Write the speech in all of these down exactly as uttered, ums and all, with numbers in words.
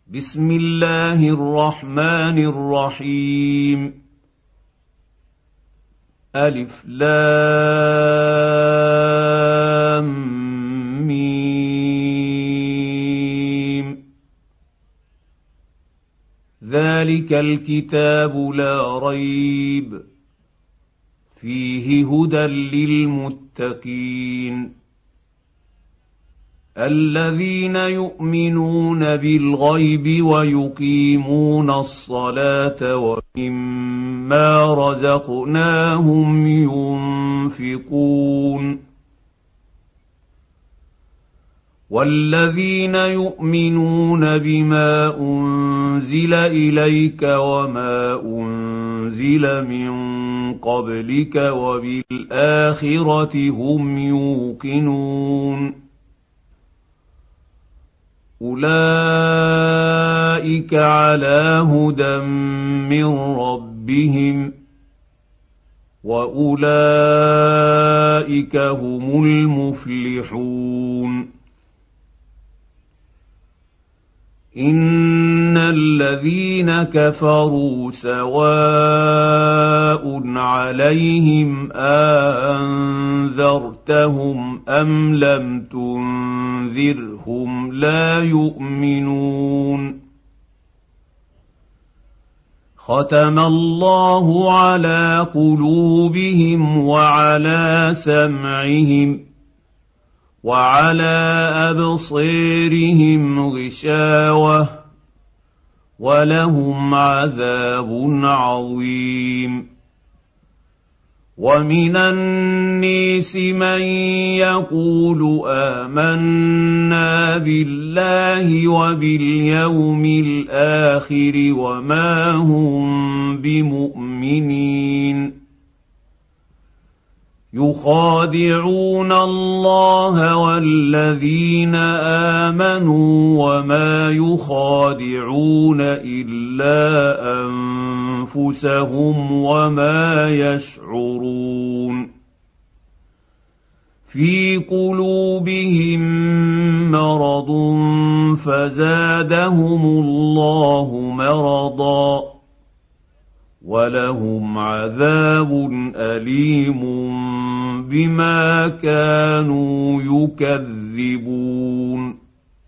بسم الله الرحمن الرحيم ألف لام ميم ذلك الكتاب لا ريب فيه هدى للمتقين الذين يؤمنون بالغيب ويقيمون الصلاة ومما رزقناهم ينفقون والذين يؤمنون بما أنزل إليك وما أنزل من قبلك وبالآخرة هم يوقنون أولئك على هدى من ربهم وأولئك هم المفلحون إن الذين كفروا سواء عليهم أنذرتهم أم لم تنذرهم لا يؤمنون ختم الله على قلوبهم وعلى سمعهم وعلى أبصيرهم غشاوة ولهم عذاب عظيم ومن الناس من يقول آمنا بالله وباليوم الآخر وما هم بمؤمنين يخادعون الله والذين آمنوا وما يخادعون إلا أنفسهم وما يشعرون في قلوبهم مرض فزادهم الله مرضا ولهم عذاب أليم بما كانوا يكذبون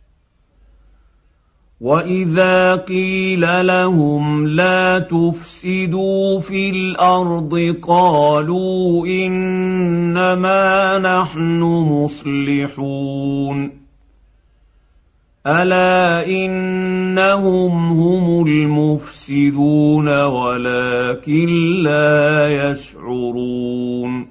وإذا قيل لهم لا تفسدوا في الأرض قالوا إنما نحن مصلحون ألا إنهم هم المفسدون ولكن لا يشعرون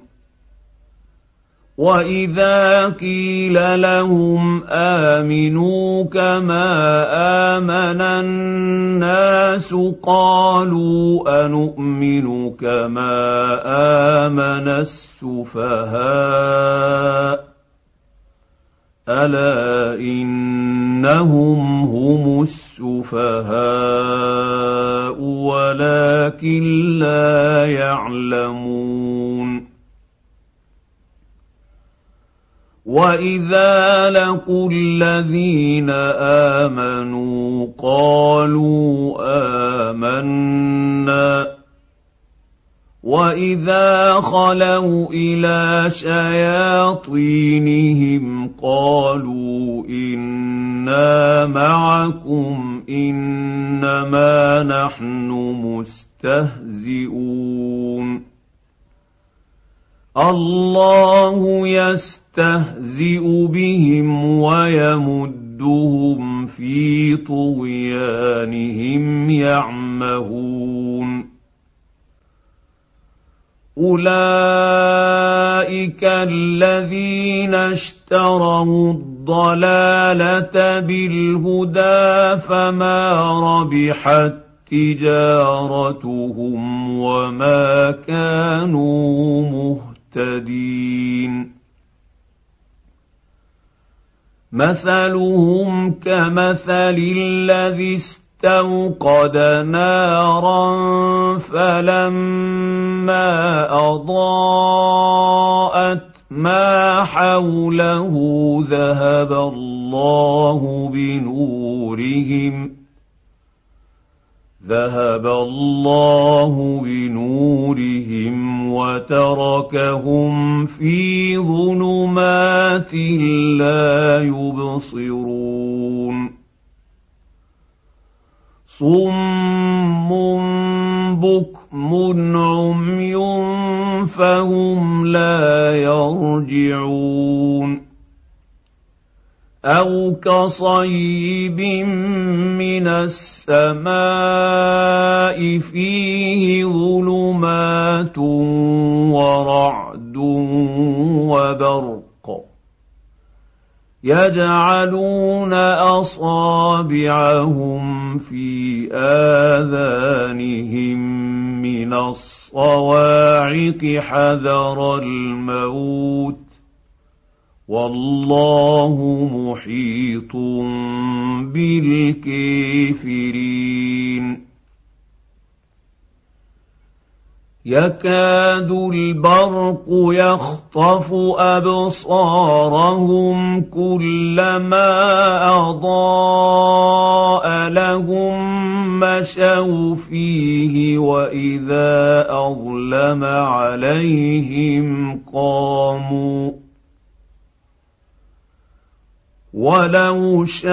وإذا قيل لهم آمنوا كما آمن الناس قالوا أنؤمن كما آمن السفهاء ألا إنهم هم السفهاء ولكن لا يعلمون وإذا لقوا الذين آمنوا قالوا آمنا وإذا خلوا إلى شياطينهم قالوا إنا معكم إنما نحن مستهزئون الله يستهزئ بهم ويمدهم في طغيانهم يعمهون أولئك الذين اشتروا الضلالة بالهدى فما ربحت تجارتهم وما كانوا مهتدين مثلهم كمثل الذي استوقد نارا فلما أضاءت ما حوله ذهب الله بنورهم ذهب الله بنورهم وتركهم في ظلمات لا يبصرون صم بكم عمي فهم لا يرجعون أو كصيب من السماء فيه ظلمات ورعد وبرق يجعلون أصابعهم في آذانهم من الصواعق حذر الموت والله محيط بالكافرين يكاد البرق يخطف أبصارهم كلما أضاء لهم مشوا فيه وإذا أظلم عليهم قاموا ولو شاء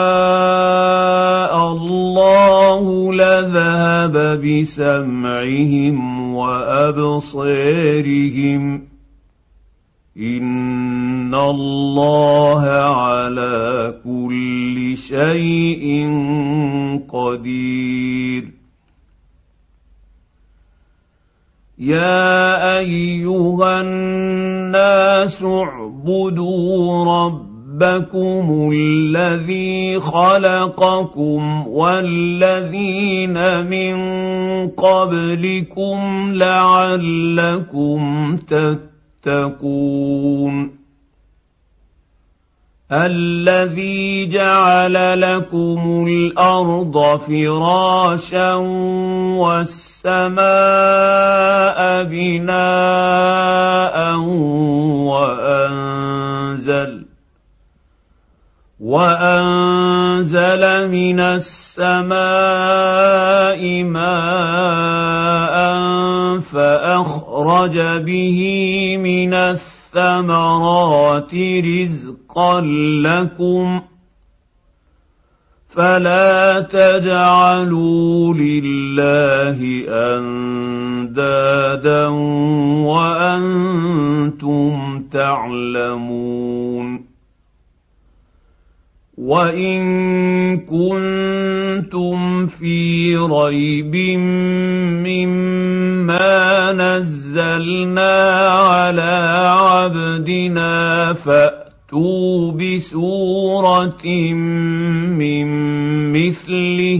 الله لذهب بسمعهم وأبصارهم إن الله على كل شيء قدير يا أيها الناس اعبدوا ربكم ربكم الذي خلقكم والذين من قبلكم لعلكم تتقون الذي جعل لكم الأرض فراشا والسماء بناء وأنزل وأنزل من السماء ماء فأخرج به من الثمرات رزقا لكم فلا تجعلوا لله أندادا وأنتم تعلمون وَإِن كُنتُمْ فِي رَيْبٍ مِّمَّا نَزَّلْنَا عَلَىٰ عَبْدِنَا فَأْتُوا بِسُورَةٍ مِّن مِّثْلِهِ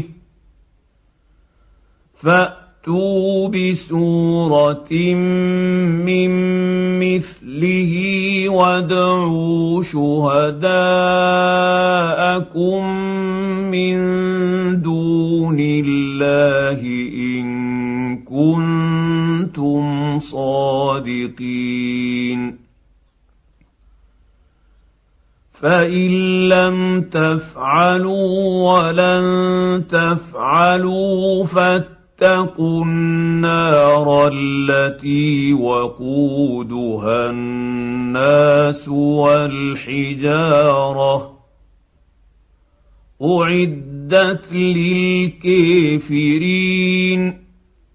فَأْتُوا بِسُورَةٍ مِّن مِّثْلِهِ وَادْعُوا شُهَدَاءَكُم مِّن دُونِ اللَّهِ إِن كُنتُمْ صَادِقِينَ فَإِن لَّمْ تَفْعَلُوا وَلَن تَفْعَلُوا فَاتَّقُوا النَّارَ الَّتِي وَقُودُهَا النَّاسُ وَالْحِجَارَةُ أُعِدَّتْ لِلْكَافِرِينَ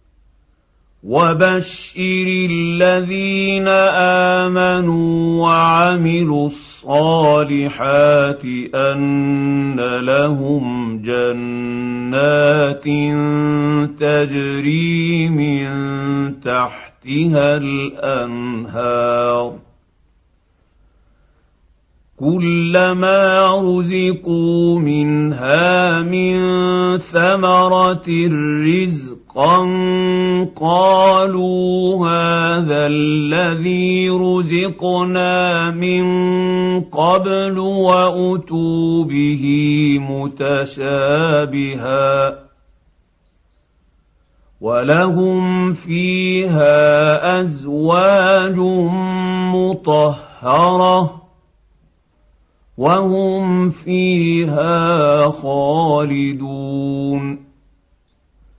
وَبَشِّرِ الَّذِينَ آمَنُوا وَعَمِلُوا الصَّالِحَاتِ أَنَّ لَهُمْ جَنَّاتٍ تَجْرِي مِن تَحْتِهَا الْأَنْهَارُ كُلَّمَا رُزِقُوا مِنْهَا مِن ثَمَرَةٍ رِّزْقًا قالوا هذا الذي رزقنا من قبل وأتوا به متشابها ولهم فيها أزواج مطهرة وهم فيها خالدون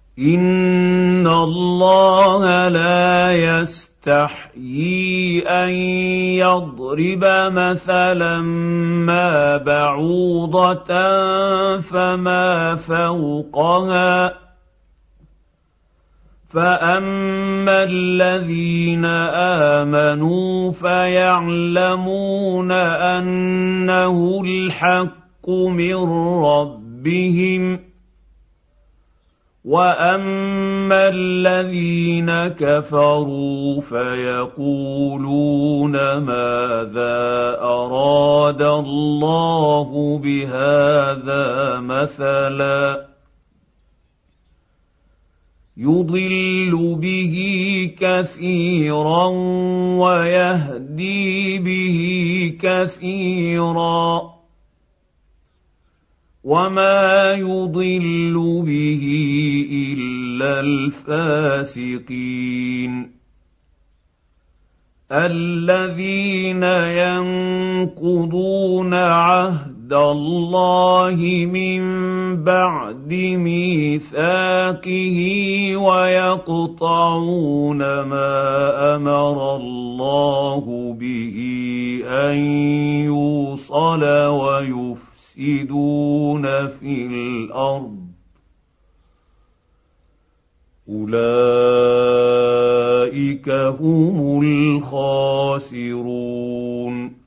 إن الله لا يستحيي أن يضرب مثلا ما بعوضة فما فوقها فأما الذين آمنوا فيعلمون أنه الحق من ربهم وأما الذين كفروا فيقولون ماذا أراد الله بهذا مثلا يضل به كثيرا ويهدي به كثيرا وما يضل به إلا الفاسقين الذين ينقضون عهد الله من بعد ميثاقه ويقطعون ما أمر الله به أن يوصل ويفسدون في الأرض أولئك هم الخاسرون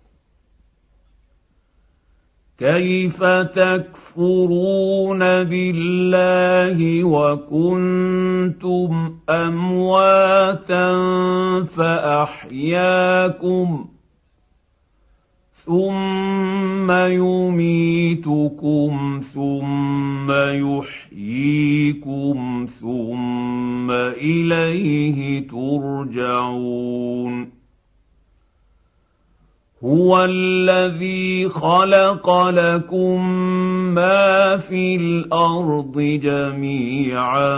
كيف تكفرون بالله وكنتم أمواتا فأحياكم ثم يميتكم ثم يحييكم ثم إليه ترجعون هو الذي خلق لكم ما في الأرض جميعا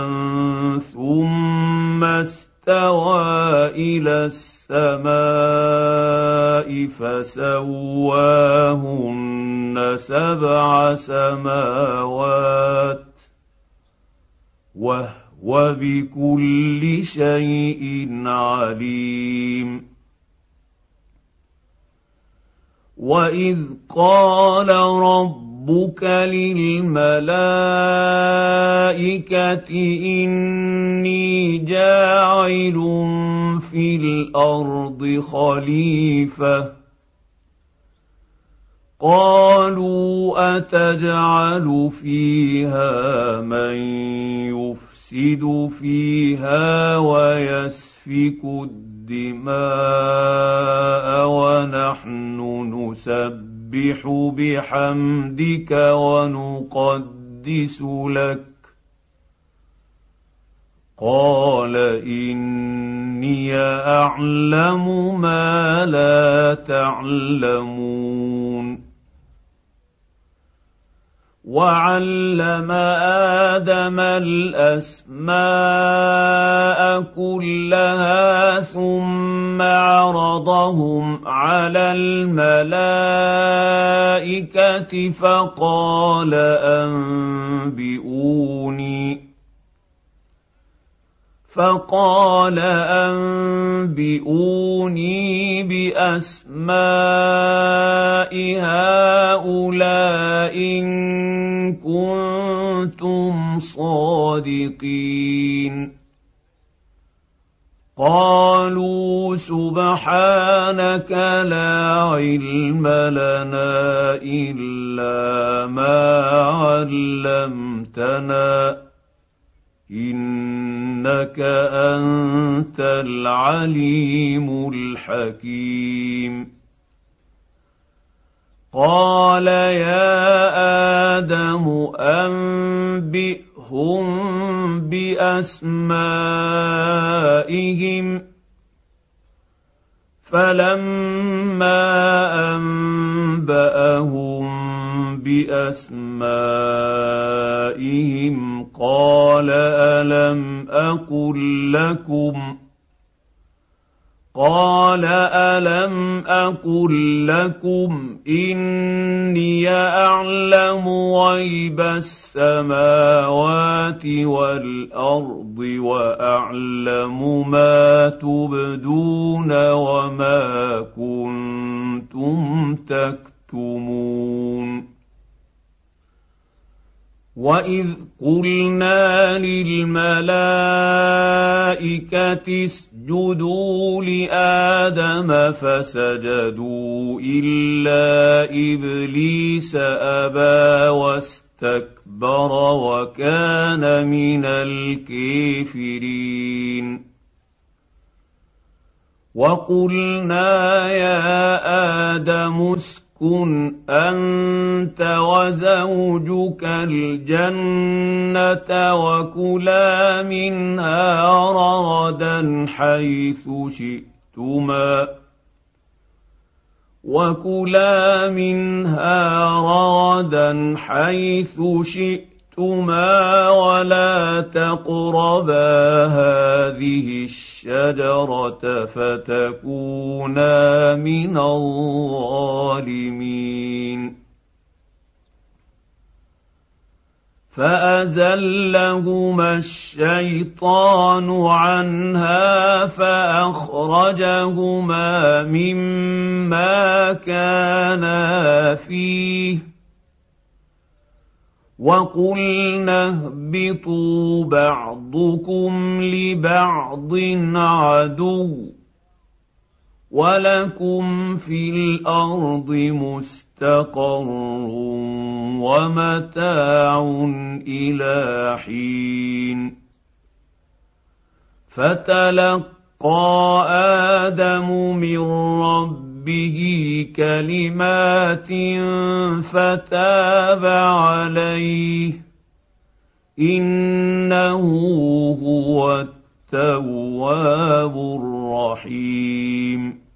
ثم استوى إلى السماء فسواهن سبع سماوات وهو بكل شيء عليم وإذ قال ربك للملائكة إني جاعل في الأرض خليفة قالوا أتجعل فيها من يفسد فيها ويسفك الدماء ونحن نسبح بحمدك ونقدس لك قال إني أعلم ما لا تعلمون وعلم آدم الأسماء كلها ثم عرضهم على الملائكة فقال أنبئوني فقال أنبئوني بأسماء هؤلاء إن كنتم صادقين قالوا سبحانك لا علم لنا إلا ما علمتنا إنك أنت العليم الحكيم قال يا آدم أنبئهم بأسمائهم فلما أنبأهم بأسمائهم قال ألم أقل لكم قال ألم أقل لكم إني أعلم غيب السماوات والأرض وأعلم ما تبدون وما كنتم تكتمون وإذ قلنا للملائكة اسجدوا لآدم فسجدوا إلا إبليس أبى واستكبر وكان من الكافرين وقلنا يا آدم اسكن كن أنت وزوجك الجنة وكلا منها رغدا حيث شئتما وكلا منها رغدا حيث شئتما ولا تقربا هذه الشجرة فتكونا من الظالمين فأزلهما الشيطان عنها فأخرجهما مما كانا فيه وقلنا اهبطوا بعضكم لبعض عدو ولكم في الأرض مستقر ومتاع إلى حين فتلقى آدم من ربه كلمات فتاب عليه إنه هو التواب الرحيم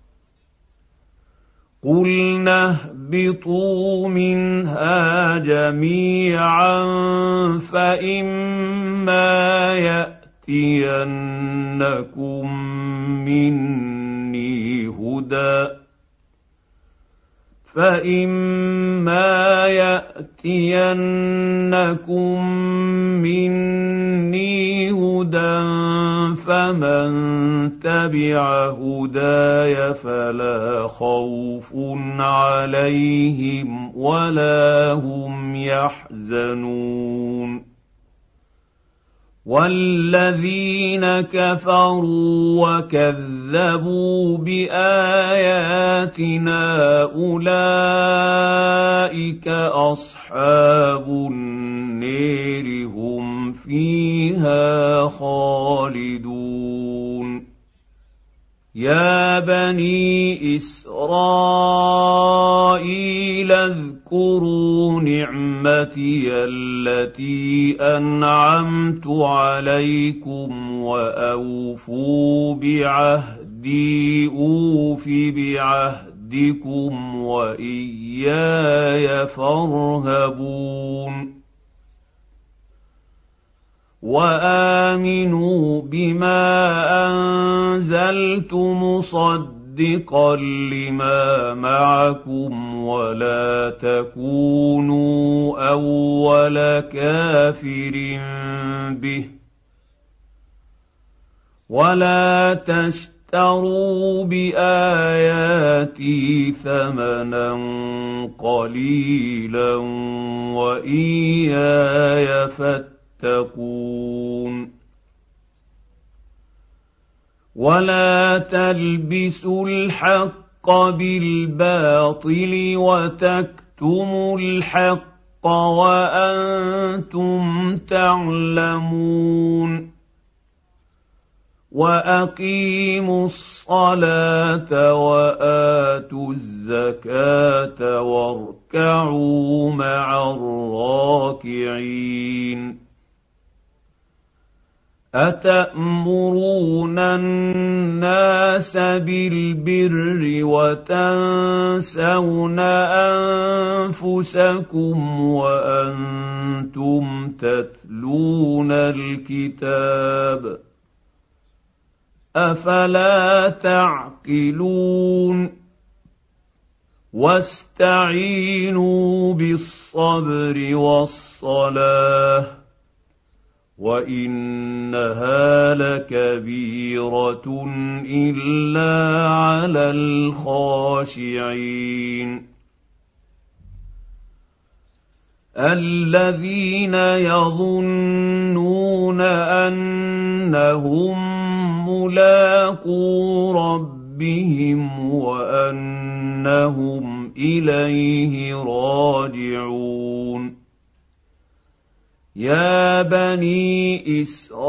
قلنا اهبطوا منها جميعا فإما يأتينكم مني هدى فإما يأتينكم مني هدى فمن تبع هداي فلا خوف عليهم ولا هم يحزنون والذين كفروا وكذبوا بآياتنا أولئك أصحاب النار هم فيها خالدون يا بني إسرائيل اذكروا نعمتي التي أنعمت عليكم وأوفوا بعهدي أوف بعهدكم وإياي فارهبون وآمنوا بما أنزلت مصدقا لما معكم ولا تكونوا أول كافر به ولا تشتروا بآياتي ثمنا قليلا وإياي فاتقون تتقون ولا تلبسوا الحق بالباطل وتكتموا الحق وأنتم تعلمون وأقيموا الصلاة وآتوا الزكاة واركعوا مع الراكعين أتأمرون الناس بالبر وتنسون أنفسكم وأنتم تتلون الكتاب أفلا تعقلون واستعينوا بالصبر والصلاة وإنها لكبيرة إلا على الخاشعين الذين يظنون أنهم ملاقو ربهم وأنهم إليه راجعون يا بني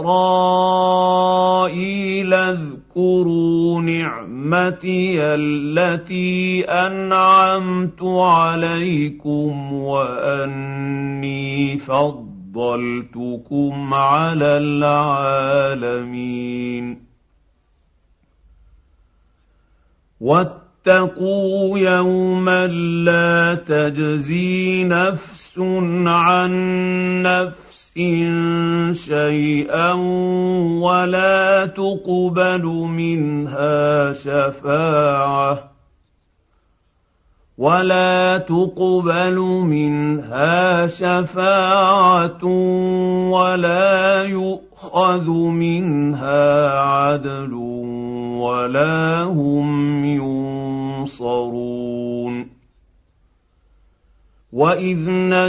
إسرائيل اذكروا نعمتي التي أنعمت عليكم وأني فضلتكم على العالمين واتقوا يوما لا تجزي نفس عن نفس شيئا ولا تقبل منها شفاعة ولا تقبل منها شفاعة ولا يؤخذ منها عدل ولا هم ينصرون وإذ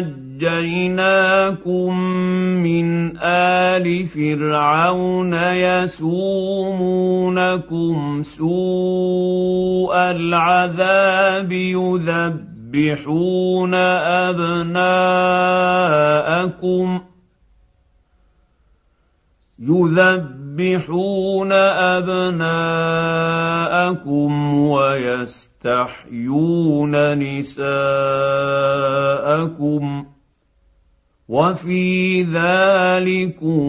نجيناكم من آل فرعون يسومونكم سوء العذاب يذبحون أبناءكم يذبحون أبناءكم ويستحيون نساءكم وفي ذلكم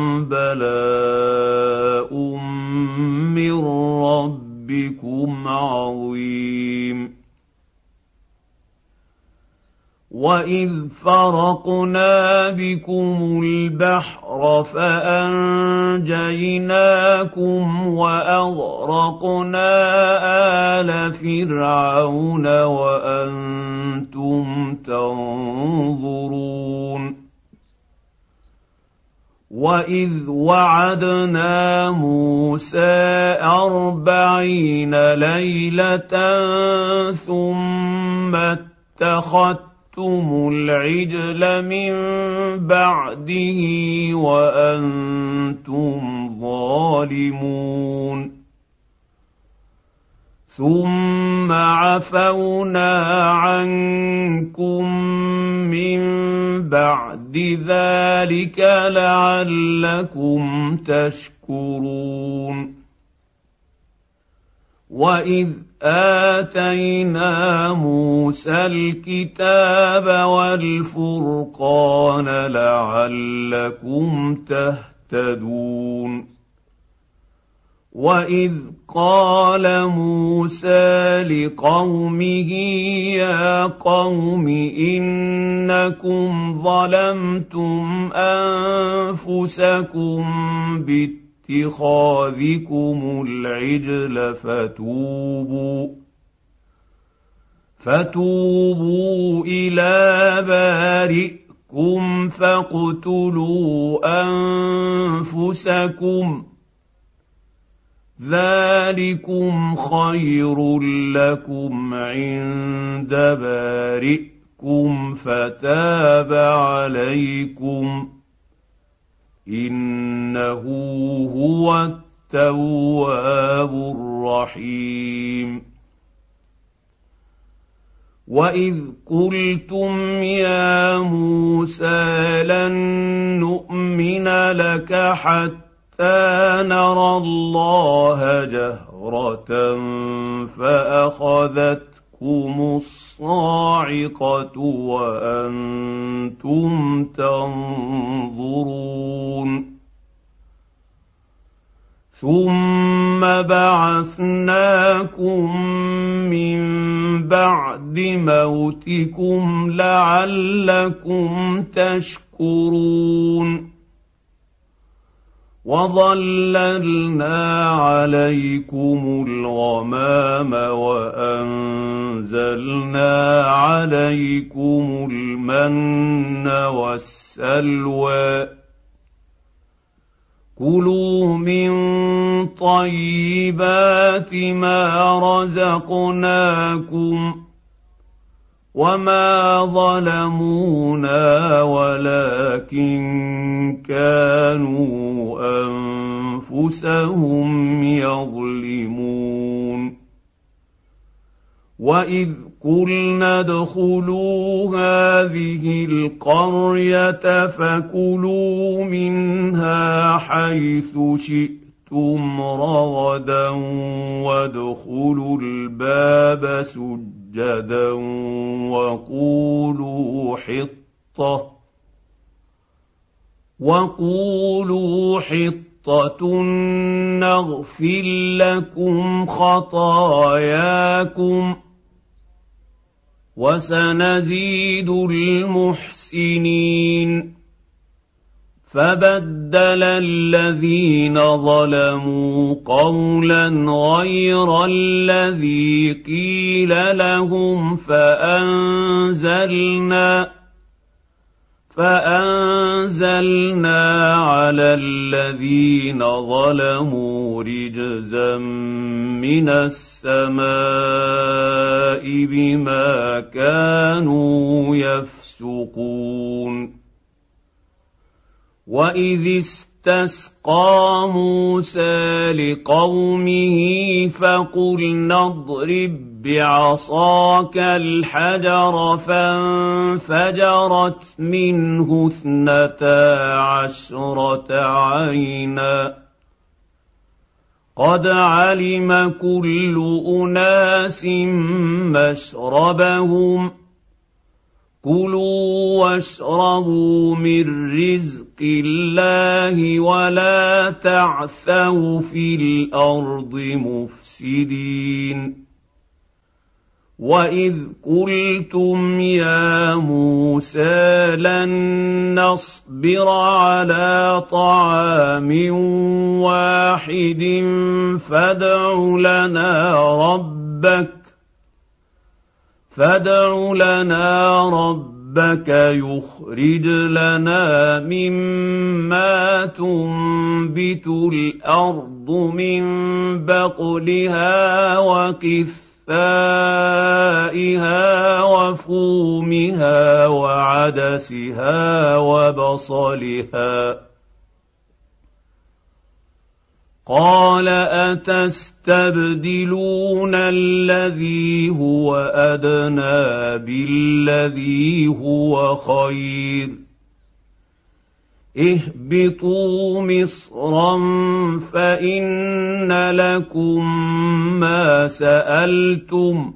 بلاء من ربكم عظيم وإذ فرقنا بكم البحر فأنجيناكم وأغرقنا آل فرعون وأنتم تنظرون وإذ وعدنا موسى أربعين ليلة ثم اتخذتم العجل من بعده وأنتم ظالمون ثم عفونا عنكم من بعد ذلك لعلكم تشكرون وإذ آتينا موسى الكتاب والفرقان لعلكم تهتدون وإذ قال موسى لقومه يا قوم إنكم ظلمتم أنفسكم بالتقوى اتخاذكم العجل فتوبوا فتوبوا إلى بارئكم فاقتلوا أنفسكم ذلكم خير لكم عند بارئكم فتاب عليكم إنه هو التواب الرحيم وإذ قلتم يا موسى لن نؤمن لك حتى نرى الله جهرة فأخذتكم الصاعقة وأنتم تنظرون ثم بعثناكم من بعد موتكم لعلكم تشكرون وَظَلَّلْنَا عَلَيْكُمُ الْغَمَامَ وَأَنزَلْنَا عَلَيْكُمُ الْمَنَّ وَالسَّلْوَىٰ كُلُوا مِن طَيِّبَاتِ مَا رَزَقْنَاكُمْ وَمَا ظَلَمُونَا وَلَٰكِن كَانُوا أَنفُسَهُمْ يَظْلِمُونَ وَإِذْ قُلْنَا ادْخُلُوا هَٰذِهِ الْقَرْيَةَ فَكُلُوا مِنْهَا حَيْثُ شِئْتُمْ رَغَدًا وَادْخُلُوا الْبَابَ سُجَّدًا وَقُولُوا حِطَّةٌ وَقُولُوا حِطَّةٌ نَّغْفِرْ لَكُمْ خَطَايَاكُمْ وَسَنَزِيدُ الْمُحْسِنِينَ فَبَدَّلَ الَّذِينَ ظَلَمُوا قَوْلًا غَيْرَ الَّذِي قِيلَ لَهُمْ فَأَنزَلْنَا فَأَنزَلْنَا عَلَى الَّذِينَ ظَلَمُوا رِجْزًا مِّنَ السَّمَاءِ بِمَا كَانُوا يَفْسُقُونَ وَإِذِ اسْتَسْقَىٰ مُوسَىٰ لِقَوْمِهِ فَقُلْنَا اضْرِب بِّعَصَاكَ الْحَجَرَ فَانفَجَرَتْ مِنْهُ اثْنَتَا عَشْرَةَ عَيْنًا قَدْ عَلِمَ كُلُّ أُنَاسٍ مَّشْرَبَهُمْ كُلُوا وَاشْرَبُوا مِن رِّزْقِ اللَّهِ وَلَا تَعْثَوْا فِي الْأَرْضِ مُفْسِدِينَ وَإِذْ قُلْتُمْ يَا مُوسَىٰ لَن نَّصْبِرَ عَلَىٰ طَعَامٍ وَاحِدٍ فَادْعُ لَنَا رَبَّكَ فادع لنا ربك يخرج لنا مما تنبت الأرض من بقلها وقثائها وفومها وعدسها وبصلها قال أتستبدلون الذي هو أدنى بالذي هو خير اهبطوا مصرا فإن لكم ما سألتم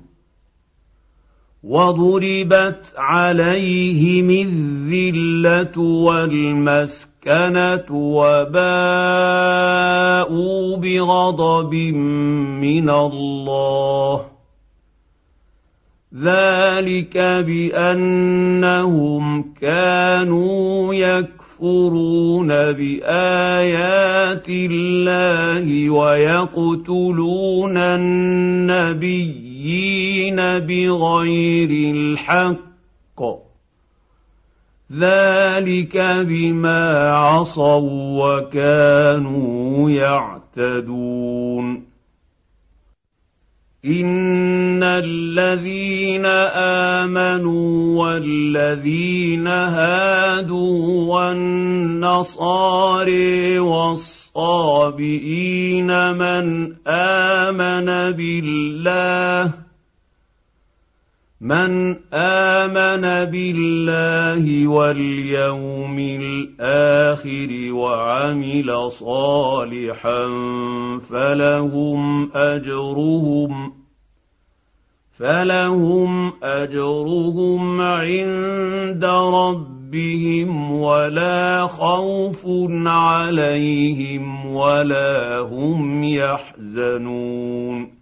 وضربت عليهم الذلة والمسكنة وباءوا بغضب من الله ذلك بأنهم كانوا يكفرون بآيات الله ويقتلون النبيين بغير الحق ذلك بما عصوا وكانوا يعتدون إن الذين آمنوا والذين هادوا والنصارى والصابئين من آمن بالله من آمن بالله واليوم الآخر وعمل صالحا فلهم أجرهم فلهم أجرهم عند ربهم ولا خوف عليهم ولا هم يحزنون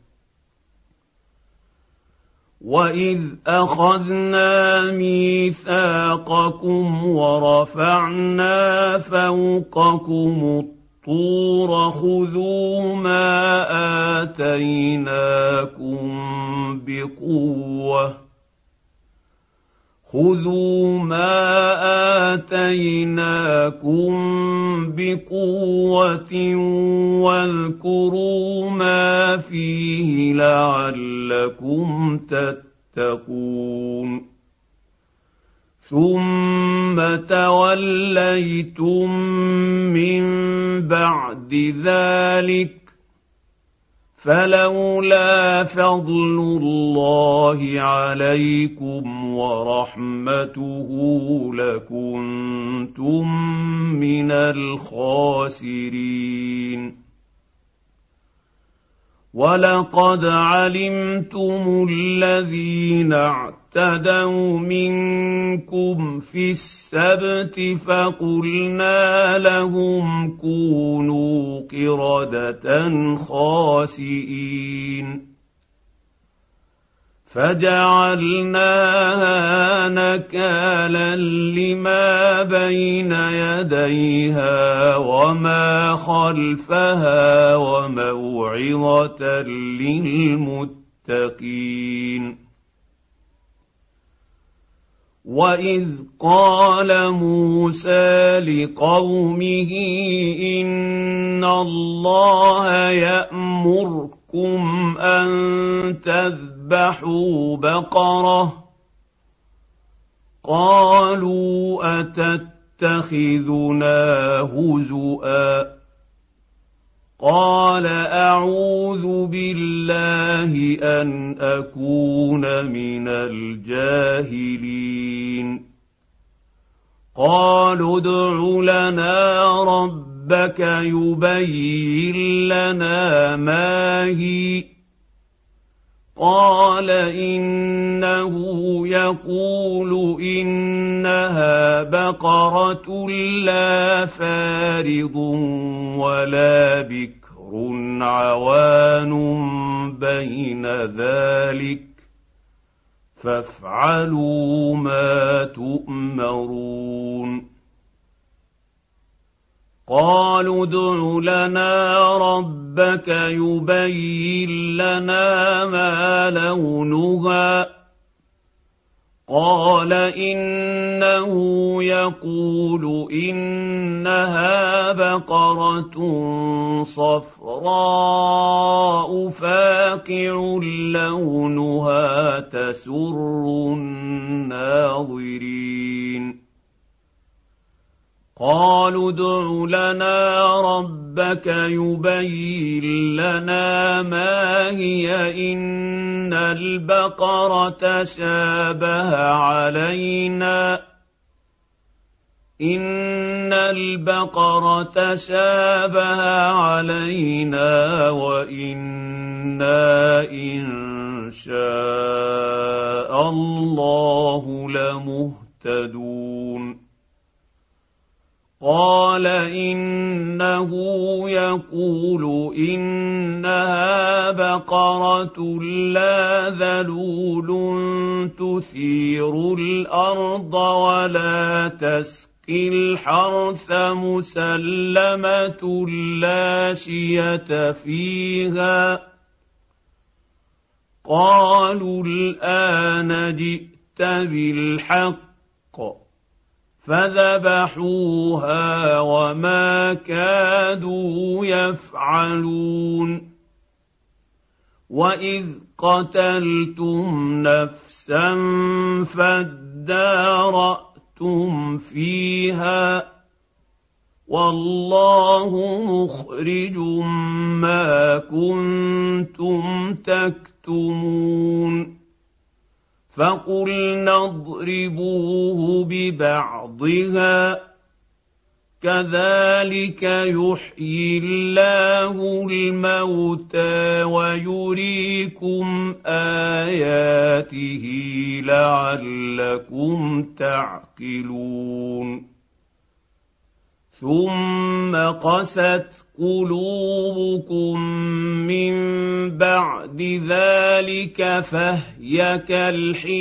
وَإِذْ أَخَذْنَا مِيثَاقَكُمْ وَرَفَعْنَا فَوْقَكُمُ الطور خذوا ما آتيناكم بقوة خذوا ما آتيناكم بقوة واذكروا ما فيه لعلكم تتقون ثم توليتم من بعد ذلك فلولا فضل الله عليكم ورحمته لكنتم من الخاسرين ولقد علمتم الذين اعتدوا منكم في السبت فقلنا لهم كونوا قردة خاسئين فجعلناها نكالا لما بين يديها وما خلفها وموعظة للمتقين وإذ قال موسى لقومه إن الله يأمركم أن تذبحوا بقرة قالوا أتتخذنا هزؤا قال أعوذ بالله أن أكون من الجاهلين قالوا ادع لنا ربك يبين لنا ما هي قال إنه يقول إنها بقرة لا فارض ولا بكر عوان بين ذلك فافعلوا ما تؤمرون قالوا ادع لنا ربك يبين لنا ما لونها قال إنه يقول إنها بقرة صفراء فاقع لونها تسر الناظرين قالوا ادع لنا ربك يبين لنا ما هي إن البقرة شابه علينا إن البقرة شابه علينا وإنا إن شاء الله لمهتدون قال إنه يقول إنها بقرة لا ذلول تثير الأرض ولا تسقي الحرث مسلمة لا شية فيها قالوا الآن جئت بالحق فذبحوها وما كادوا يفعلون وإذ قتلتم نفسا فادارأتم فيها والله مخرج ما كنتم تكتمون فقلنا اضربوه ببعضها كذلك يحيي الله الموتى ويريكم آياته لعلكم تعقلون ثم قست قلوبكم من بعد ذلك فهي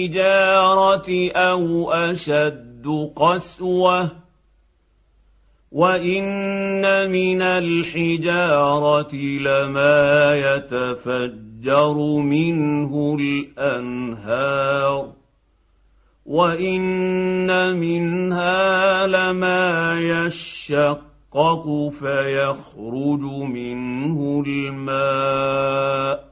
كالحجارة أو أشد قسوة وَإِنَّ مِنَ الْحِجَارَةِ لَمَا يَتَفَجَّرُ مِنْهُ الْأَنْهَارُ وَإِنَّ مِنْهَا لَمَا يَشَّقَّقُ فَيَخْرُجُ مِنْهُ الْمَاءُ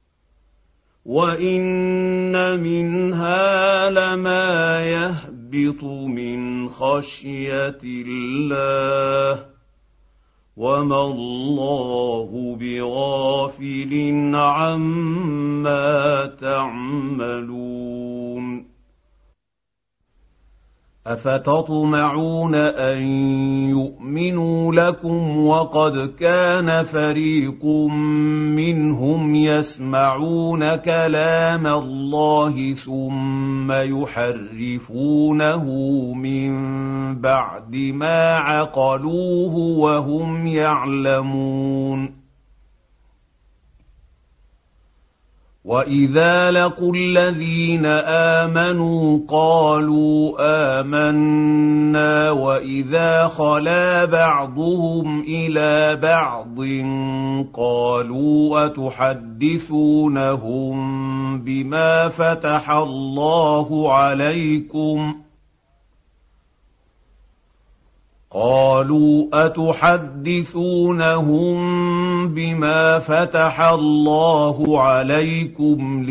وَإِنَّ مِنْهَا لَمَا يَهْبِطُ مِنْ خَشْيَةِ اللَّهِ وَمَا اللَّهُ بِغَافِلٍ عَمَّا تَعْمَلُونَ أَفَتَطْمَعُونَ أَن يُؤْمِنُوا لَكُمْ وَقَدْ كَانَ فَرِيقٌ مِّنْهُمْ يَسْمَعُونَ كَلَامَ اللَّهِ ثُمَّ يُحَرِّفُونَهُ مِن بَعْدِ مَا عَقَلُوهُ وَهُمْ يَعْلَمُونَ وَإِذَا لَقُوا الَّذِينَ آمَنُوا قَالُوا آمَنَّا وَإِذَا خَلَا بَعْضُهُمْ إِلَىٰ بَعْضٍ قَالُوا أَتُحَدِّثُونَهُم بِمَا فَتَحَ اللَّهُ عَلَيْكُمْ قالوا أتحدثونهم بما فتح الله عليكم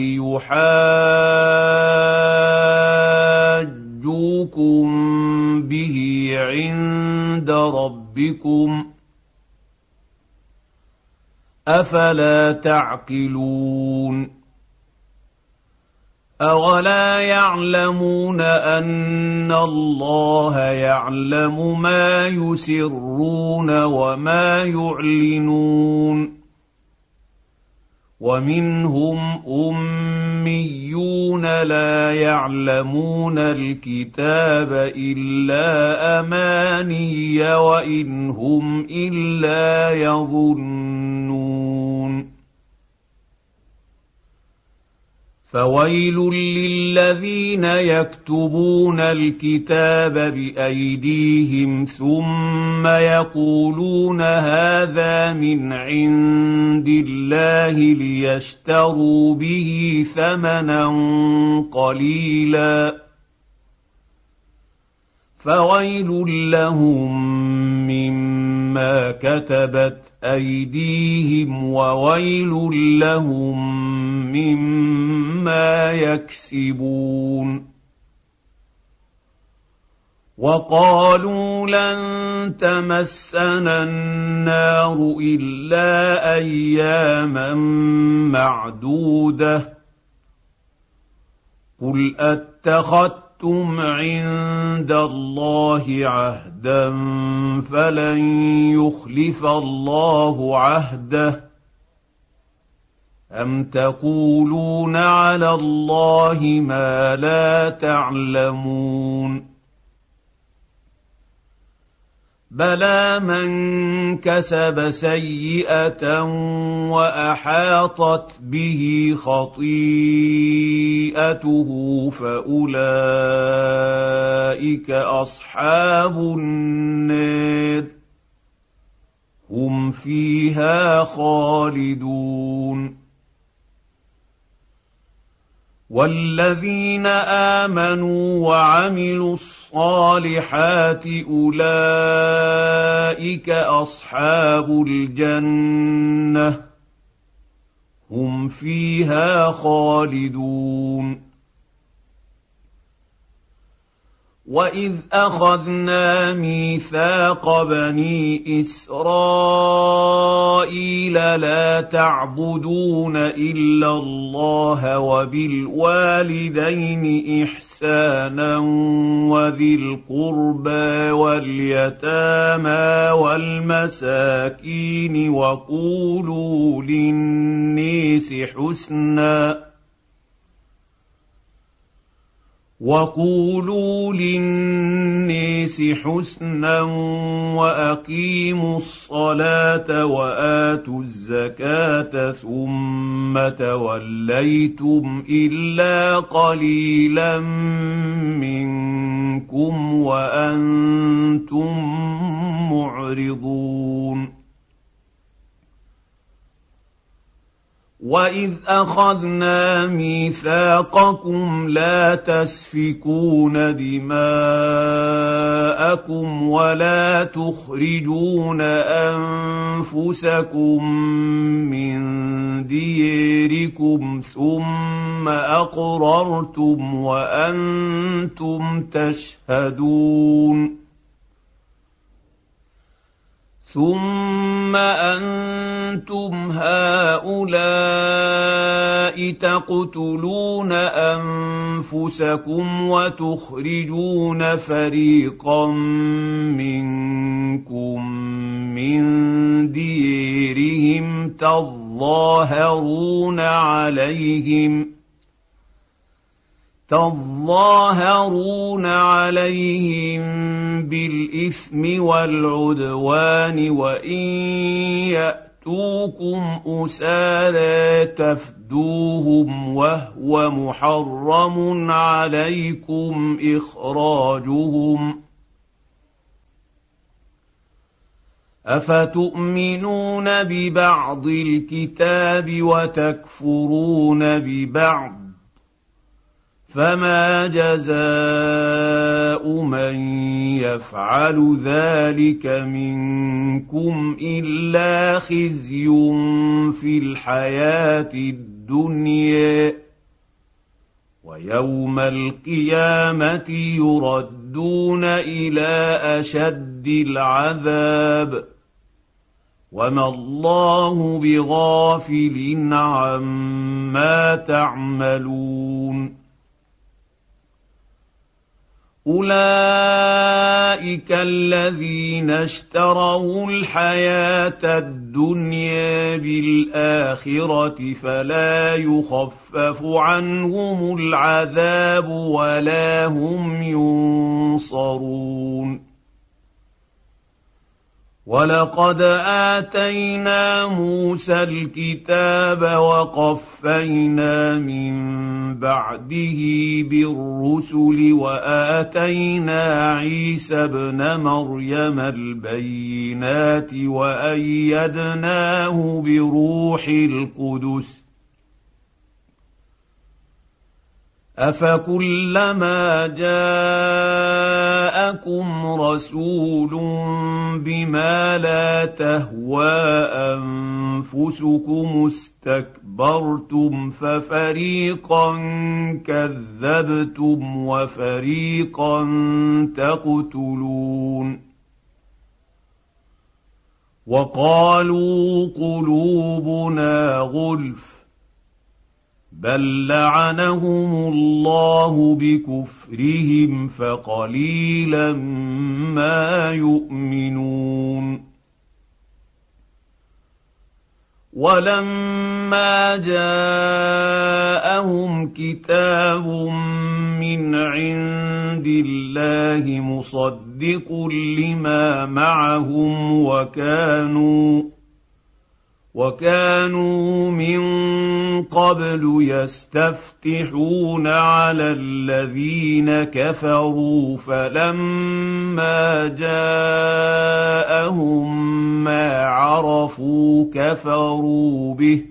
ليحاجوكم به عند ربكم أفلا تعقلون أَوَلَا يَعْلَمُونَ أَنَّ اللَّهَ يَعْلَمُ مَا يُسِرُّونَ وَمَا يُعْلِنُونَ وَمِنْهُمْ أُمِّيُّونَ لَا يَعْلَمُونَ الْكِتَابَ إِلَّا أَمَانِيَّ وَإِنْ هُمْ إِلَّا يَظُنُّونَ فَوَيْلٌ لِّلَّذِينَ يَكْتُبُونَ الْكِتَابَ بِأَيْدِيهِمْ ثُمَّ يَقُولُونَ هَٰذَا مِنْ عِندِ اللَّهِ لِيَشْتَرُوا بِهِ ثَمَنًا قَلِيلًا فَوَيْلٌ لَّهُم مِّمَّا كَتَبَتْ أَيْدِيهِمْ وَوَيْلٌ لَّهُم مِّمَّا يَكْسِبُونَ وَقَالُوا لَن تَمَسَّنَا النَّارُ إِلَّا أَيَّامًا مَّعْدُودَةً قُلْ أَتَّخَذْتُمْ عِندَ اللَّهِ عَهْدًا فَلَن يُخْلِفَ اللَّهُ عَهْدَهُ أَمْ تَقُولُونَ عَلَى اللَّهِ مَا لَا تَعْلَمُونَ بَلَىٰ مَن كَسَبَ سَيِّئَةً وَأَحَاطَتْ بِهِ خَطِيئَتُهُ فَأُولَٰئِكَ أَصْحَابُ النَّارِ هُمْ فِيهَا خَالِدُونَ وَالَّذِينَ آمَنُوا وَعَمِلُوا الصَّالِحَاتِ أُولَٰئِكَ أَصْحَابُ الْجَنَّةِ هُمْ فِيهَا خَالِدُونَ وَإِذْ أَخَذْنَا مِيثَاقَ بَنِي إِسْرَائِيلَ لَا تَعْبُدُونَ إِلَّا اللَّهَ وَبِالْوَالِدَيْنِ إِحْسَانًا وَذِي الْقُرْبَىٰ وَالْيَتَامَىٰ وَالْمَسَاكِينِ وَقُولُوا لِلنَّاسِ حُسْنًا وَقُولُوا لِلنَّاسِ حُسْنًا وَأَقِيمُوا الصَّلَاةَ وَآتُوا الزَّكَاةَ ثُمَّ تَوَلَّيْتُمْ إِلَّا قَلِيلًا مِّنكُمْ وَأَنتُم معرضون وإذ أخذنا ميثاقكم لا تسفكون دماءكم ولا تخرجون أنفسكم من ديركم ثم أقررتم وأنتم تشهدون ثم أنتم هؤلاء تقتلون أنفسكم وتخرجون فريقا منكم من ديرهم تظاهرون عليهم تظاهرون عليهم بالإثم والعدوان وإن يأتوكم أسارى تفدوهم وهو محرم عليكم إخراجهم أفتؤمنون ببعض الكتاب وتكفرون ببعض فما جزاء من يفعل ذلك منكم إلا خزي في الحياة الدنيا ويوم القيامة يردون إلى أشد العذاب وما الله بغافل عما تعملون أولئك الذين اشتروا الحياة الدنيا بالآخرة فلا يخفف عنهم العذاب ولا هم ينصرون ولقد آتينا موسى الكتاب وقفينا من بعده بالرسل وآتينا عيسى ابن مريم البينات وأيدناه بروح القدس أفكلما جاءكم رسول بما لا تهوى أنفسكم استكبرتم ففريقا كذبتم وفريقا تقتلون وقالوا قلوبنا غلف بل لعنهم الله بكفرهم فقليلا ما يؤمنون ولما جاءهم كتاب من عند الله مصدق لما معهم وكانوا وكانوا من قبل يستفتحون على الذين كفروا فلما جاءهم ما عرفوا كفروا به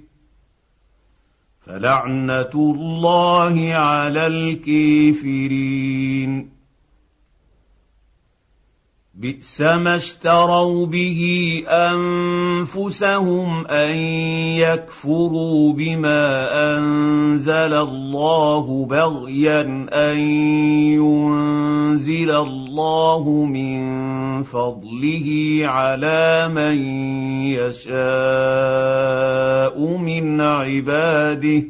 فلعنة الله على الكافرين بئس ما اشتروا به أنفسهم أن يكفروا بما أنزل الله بغيا أن ينزل الله من فضله على من يشاء من عباده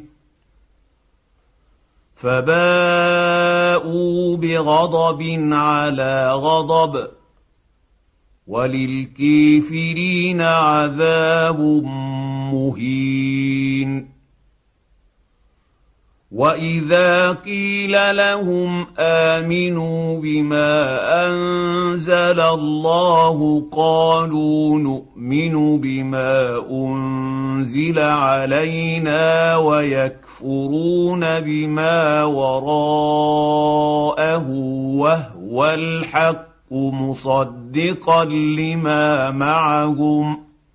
فباءوا بغضب على غضب وللكافرين عذاب مهين وإذا قيل لهم آمنوا بما أنزل الله قالوا نؤمن بما أنزل علينا ويكفرون بما وراءه وهو الحق مصدقا لما معهم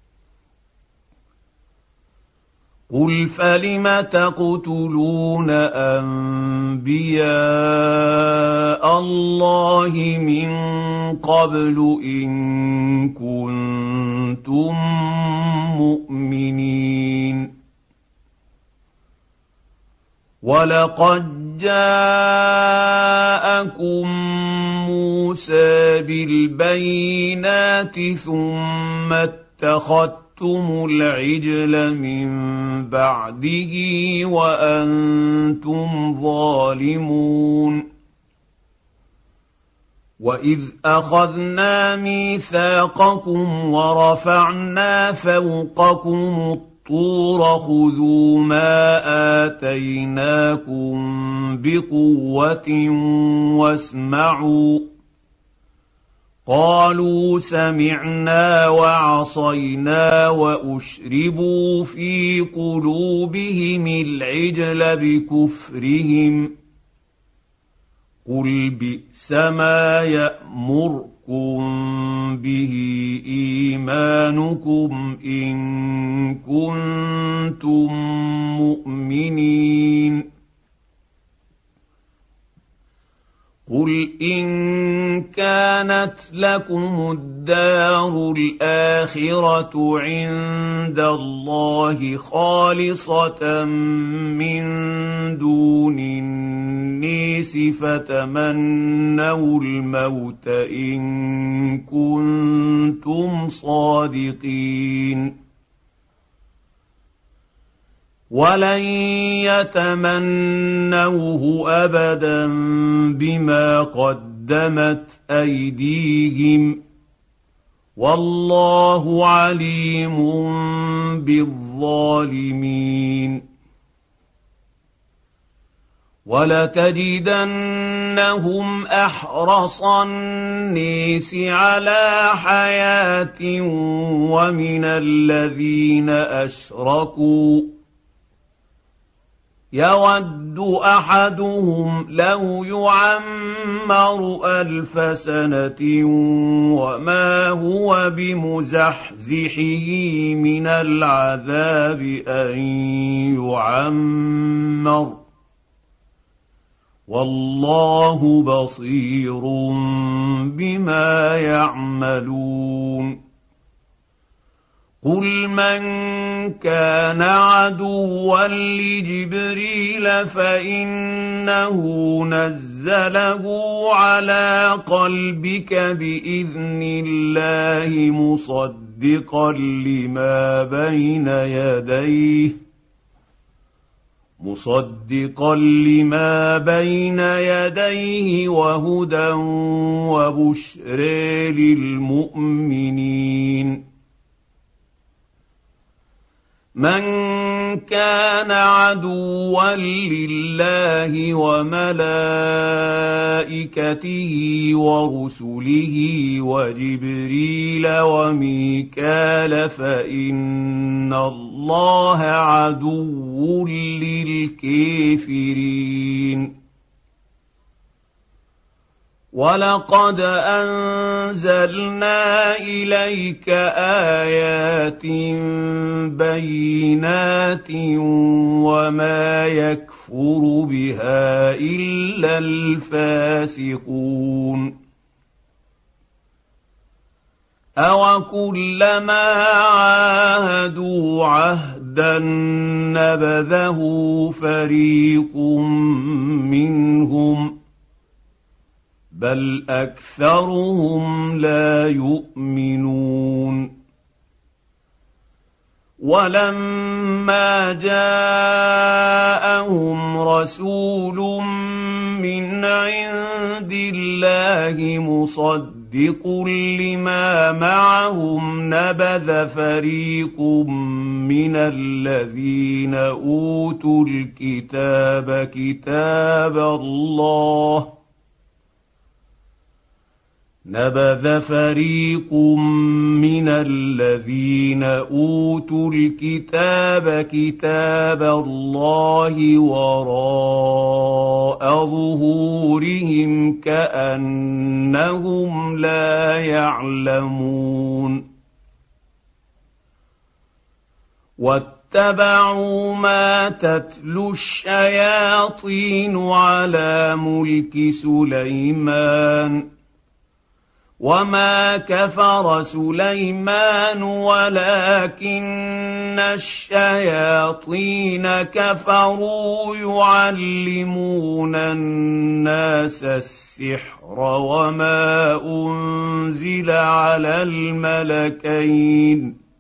قل فلم تقتلون أنبياء الله من قبل إن كنتم مؤمنين ولقد جاءكم موسى بالبينات ثم اتخذتم العجل من بعده وأنتم ظالمون وإذ أخذنا ميثاقكم ورفعنا فوقكم الطور خذوا ما آتيناكم بقوة واسمعوا قالوا سمعنا وعصينا وأشربوا في قلوبهم العجل بكفرهم قل بئس ما يأمركم به إيمانكم إن كنتم مؤمنين قل إن كانت لكم الدار الآخرة عند الله خالصة من دون الناس فتمنوا الموت إن كنتم صادقين ولن يتمنوه أبدا بما قدمت أيديهم والله عليم بالظالمين ولتجدنهم أحرص الناس على حياة ومن الذين أشركوا يود أحدهم لو يعمر ألف سنة وما هو بمزحزحه من العذاب أن يعمر والله بصير بما يعملون قل من كان عدوا لجبريل فإنه نزله على قلبك بإذن الله مصدقا لما بين يديه مصدقا لما بين يديه وهدى وبشر للمؤمنين من كان عدوا لله وملائكته ورسله وجبريل وميكال فإن الله عدو للكافرين ولقد أنزلنا إليك آيات بينات وما يكفر بها إلا الفاسقون أوكلما عاهدوا عهدا نبذه فريق منهم بل أكثرهم لا يؤمنون ولما جاءهم رسول من عند الله مصدق لما معهم نبذ فريق من الذين أوتوا الكتاب كتاب الله نبذ فريق من الذين أوتوا الكتاب كتاب الله وراء ظهورهم كأنهم لا يعلمون واتبعوا ما تتلو الشياطين على ملك سليمان وما كفر سليمان ولكن الشياطين كفروا يعلمون الناس السحر وما أنزل على الملكين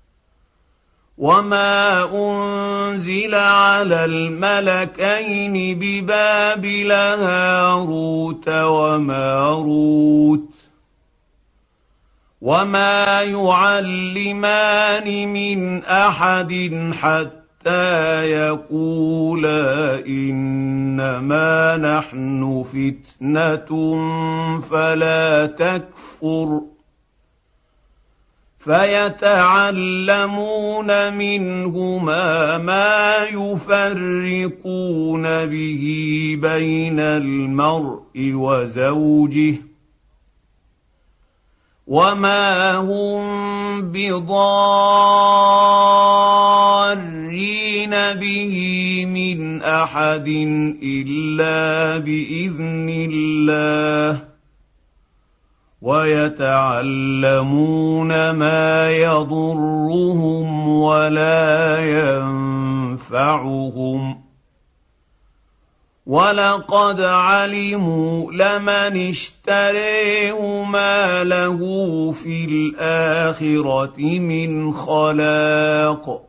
وما أنزل على الملكين ببابل هاروت وماروت وما يعلمان من أحد حتى يقولا إنما نحن فتنة فلا تكفر فيتعلمون منهما ما يفرقون به بين المرء وزوجه وما هم بضارين به من أحد إلا بإذن الله ويتعلمون ما يضرهم ولا ينفعهم ولقد علموا لمن اشتريه ما له في الآخرة من خلاق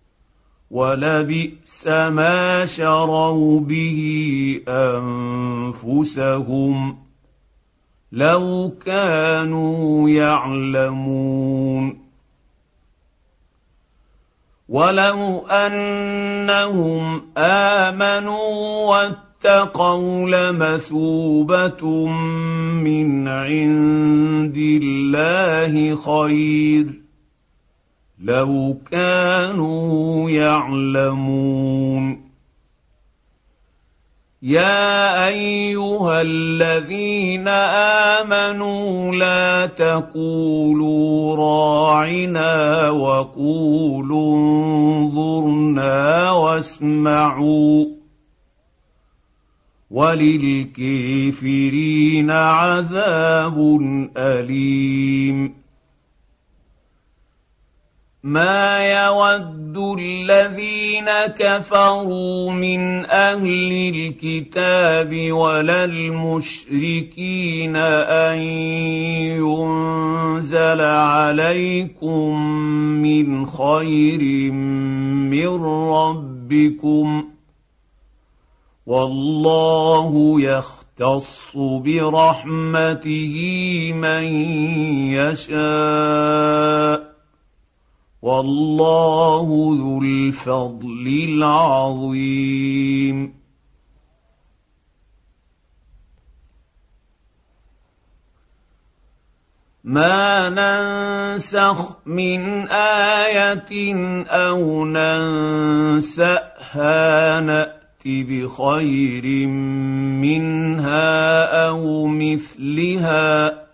ولبئس ما شروا به أنفسهم لو كانوا يعلمون ولو أنهم آمنوا واتقوا لمثوبة من عند الله خير لو كانوا يعلمون يا أيها الذين آمنوا لا تقولوا راعنا وقولوا انظرنا واسمعوا وللكافرين عذاب أليم ما يود الذين كفروا من أهل الكتاب ولا المشركين أن ينزل عليكم من خير من ربكم والله يختص برحمته من يشاء والله ذو الفضل العظيم ما ننسخ من آية أو ننسأها نأت بخير منها أو مثلها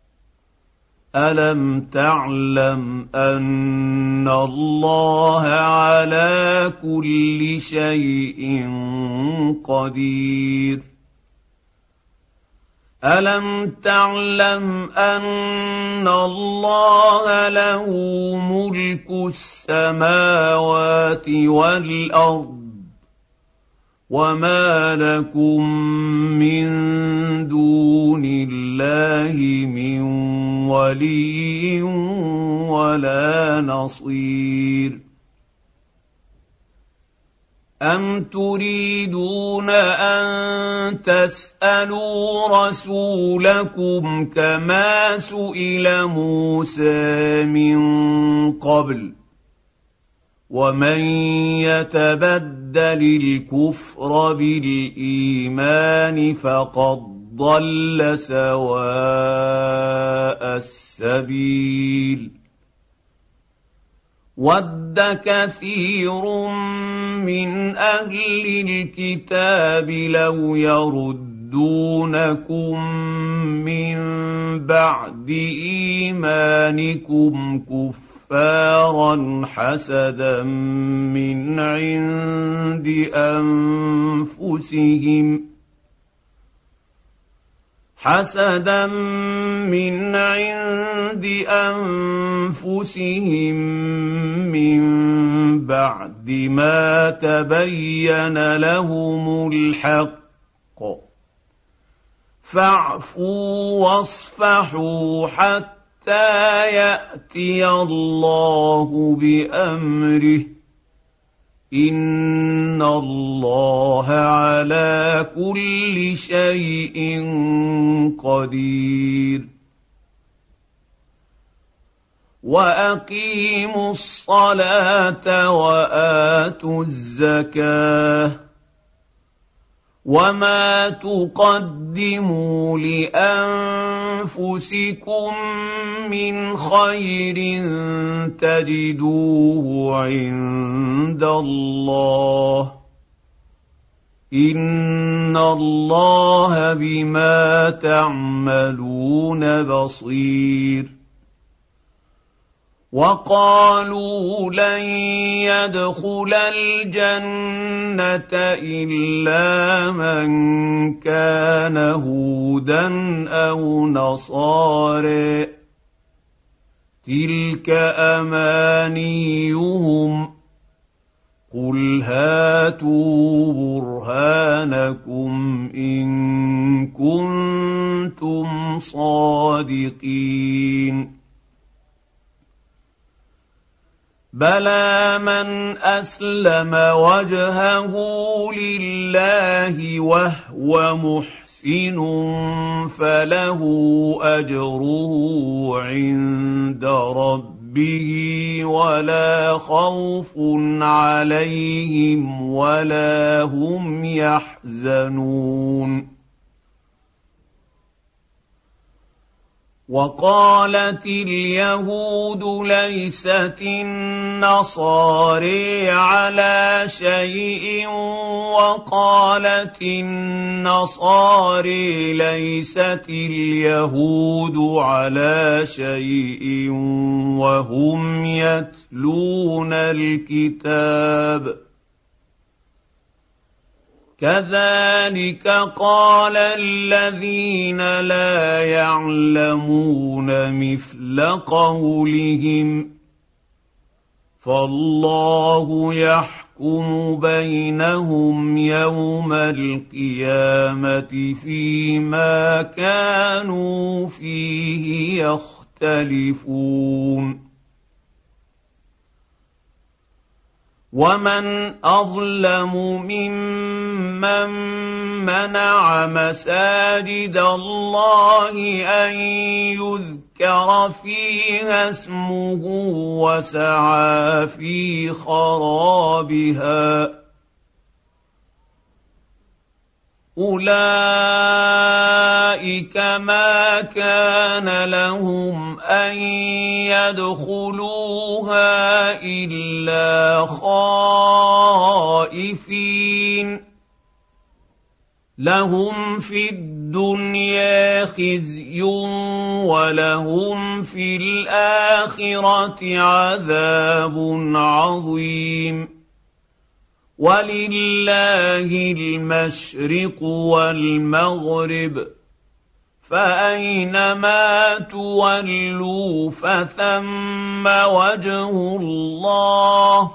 ألم تعلم أن الله على كل شيء قدير ألم تعلم أن الله له ملك السماوات والأرض وما لكم من دون الله من ولي ولا نصير أم تريدون أن تسألوا رسولكم كما سئل موسى من قبل ومن يتبدل الكفر بالإيمان فقد ضل سواء السبيل ود كثير من أهل الكتاب لو يردونكم من بعد إيمانكم كفارا حسدا من عند أنفسهم حسدا من عند أنفسهم من بعد ما تبين لهم الحق فاعفوا واصفحوا حتى يأتي الله بأمره إن الله على كل شيء قدير وأقيموا الصلاة وآتوا الزكاة وما تقدموا لأنفسكم من خير تجدوه عند الله إن الله بما تعملون بصير وقالوا لن يدخل الجنة إلا من كان هودا أو نصارى تلك أمانيهم قل هاتوا برهانكم إن كنتم صادقين بلى من أسلم وجهه لله وهو محسن فله أجره عند ربه ولا خوف عليهم ولا هم يحزنون وقالت اليهود ليست النصارى على شيء وقالت النصارى ليست اليهود على شيء وهم يتلون الكتاب كذلك قال الذين لا يعلمون مثل قولهم فالله يحكم بينهم يوم القيامة فيما كانوا فيه يختلفون ومن أظلم ممن منع مساجد الله أن يذكر فيها اسمه وسعى في خرابها أولئك ما كان لهم أن يدخلوها إلا خائفين لهم في الدنيا خزي ولهم في الآخرة عذاب عظيم ولله المشرق والمغرب فأينما تولوا فثم وجه الله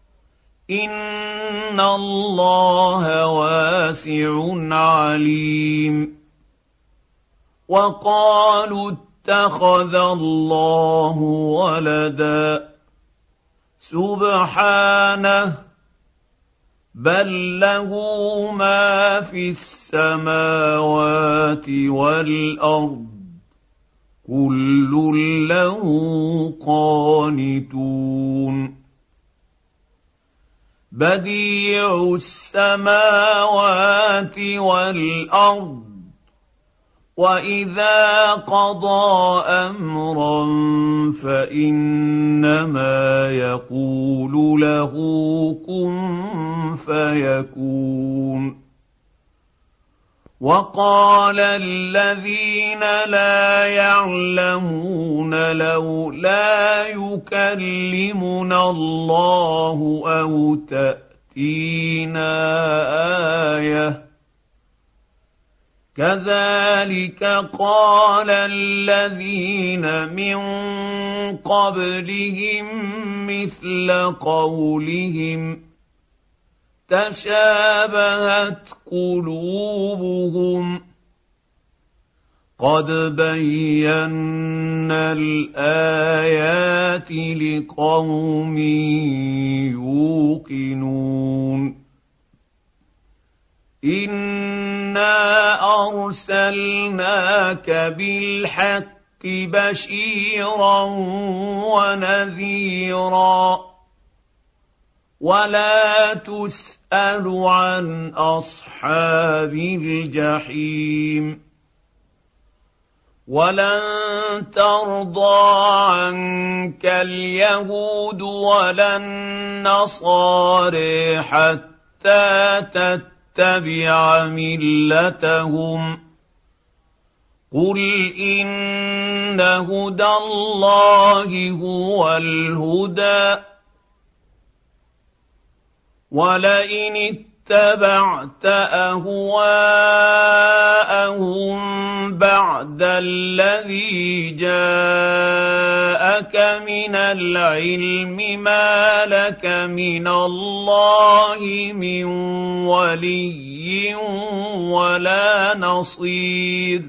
إن الله واسع عليم وقالوا اتخذ الله ولدا سبحانه بل له ما في السماوات والأرض كل له قانتون بديع السماوات والأرض وَإِذَا قَضَىٰ أَمْرًا فَإِنَّمَا يَقُولُ لَهُ كُن فَيَكُونُ. وَقَالَ الَّذِينَ لَا يَعْلَمُونَ لَوْلَا يُكَلِّمُنَا اللَّهُ أَوْ تَأْتِينَا آيَةٌ كَذَٰلِكَ قَالَ الَّذِينَ مِن قَبْلِهِم مِّثْلَ قَوْلِهِمْ تَشَابَهَتْ قُلُوبُهُمْ قَدْ بَيَّنَّا الْآيَاتِ لِقَوْمٍ يُوقِنُونَ. إِنَّا أَرْسَلْنَاكَ بِالْحَقِّ بَشِيرًا وَنَذِيرًا وَلَا تُسْأَلُ عَنْ أَصْحَابِ الْجَحِيمِ. وَلَن تَرْضَىٰ عَنكَ الْيَهُودُ وَلَا النَّصَارَىٰ حَتَّىٰ تَتَّبِعَ مِلَّتَهُمْ. قُلْ إِنَّ هُدَى اللَّهِ هُوَ الْهُدَىٰ وَلَئِنِ اتَّبَعْتَ أَهْوَاءَهُم بَعْدَ الَّذِي جَاءَكَ مِنَ الْعِلْمِ مَا لَكَ مِنَ اللَّهِ مِن وَلِيٍّ وَلَا نَصِيرٍ.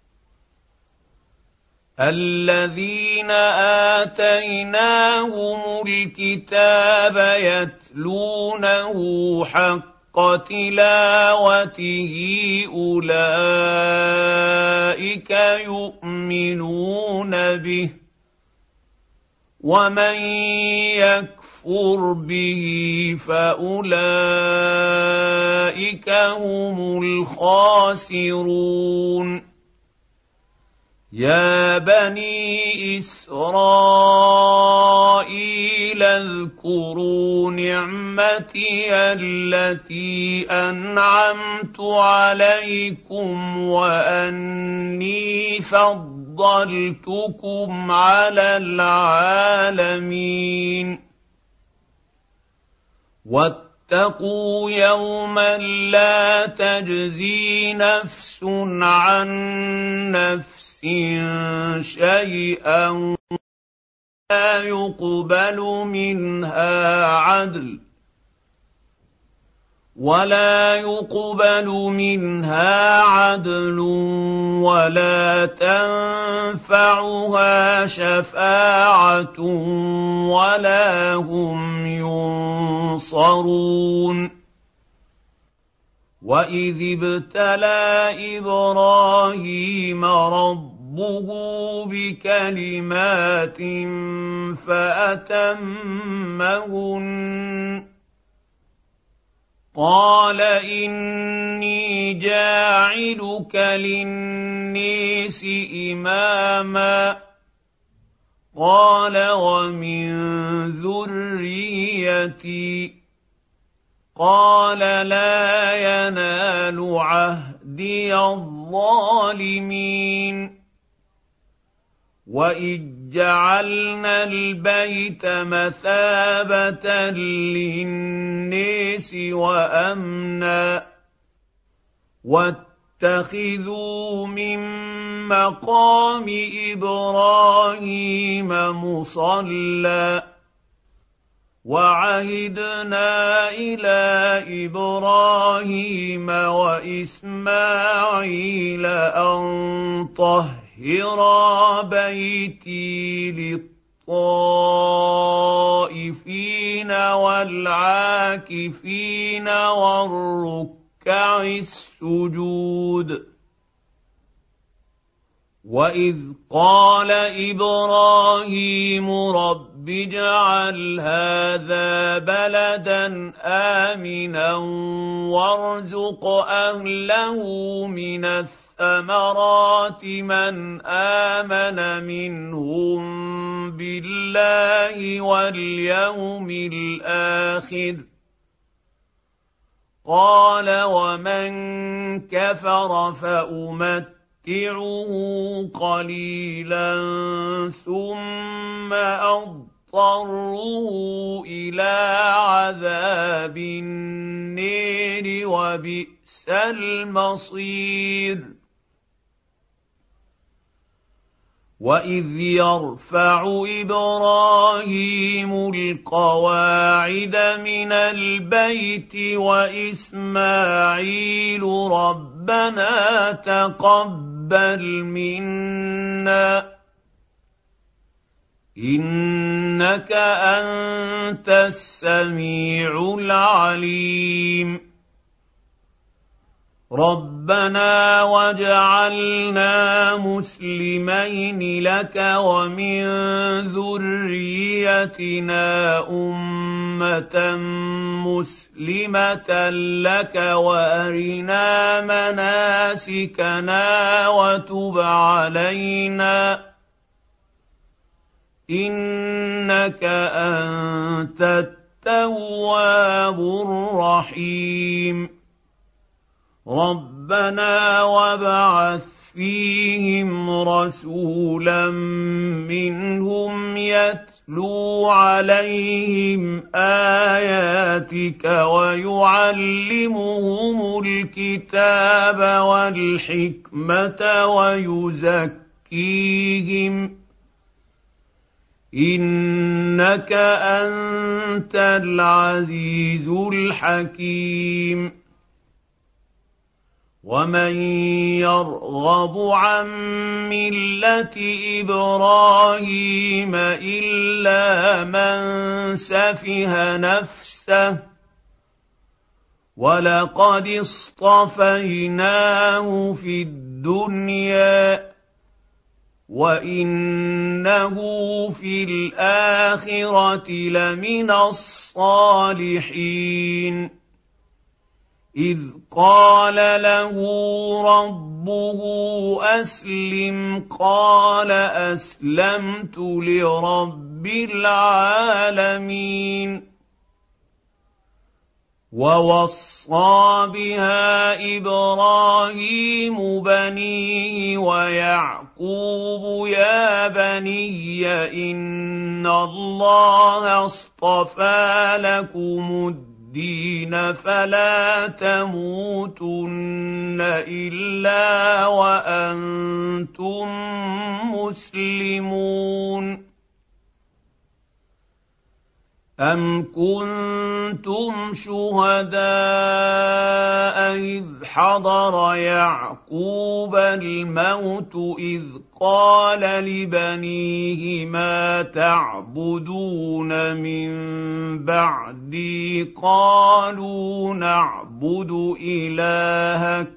الَّذِينَ آتَيْنَاهُمُ الْكِتَابَ يَتْلُونَهُ حَقَّ تِلَاوَتِهِ أُولَٰئِكَ يُؤْمِنُونَ بِهِ وَمَن يَكْفُرْ بِهِ فَأُولَٰئِكَ هُمُ الْخَاسِرُونَ. يَا بَنِي إِسْرَائِيلَ اذْكُرُوا نِعْمَتِيَ الَّتِي أَنْعَمْتُ عَلَيْكُمْ وَأَنِّي فَضَّلْتُكُمْ عَلَى الْعَالَمِينَ. وَاتَّقُوا يَوْمًا لَّا تَجْزِي نَفْسٌ عَن نَّفْسٍ شَيْئًا وَلَا يُقْبَلُ مِنْهَا عَدْلٌ وَلَا يُقْبَلُ مِنْهَا عَدْلٌ وَلَا تَنفَعُهَا شَفَاعَةٌ وَلَا هُمْ يُنصَرُونَ. وَإِذِ ابْتَلَىٰ إِبْرَاهِيمَ رَبُّهُ بِكَلِمَاتٍ فَأَتَمَّهُنَّ قَالَ إِنِّي جَاعِلُكَ لِلنَّاسِ إِمَامًا قَالَ وَمِن ذُرِّيَّتِي قَالَ لَا يَنَالُ عَهْدِيَ الظَّالِمِينَ. وَإِذْ جَعَلْنَا الْبَيْتَ مَثَابَةً لِّلنَّاسِ وَأَمْنًا وَاتَّخِذُوا مِن مَّقَامِ إِبْرَاهِيمَ مُصَلًّى وَعَهِدْنَا إِلَىٰ إِبْرَاهِيمَ وَإِسْمَاعِيلَ أَن طَهِّرَا بَيْتِي لِلطَّائِفِينَ وَالْعَاكِفِينَ وَالرُّكَّعِ السُّجُودِ. وَإِذْ قَالَ إِبْرَاهِيمُ رَبِّ اجْعَلْ هَٰذَا بَلَدًا آمِنًا وَارْزُقْ أَهْلَهُ مِنَ الثَّمَرَاتِ الثمرات من آمن منهم بالله واليوم الآخر قال ومن كفر فأمتعه قليلا ثم أضطره إلى عذاب النير وبئس المصير وإذ يرفع إبراهيم القواعد من البيت وإسماعيل ربنا تقبل منا إنك أنت السميع العليم ربنا واجعلنا مسلمين لك ومن ذريتنا أمة مسلمة لك وأرنا مناسكنا وتب علينا إنك أنت التواب الرحيم ربنا وابعث فيهم رسولا منهم يتلو عليهم آياتك ويعلمهم الكتاب والحكمة ويزكيهم إنك أنت العزيز الحكيم ومن يرغب عن ملة إبراهيم إلا من سفه نفسه ولقد اصطفيناه في الدنيا وإنه في الآخرة لمن الصالحين إذ قال له ربه أسلم قال أسلمت لرب العالمين ووصى بها إبراهيم بنيه ويعقوب يا بني إن الله اصطفى لكم الدين الدين فلا تموتن إلا وأنتم مسلمون أم كنتم شهداء إذ حضر يعقوب الموت إذ قال لبنيه ما تعبدون من بعدي قالوا نعبد إلهك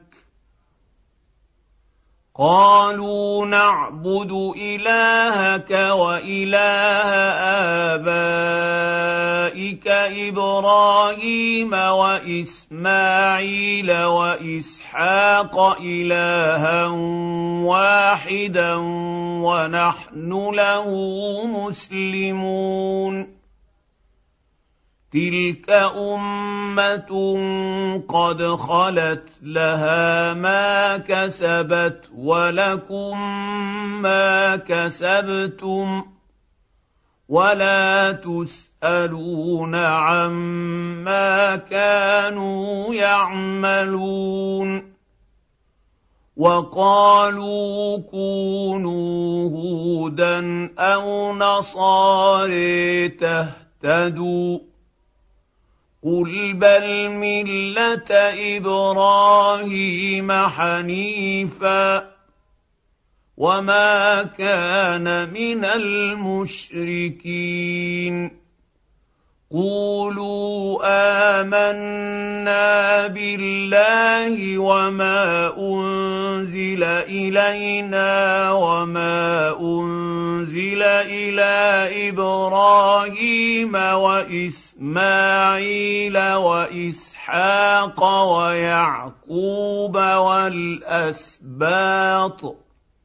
قالوا نعبد إلهك وإله آبائك إبراهيم وإسماعيل وإسحاق إلها واحدا ونحن له مسلمون تلك أمة قد خلت لها ما كسبت ولكم ما كسبتم ولا تسألون عما كانوا يعملون وقالوا كونوا هودا أو نصارى تهتدوا قل بل ملة إبراهيم حنيفا وما كان من المشركين قولوا آمنا بالله وما أنزل إلينا وما أنزل إلى إبراهيم وإسماعيل وإسحاق ويعقوب ويعقوب والأسباط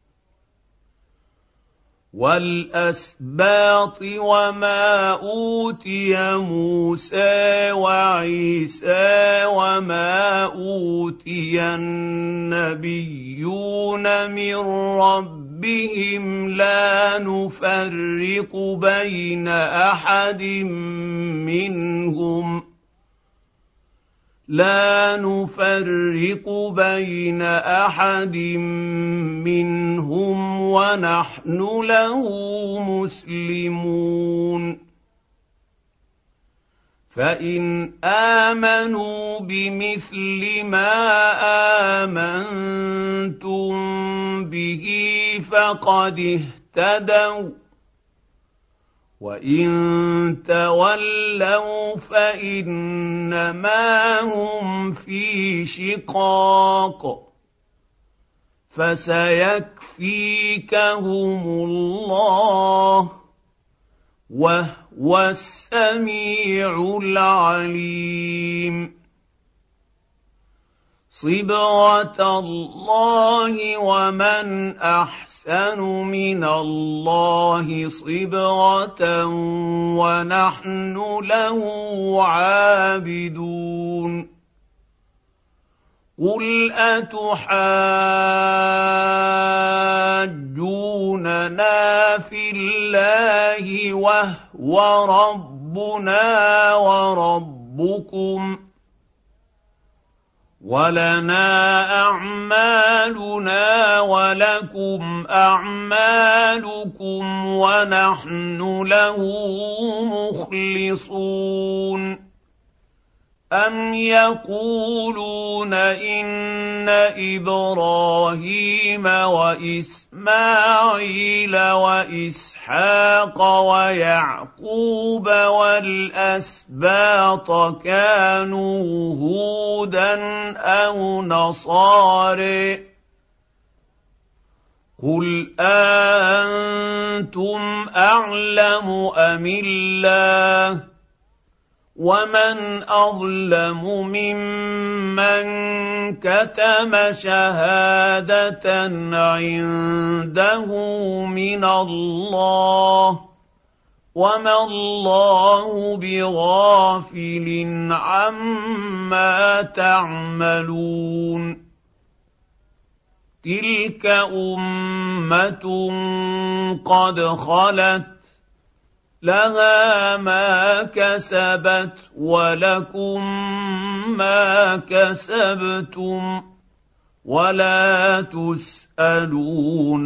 والأسباط وما أوتي موسى وعيسى وما أوتي النبيون من ربهم لا نفرق بين أحد منهم لا نفرق بين أحد منهم ونحن له مسلمون فإن آمنوا بمثل ما آمنتم به فقد اهتدوا وإن تولوا فإنما هم في شقاق فسيكفيكهم الله وهو السميع العليم صبغة الله ومن أحسن من الله صبغة ونحن له عابدون قل أتحاجوننا في الله وهو ربنا وربكم ولنا أعمالنا ولكم أعمالكم ونحن له مخلصون أم يقولون إن إبراهيم وإسماعيل وإسحاق ويعقوب والأسباط كانوا هودا أو نصارى قل أأنتم أعلم أم الله ومن أظلم ممن كتم شهادة عنده من الله وما الله بغافل عما تعملون تلك أمة قد خلت لها ما كسبت ولكم ما كسبتم ولا تسألون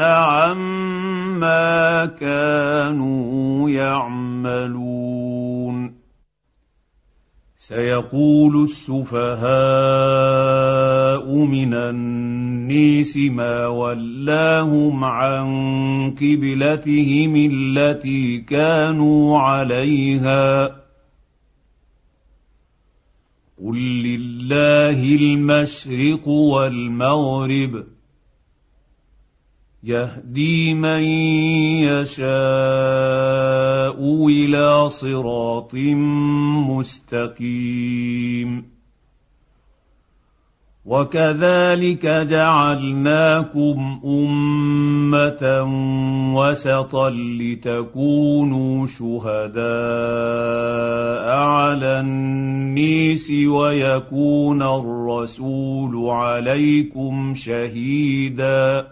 عما كانوا يعملون سيقول السفهاء من الناس ما ولاهم عن قبلتهم التي كانوا عليها قل لله المشرق والمغرب يهدي من يشاء إلى صراط مستقيم وكذلك جعلناكم أمة وسطا لتكونوا شهداء على الناس ويكون الرسول عليكم شهيدا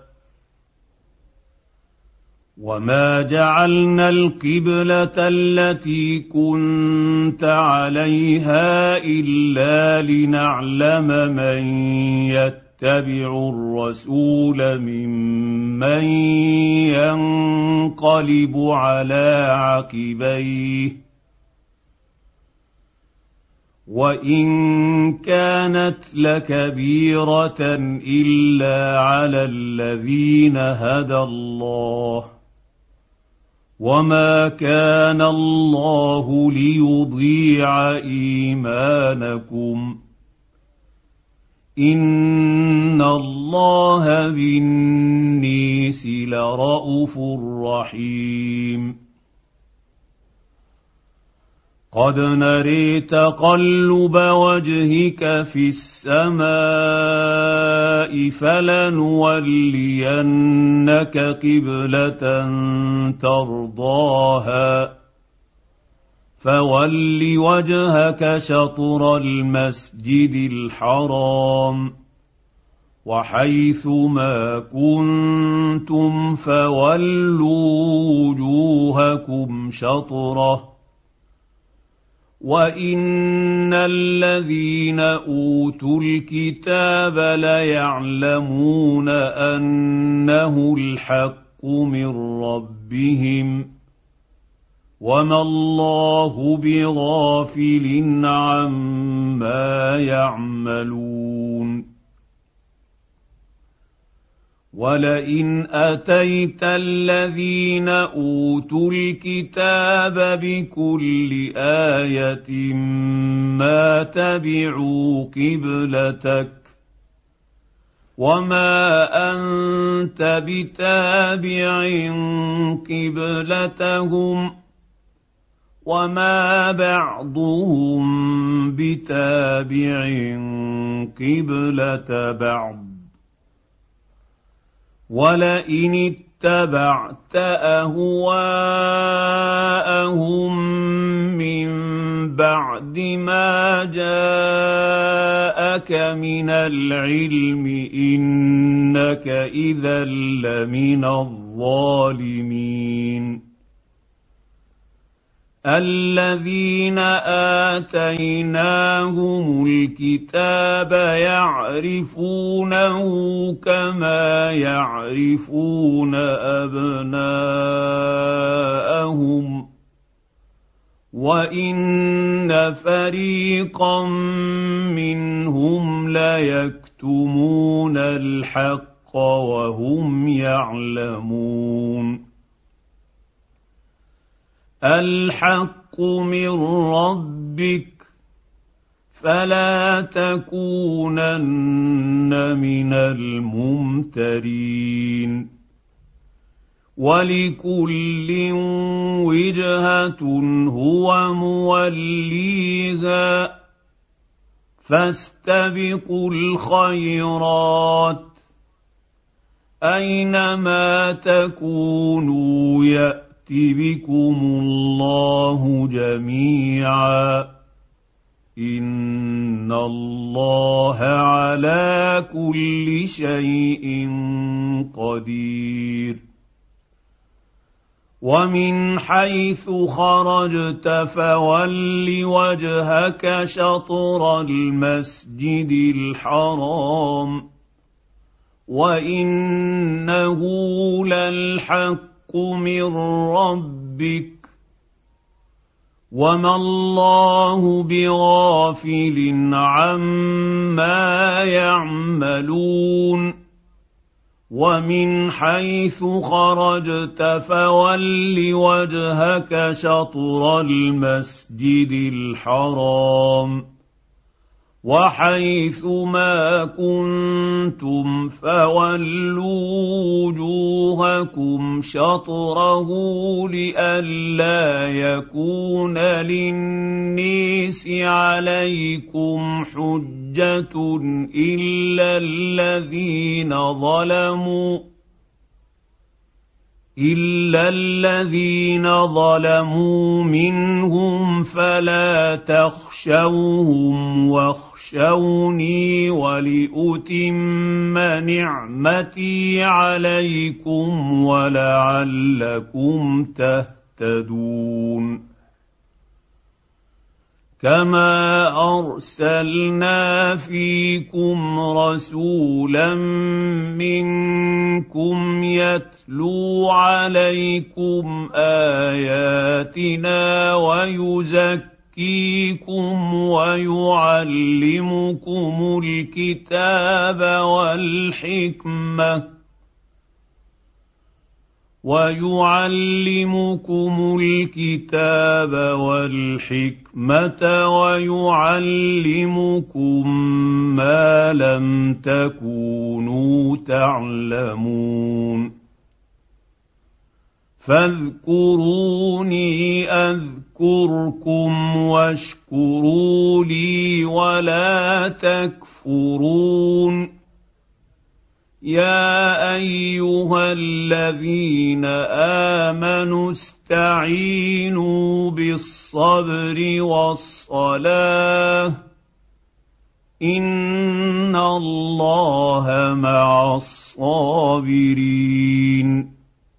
وما جعلنا القبلة التي كنت عليها إلا لنعلم من يتبع الرسول ممن ينقلب على عقبيه وإن كانت لكبيرة إلا على الذين هدى الله وما كان الله ليضيع إيمانكم إن الله بالناس لرءوف رحيم قد نري تقلب وجهك في السماء فلنولينك قبلة ترضاها فول وجهك شطر المسجد الحرام وحيث ما كنتم فولوا وجوهكم شطره وان الذين اوتوا الكتاب ليعلمون انه الحق من ربهم وما الله بغافل عما يعملون ولئن اتيت الذين اوتوا الكتاب بكل ايه ما تبعوا قبلتك وما انت بتابع قبلتهم وما بعضهم بتابع قبلة بعض ولئن اتبعت اهواءهم من بعد ما جاءك من العلم انك اذا لمن الظالمين الذين آتيناهم الكتاب يعرفونه كما يعرفون أبناءهم وإن فريقا منهم ليكتمون الحق وهم يعلمون الحق من ربك فلا تكونن من الممترين ولكل وجهة هو موليها فاستبقوا الخيرات أينما تكونوا يأتي بكم الله جميعا إن الله على كل شيء قدير ومن حيث خرجت فول وجهك شطر المسجد الحرام وإنه للحق من ربك وما الله بغافل عما يعملون ومن حيث خرجت فول وجهك شطر المسجد الحرام وحيث ما كنتم فولوا وجوهكم شطره لئلا يكون للناس عليكم حجة إلا الذين ظلموا إلا الذين ظلموا منهم فلا تخشوهم واخشوني ولأتم نعمتي عليكم ولعلكم تهتدون كما أرسلنا فيكم رسولا منكم يتلو عليكم آياتنا ويزكيكم ويعلمكم الكتاب والحكمة ويعلمكم الكتاب والحكمة ويعلمكم ما لم تكونوا تعلمون فاذكروني أذكركم أشكركم واشكروا لي ولا تكفرون يا أيها الذين آمنوا استعينوا بالصبر والصلاة إن الله مع الصابرين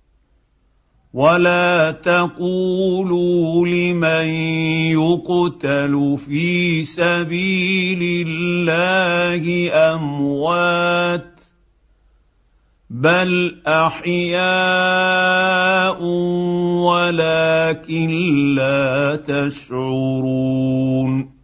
ولا تقولوا لمن يقتل في سبيل الله أموات بل أحياء ولكن لا تشعرون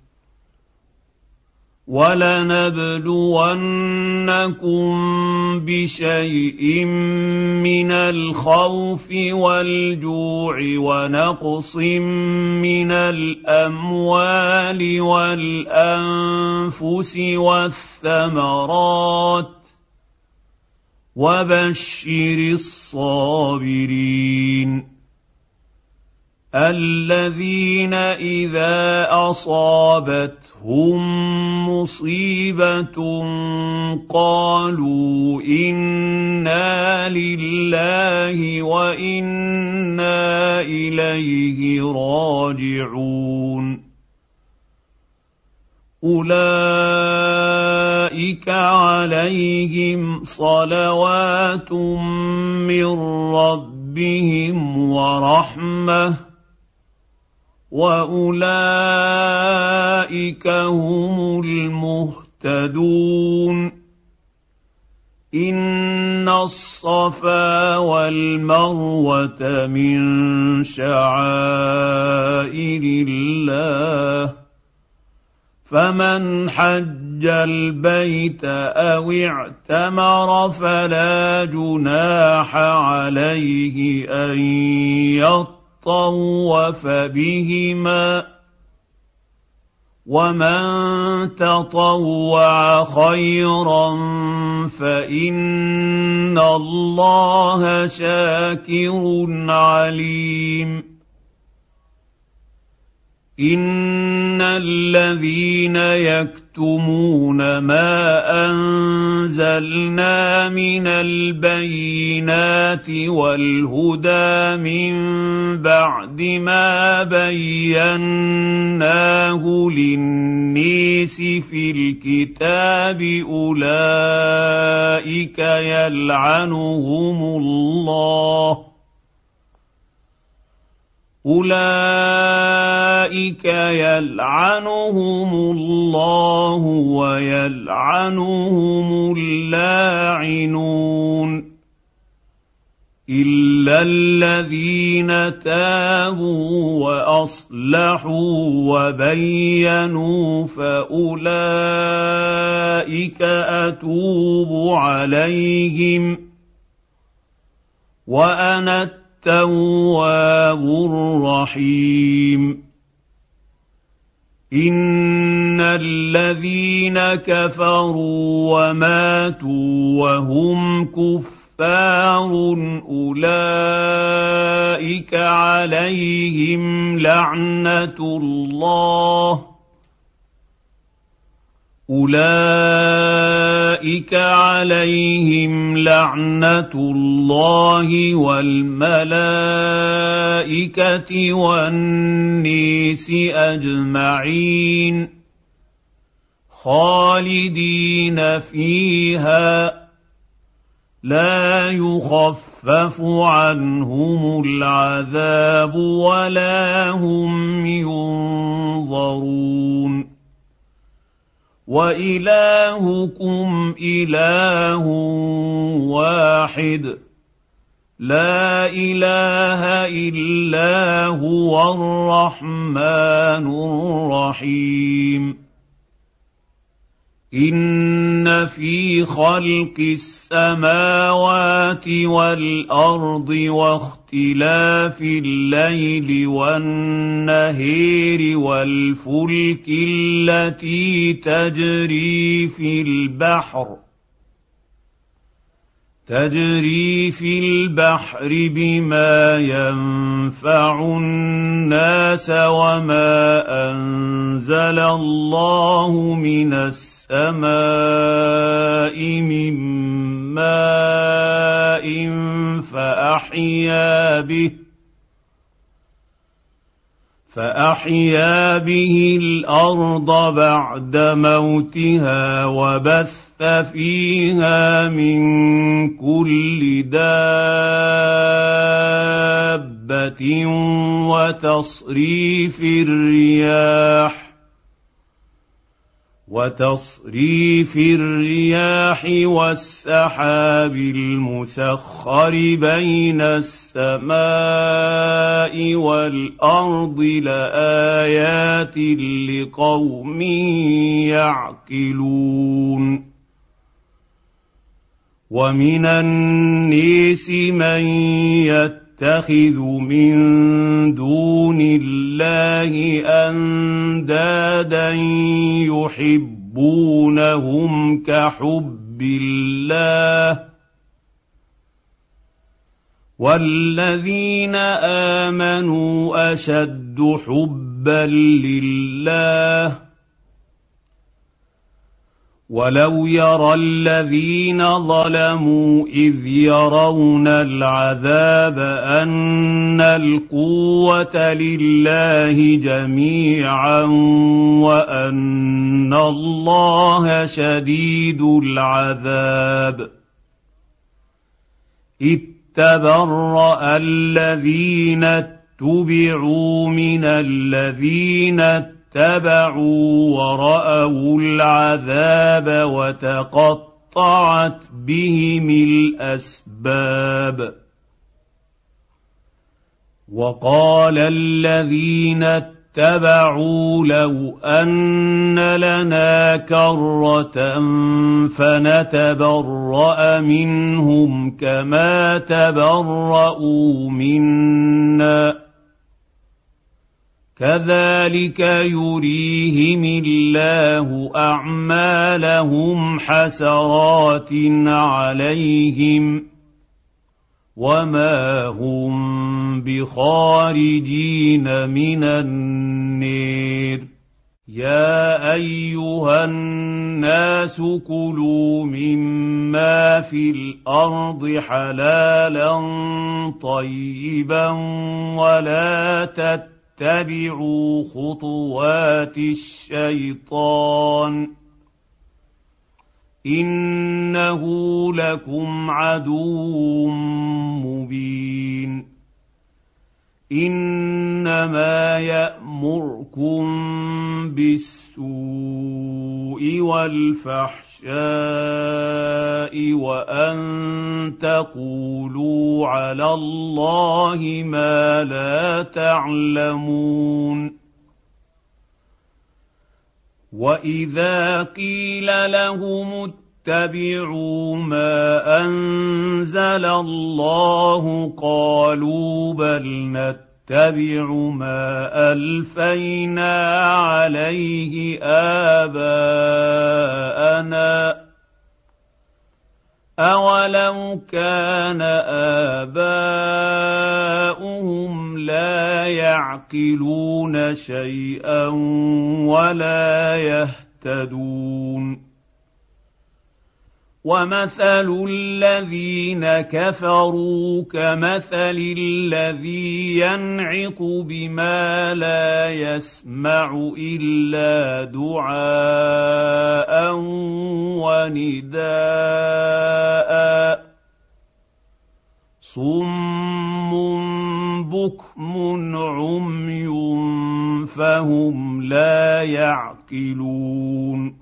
ولنبلونكم بشيء من الخوف والجوع ونقص من الأموال والأنفس والثمرات وبشر الصابرين الذين إذا أصابتهم مصيبة قالوا إنا لله وإنا إليه راجعون أولئك عليهم صلوات من ربهم ورحمة وأولئك هم المهتدون إن الصفا والمروة من شعائر الله فمن حج البيت أو اعتمر فلا جناح عليه أن يطلع طوف بهما ومن تطوع خيرا فإن الله شاكر عليم إن الذين يكتمون ما أنزلنا من البينات والهدى من بعد ما بيناه للناس في الكتاب أولئك يلعنهم الله أولئك يلعنهم الله ويلعنهم اللاعنون إلا الذين تابوا وأصلحوا وبينوا فأولئك أتوب عليهم وأنا التواب الرحيم إن الذين كفروا وماتوا وهم كفار أولئك عليهم لعنة الله أولئك عليهم لعنة الله والملائكة والناس أجمعين خالدين فيها لا يخفف عنهم العذاب ولا هم ينظرون وإلهكم إله واحد لا إله إلا هو الرحمن الرحيم إن في خلق السماوات والأرض واختلاف الليل والنهار والفلك التي تجري في البحر تجري في البحر بما ينفع الناس وما أنزل الله من السماء من ماء فأحيا به فأحيا به الأرض بعد موتها وبث فيها من كل دابة وتصريف الرياح وتصريف الرياح والسحاب المسخر بين السماء والأرض لآيات لقوم يعقلون ومن الناس من يتخذ من دون الله أندادا يحبونهم كحب الله والذين آمنوا أشد حبا لله ولو يرى الذين ظلموا إذ يرون العذاب أن القوة لله جميعا وأن الله شديد العذاب إذ تبرأ الذين اتبعوا من الذين اتبعوا ورأوا العذاب وتقطعت بهم الأسباب وقال الذين اتبعوا لو أن لنا كرة فنتبرأ منهم كما تبرأوا منا كذلك يريهم الله أعمالهم حسرات عليهم وما هم بخارجين من النار يا أيها الناس كلوا مما في الأرض حلالا طيبا ولا تتبعوا اتبعوا خطوات الشيطان إنه لكم عدو مبين إنما يأمركم بالسوء والفحشاء وأن تقولوا على الله ما لا تعلمون وإذا قيل لهم اتبعوا ما أنزل الله قالوا بل نتبع ما ألفينا عليه آباءنا أولو كان آباؤهم لا يعقلون شيئا ولا يهتدون ومثل الذين كفروا كمثل الذي ينعق بما لا يسمع إلا دعاء ونداء صم بكم عمي فهم لا يعقلون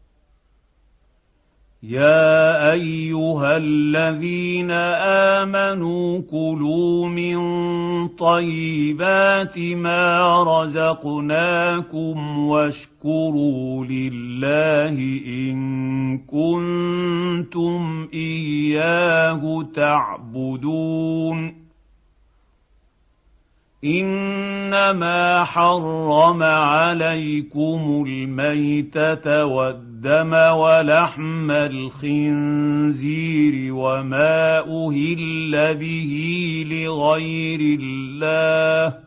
يا أيها الذين آمنوا كلوا من طيبات ما رزقناكم واشكروا لله إن كنتم إياه تعبدون إنما حرم عليكم الميتة والدم ولحم الخنزير وما أهل به لغير الله،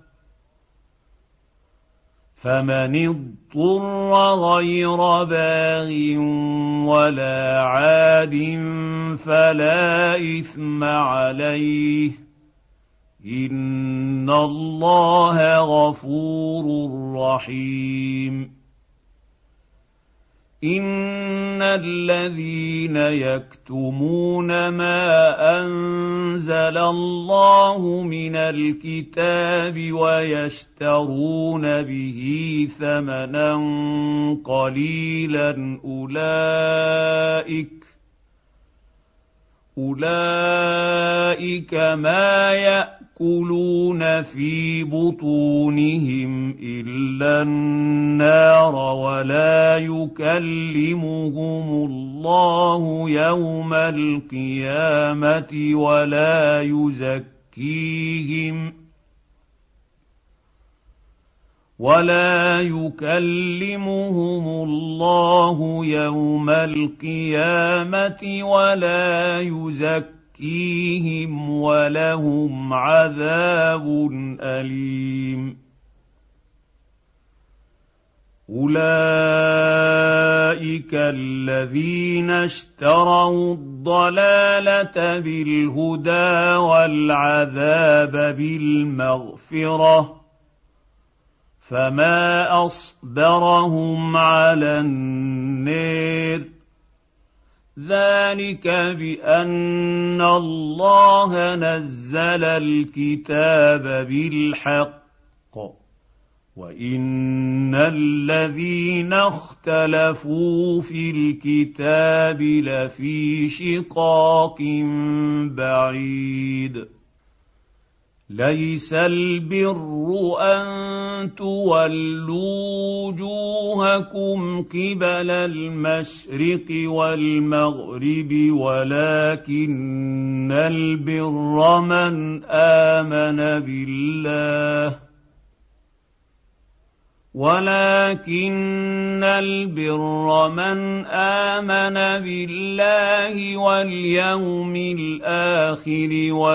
فمن اضطر غير باغ ولا عاد فلا إثم عليه، إن الله غفور رحيم. إن الذين يكتمون ما أنزل الله من الكتاب ويشترون به ثمنا قليلا أولئك أولئك ما يأكلون في بطونهم إلا النار ولا يكلمهم الله يوم القيامة ولا يزكيهم ولا يكلمهم الله يوم القيامة ولا يزكيهم ولهم عذاب أليم. أولئك الذين اشتروا الضلالة بالهدى والعذاب بالمغفرة، فما أصبرهم على النار، ذلك بأن الله نزل الكتاب بالحق وإن الذين اختلفوا في الكتاب لفي شقاق بعيد. ليس البر أن تولوا وجوهكم قبل المشرق والمغرب ولكن البر من آمن بالله ولكن البر من آمن بالله واليوم الآخر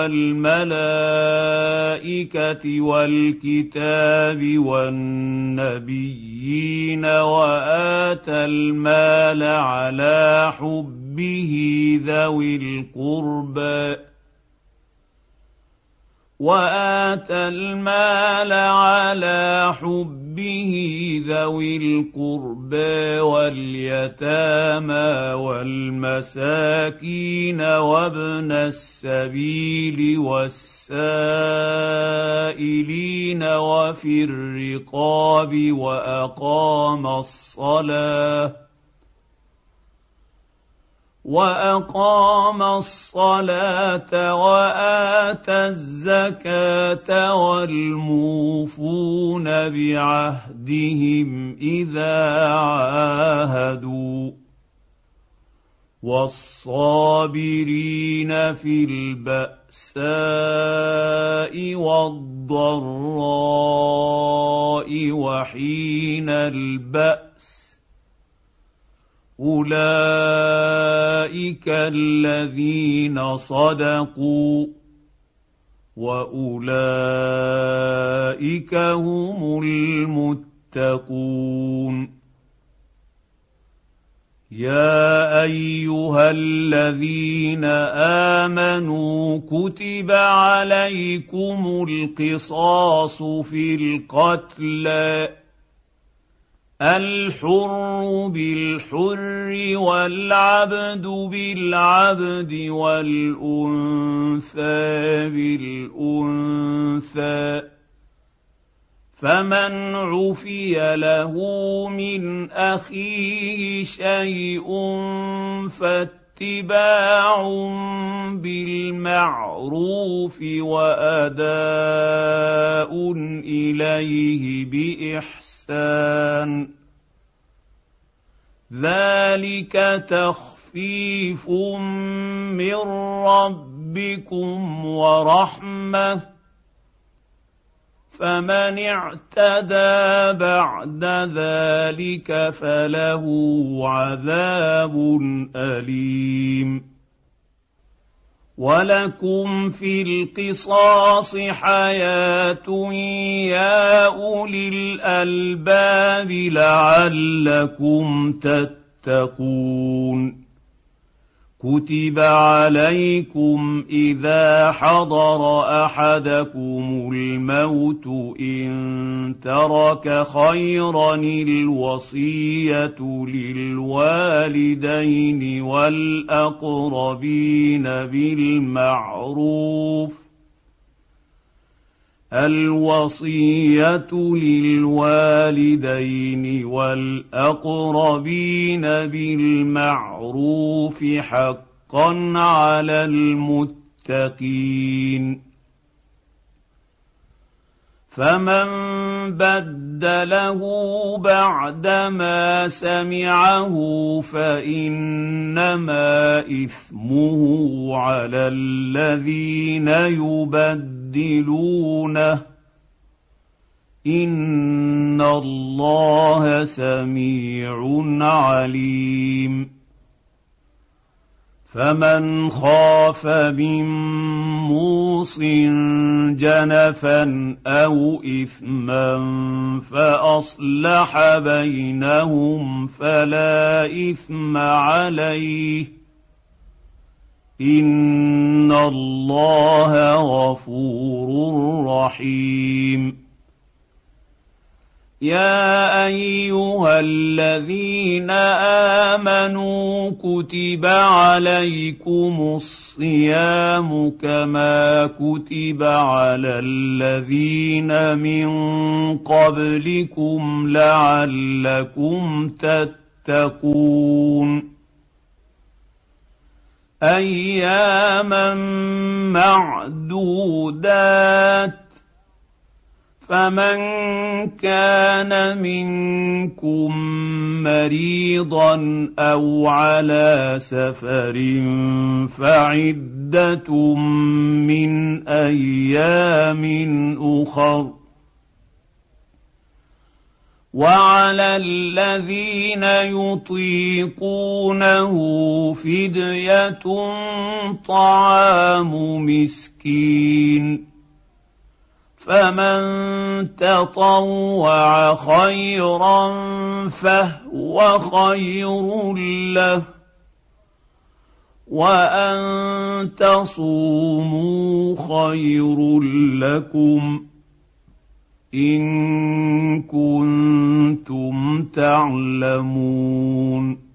والملائكة والكتاب والنبيين وآتى المال على حبه ذوي القربى وآتى المال على حبه ذوي القربى واليتامى والمساكين وابن السبيل والسائلين وفي الرقاب وأقام الصلاة وأقام الصلاة وآتى الزكاة والموفون بعهدهم إذا عاهدوا والصابرين في البأساء والضراء وحين البأس، أولئك الذين صدقوا وأولئك هم المتقون. يا أيها الذين آمنوا كتب عليكم القصاص في القتلى، الحر بالحر والعبد بالعبد والأنثى بالأنثى، فمن عفي له من أخيه شيء فاتباع بالمعروف وأداء إليه بإحسان، ذلك تخفيف من ربكم ورحمة، فمن اعتدى بعد ذلك فله عذاب أليم ولكم في القصاص حياة يا أولي الألباب لعلكم تتقون كتب عليكم إذا حضر أحدكم الموت إن ترك خيرا الوصية للوالدين والأقربين بالمعروف الوصية للوالدين والأقربين بالمعروف حقا على المتقين فمن بدله بعدما سمعه فإنما إثمه على الذين يبدلونه إن الله سميع عليم فمن خاف من موص جنفا أو إثما فأصلح بينهم فلا إثم عليه إن الله غفور رحيم يا أيها الذين آمنوا كتب عليكم الصيام كما كتب على الذين من قبلكم لعلكم تتقون أياما معدودات فمن كان منكم مريضا أو على سفر فعدة من أيام أخر وعلى الذين يطيقونه فدية طعام مسكين فمن تطوع خيرا فهو خير له وأن تصوموا خير لكم إن كنتم تعلمون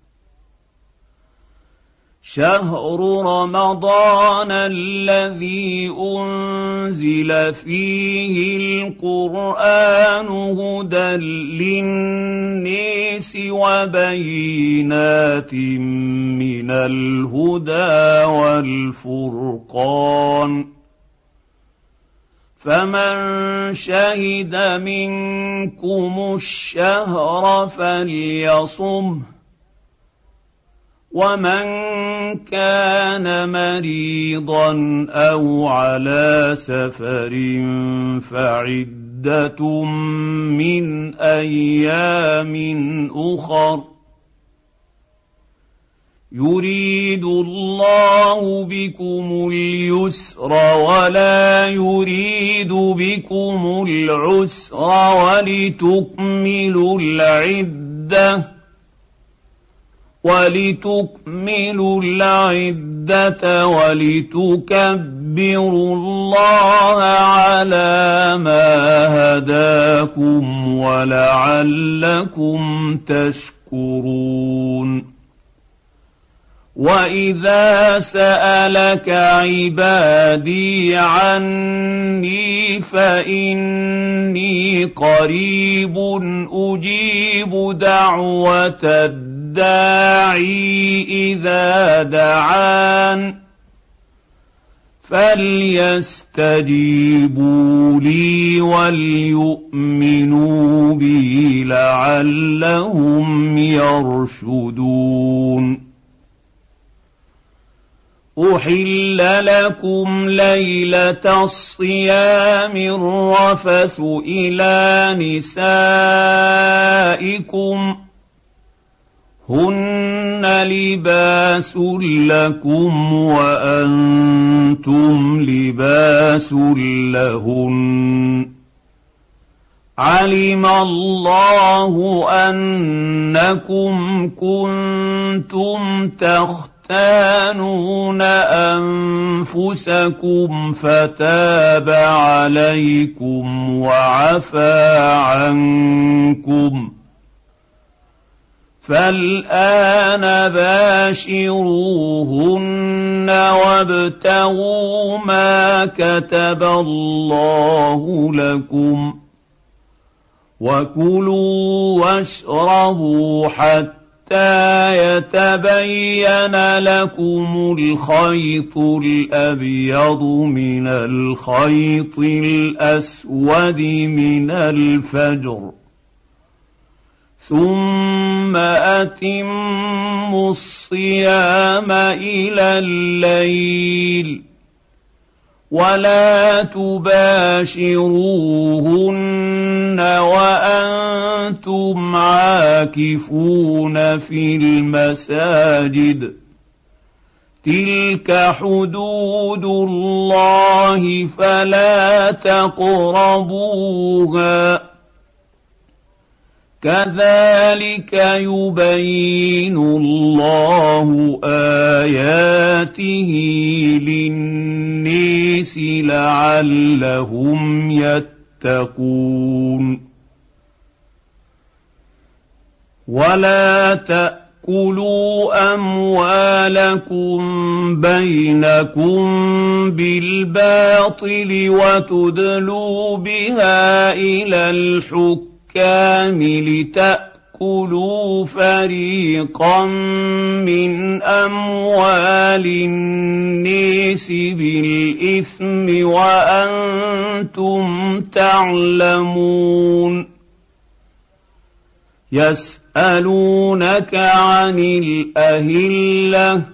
شهر رمضان الذي أنزل فيه القرآن هدى للناس وبينات من الهدى والفرقان فمن شهد منكم الشهر فليصمه ومن كان مريضا أو على سفر فعدة من أيام أخر يريد الله بكم اليسر ولا يريد بكم العسر ولتكملوا العدة ولتكملوا العدة ولتكبروا الله على ما هداكم ولعلكم تشكرون وإذا سألك عبادي عني فإني قريب أجيب دعوة الداعي إذا دعان فليستجيبوا لي وليؤمنوا بي لعلهم يرشدون أحل لكم ليلة الصيام الرفث إلى نسائكم هن لباس لكم وأنتم لباس لهن علم الله أنكم كنتم تختانون أنفسكم فتاب عليكم وعفى عنكم فالآن باشروهن وابتغوا ما كتب الله لكم وكلوا واشربوا حتى يتبين لكم الخيط الأبيض من الخيط الأسود من الفجر ثم أتموا الصيام إلى الليل ولا تباشروهن وأنتم عاكفون في المساجد تلك حدود الله فلا تقربوها كذلك يبين الله آياته للناس لعلهم يتقون ولا تأكلوا أموالكم بينكم بالباطل وتدلوا بها إلى الحكم كامل لتأكلوا فريقا من أموال الناس بالإثم وأنتم تعلمون يسألونك عن الأهلة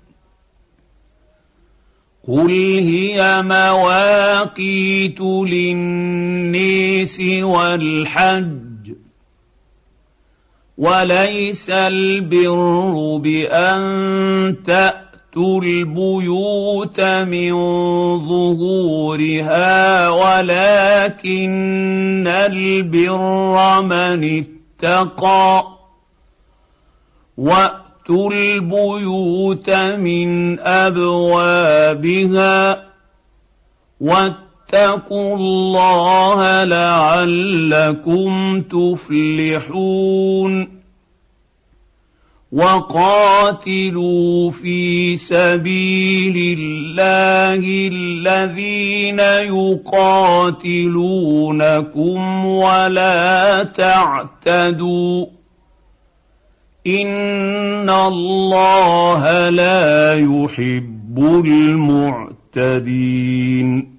قل هي مواقيت للناس والحج وليس البر بأن تأتوا البيوت من ظهورها ولكن البر من اتقى وأتوا البيوت من أبوابها واتقوا الله لعلكم تفلحون وقاتلوا في سبيل الله الذين يقاتلونكم ولا تعتدوا إن الله لا يحب المعتدين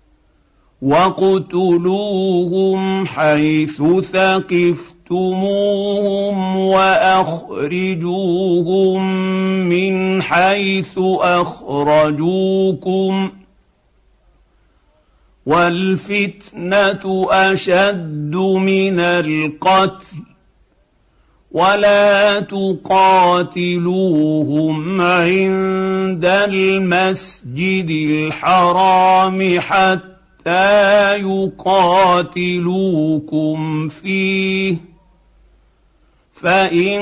واقتلوهم حيث ثقفتموهم وأخرجوهم من حيث أخرجوكم والفتنة أشد من القتل ولا تقاتلوهم عند المسجد الحرام حتى يقاتلوكم فيه فإن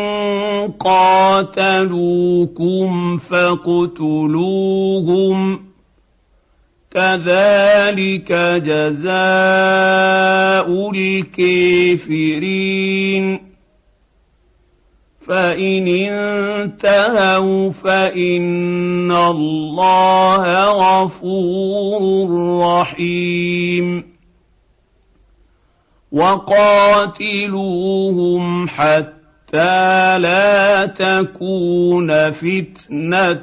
قاتلوكم فاقتلوهم كذلك جزاء الكافرين فإن انتهوا فإن الله غفور رحيم وقاتلوهم حتى لا تكون فتنة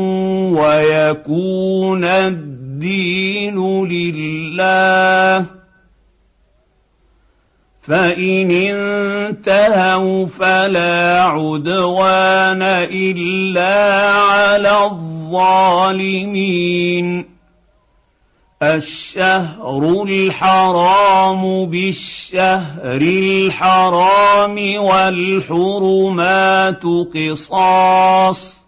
ويكون الدين لله فإن انتهوا فلا عدوان إلا على الظالمين. الشهر الحرام بالشهر الحرام والحرمات قصاص،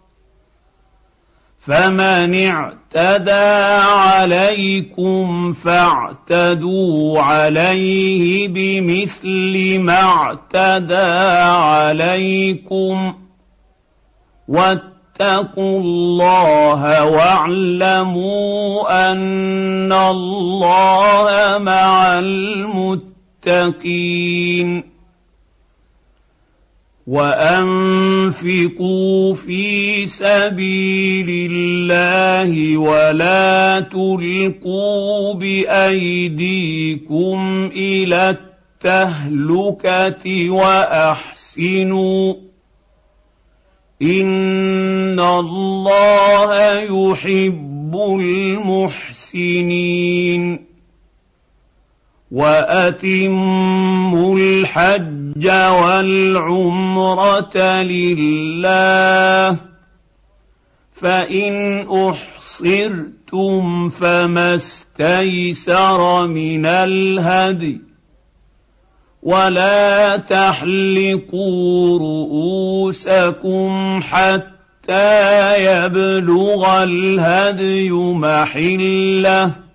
فمن اعتدى عليكم فاعتدوا عليه بمثل ما اعتدى عليكم، واتقوا الله واعلموا أن الله مع المتقين. وأنفقوا في سبيل الله ولا تلقوا بأيديكم إلى التهلكة وأحسنوا إن الله يحب المحسنين. وأتموا الحج والعمرة لله، فإن أحصرتم فما استيسر من الهدي، ولا تحلقوا رؤوسكم حتى يبلغ الهدي محله،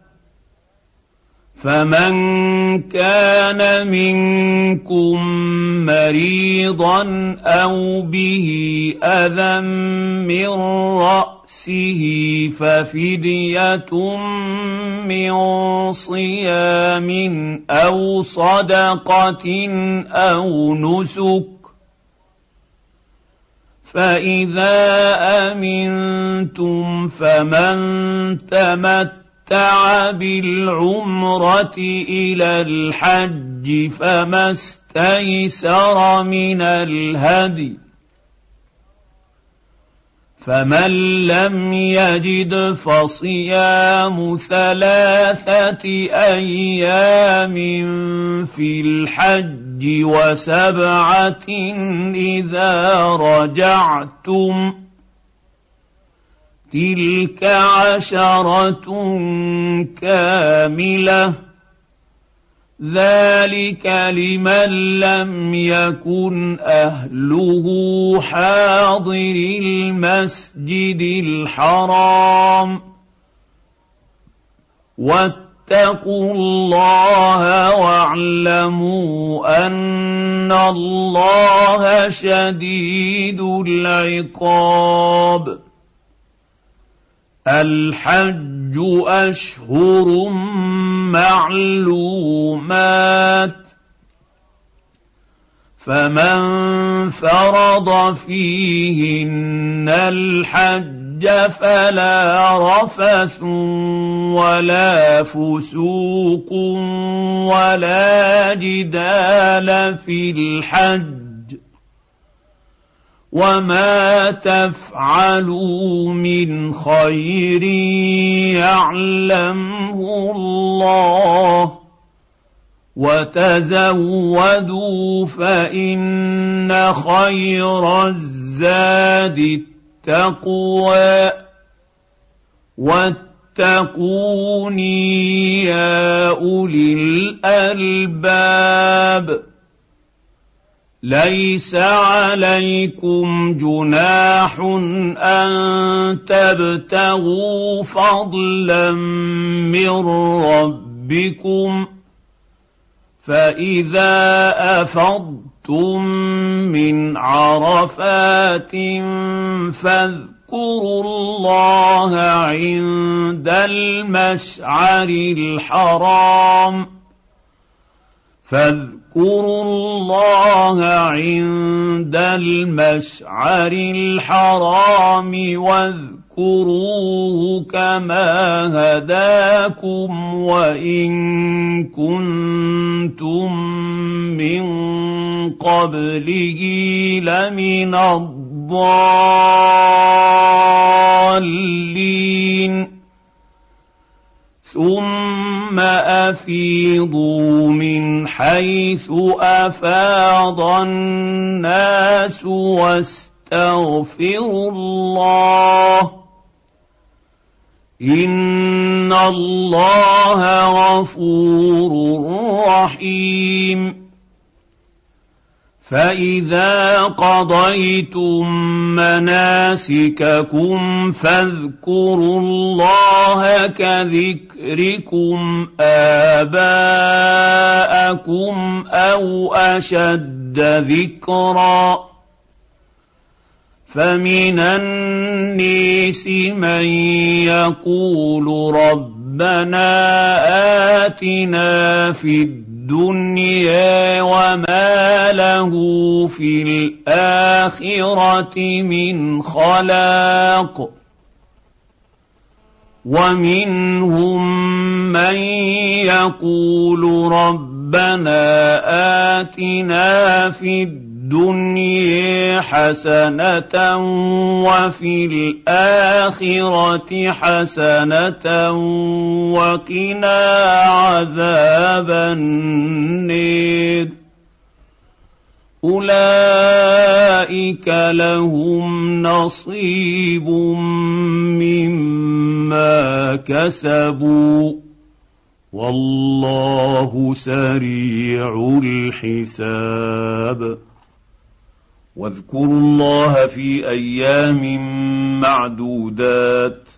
فمن كان منكم مريضا أو به أذى من رأسه ففدية من صيام أو صدقة أو نسك، فإذا أمنتم فمن تمتع بالعمرة إلى الحج فما استيسر من الهدي، فمن لم يجد فصيام ثلاثة أيام في الحج وسبعة إذا رجعتم، تلك عشرة كاملة، ذلك لمن لم يكن أهله حاضر المسجد الحرام. واتقوا الله واعلموا أن الله شديد العقاب. الحج أشهر معلومات، فمن فرض فيهن الحج فلا رفث ولا فسوق ولا جدال في الحج، وما تفعلوا من خير يعلمه الله، وتزودوا فإن خير الزاد التقوى، واتقون يا أولي الألباب. ليس عليكم جناح أن تبتغوا فضلا من ربكم، فإذا أفضتم من عرفات فاذكروا الله عند المشعر الحرام فاذكروا الله عند المشعر الحرام واذكروه كما هداكم وإن كنتم من قبله لمن الضالين. ثم أفيضوا من حيث أفاض الناس واستغفروا الله إن الله غفور رحيم فإذا قضيتم مناسككم فاذكروا الله كذكركم آباءكم أو أشد ذكرًا فمن الناس من يقول ربنا آتنا في الدنيا وما له في الآخرة من خلاق ومنهم من يقول ربنا آتنا في الدنيا الدنيا حسنة وفي الآخرة حسنة وقنا عذاب النار أولئك لهم نصيب مما كسبوا والله سريع الحساب واذكروا الله في أيام معدودات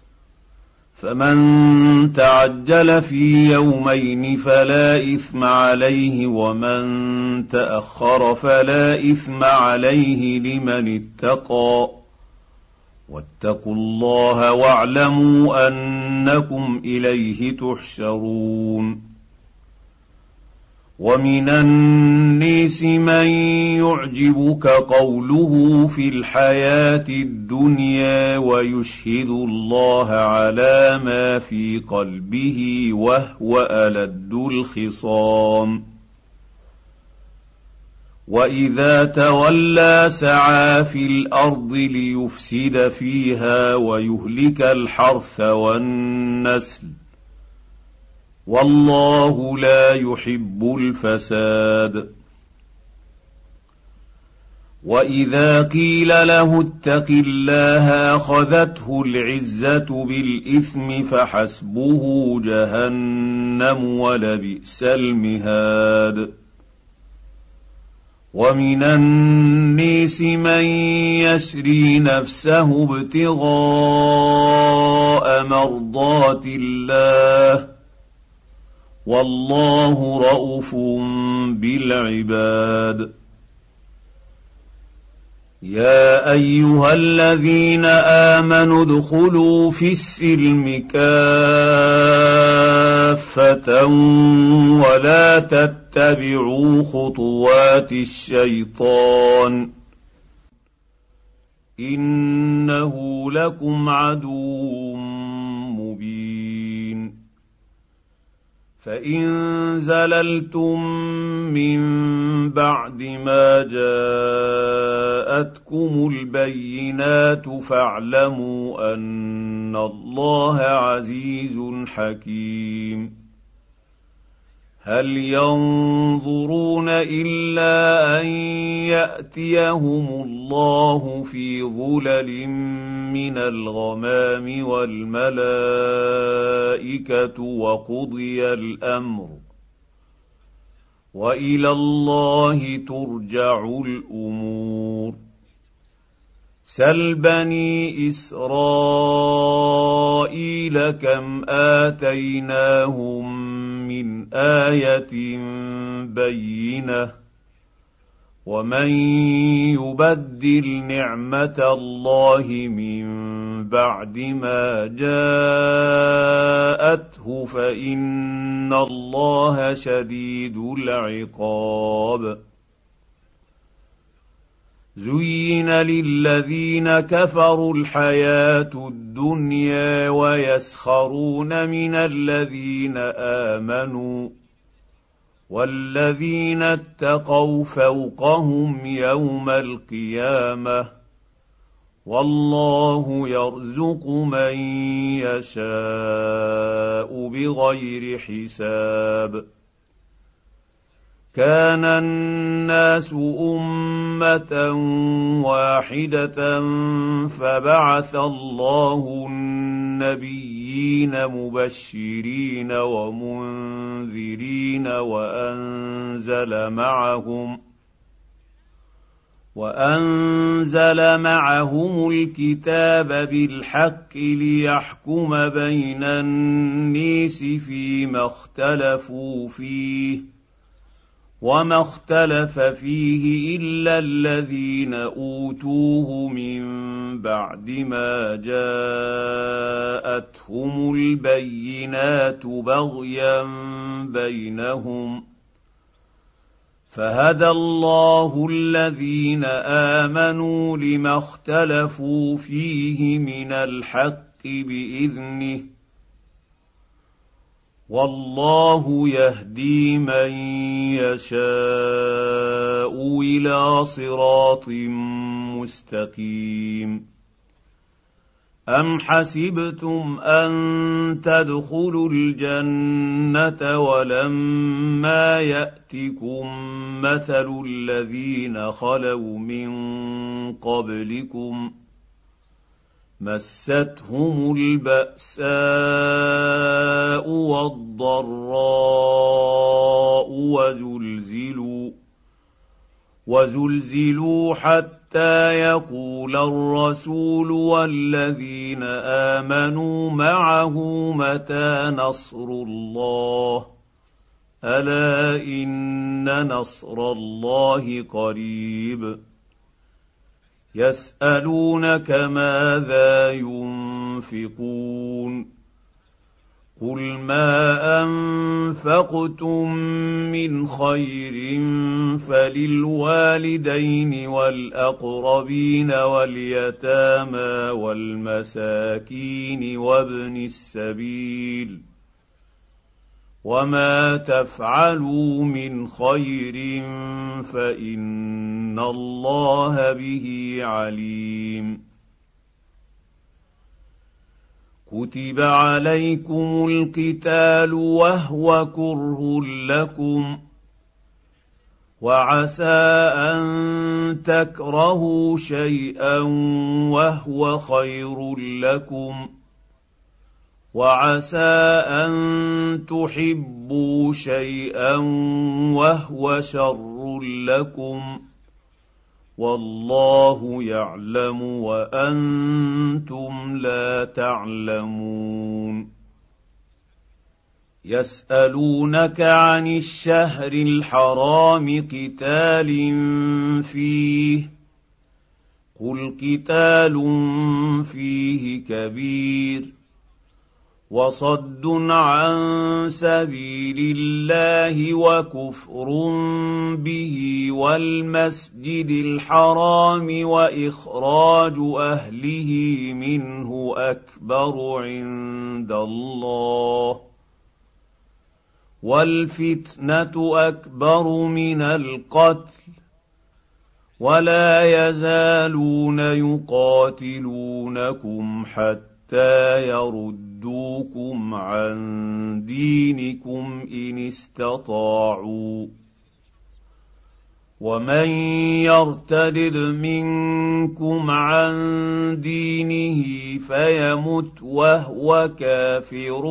فمن تعجل في يومين فلا إثم عليه ومن تأخر فلا إثم عليه لمن اتقى واتقوا الله واعلموا أنكم إليه تحشرون ومن الناس من يعجبك قوله في الحياة الدنيا ويشهد الله على ما في قلبه وهو ألد الخصام وإذا تولى سعى في الأرض ليفسد فيها ويهلك الحرث والنسل والله لا يحب الفساد وإذا قيل له اتق الله أخذته العزة بالإثم فحسبه جهنم ولبئس المهاد ومن الناس من يشري نفسه ابتغاء مرضات الله والله رءوف بالعباد يا أيها الذين آمنوا ادخلوا في السلم كافة ولا تتبعوا خطوات الشيطان إنه لكم عدو مبين فإن زللتم من بعد ما جاءتكم البينات فاعلموا أن الله عزيز حكيم هل ينظرون إلا أن يأتيهم الله في ظلل من الغمام والملائكة وقضي الأمر وإلى الله ترجع الأمور سل بني إسرائيل كم آتيناهم من آية بينة ومن يبدل نعمة الله من بعد ما جاءته فإن الله شديد العقاب زين للذين كفروا الحياة الدنيا ويسخرون من الذين آمنوا والذين اتقوا فوقهم يوم القيامة والله يرزق من يشاء بغير حساب. كان الناس أمة واحدة فبعث الله النبيين مبشرين ومنذرين وأنزل معهم وأنزل معهم الكتاب بالحق ليحكم بين الناس فيما اختلفوا فيه وما اختلف فيه إلا الذين أوتوه من بعد ما جاءتهم البينات بغيا بينهم فهدى الله الذين آمنوا لما اختلفوا فيه من الحق بإذنه والله يهدي من يشاء إلى صراط مستقيم. أم حسبتم أن تدخلوا الجنة ولما يأتكم مثل الذين خلوا من قبلكم مستهم البأساء والضراء وزلزلوا وزلزلوا حتى يقول الرسول والذين آمنوا معه متى نصر الله ألا إن نصر الله قريب. يسألونك ماذا ينفقون قل ما أنفقتم من خير فللوالدين والأقربين واليتامى والمساكين وابن السبيل وما تفعلوا من خير فإن الله به عليم. كتب عليكم القتال وهو كره لكم وعسى أن تكرهوا شيئا وهو خير لكم وعسى أن تحبوا شيئا وهو شر لكم والله يعلم وأنتم لا تعلمون. يسألونك عن الشهر الحرام قتال فيه قل قتال فيه كبير وصد عن سبيل الله وكفر به والمسجد الحرام وإخراج أهله منه أكبر عند الله والفتنة أكبر من القتل ولا يزالون يقاتلونكم حتى حتى يردوكم عن دينكم إن استطاعوا ومن يرتد منكم عن دينه فيمت وهو كافر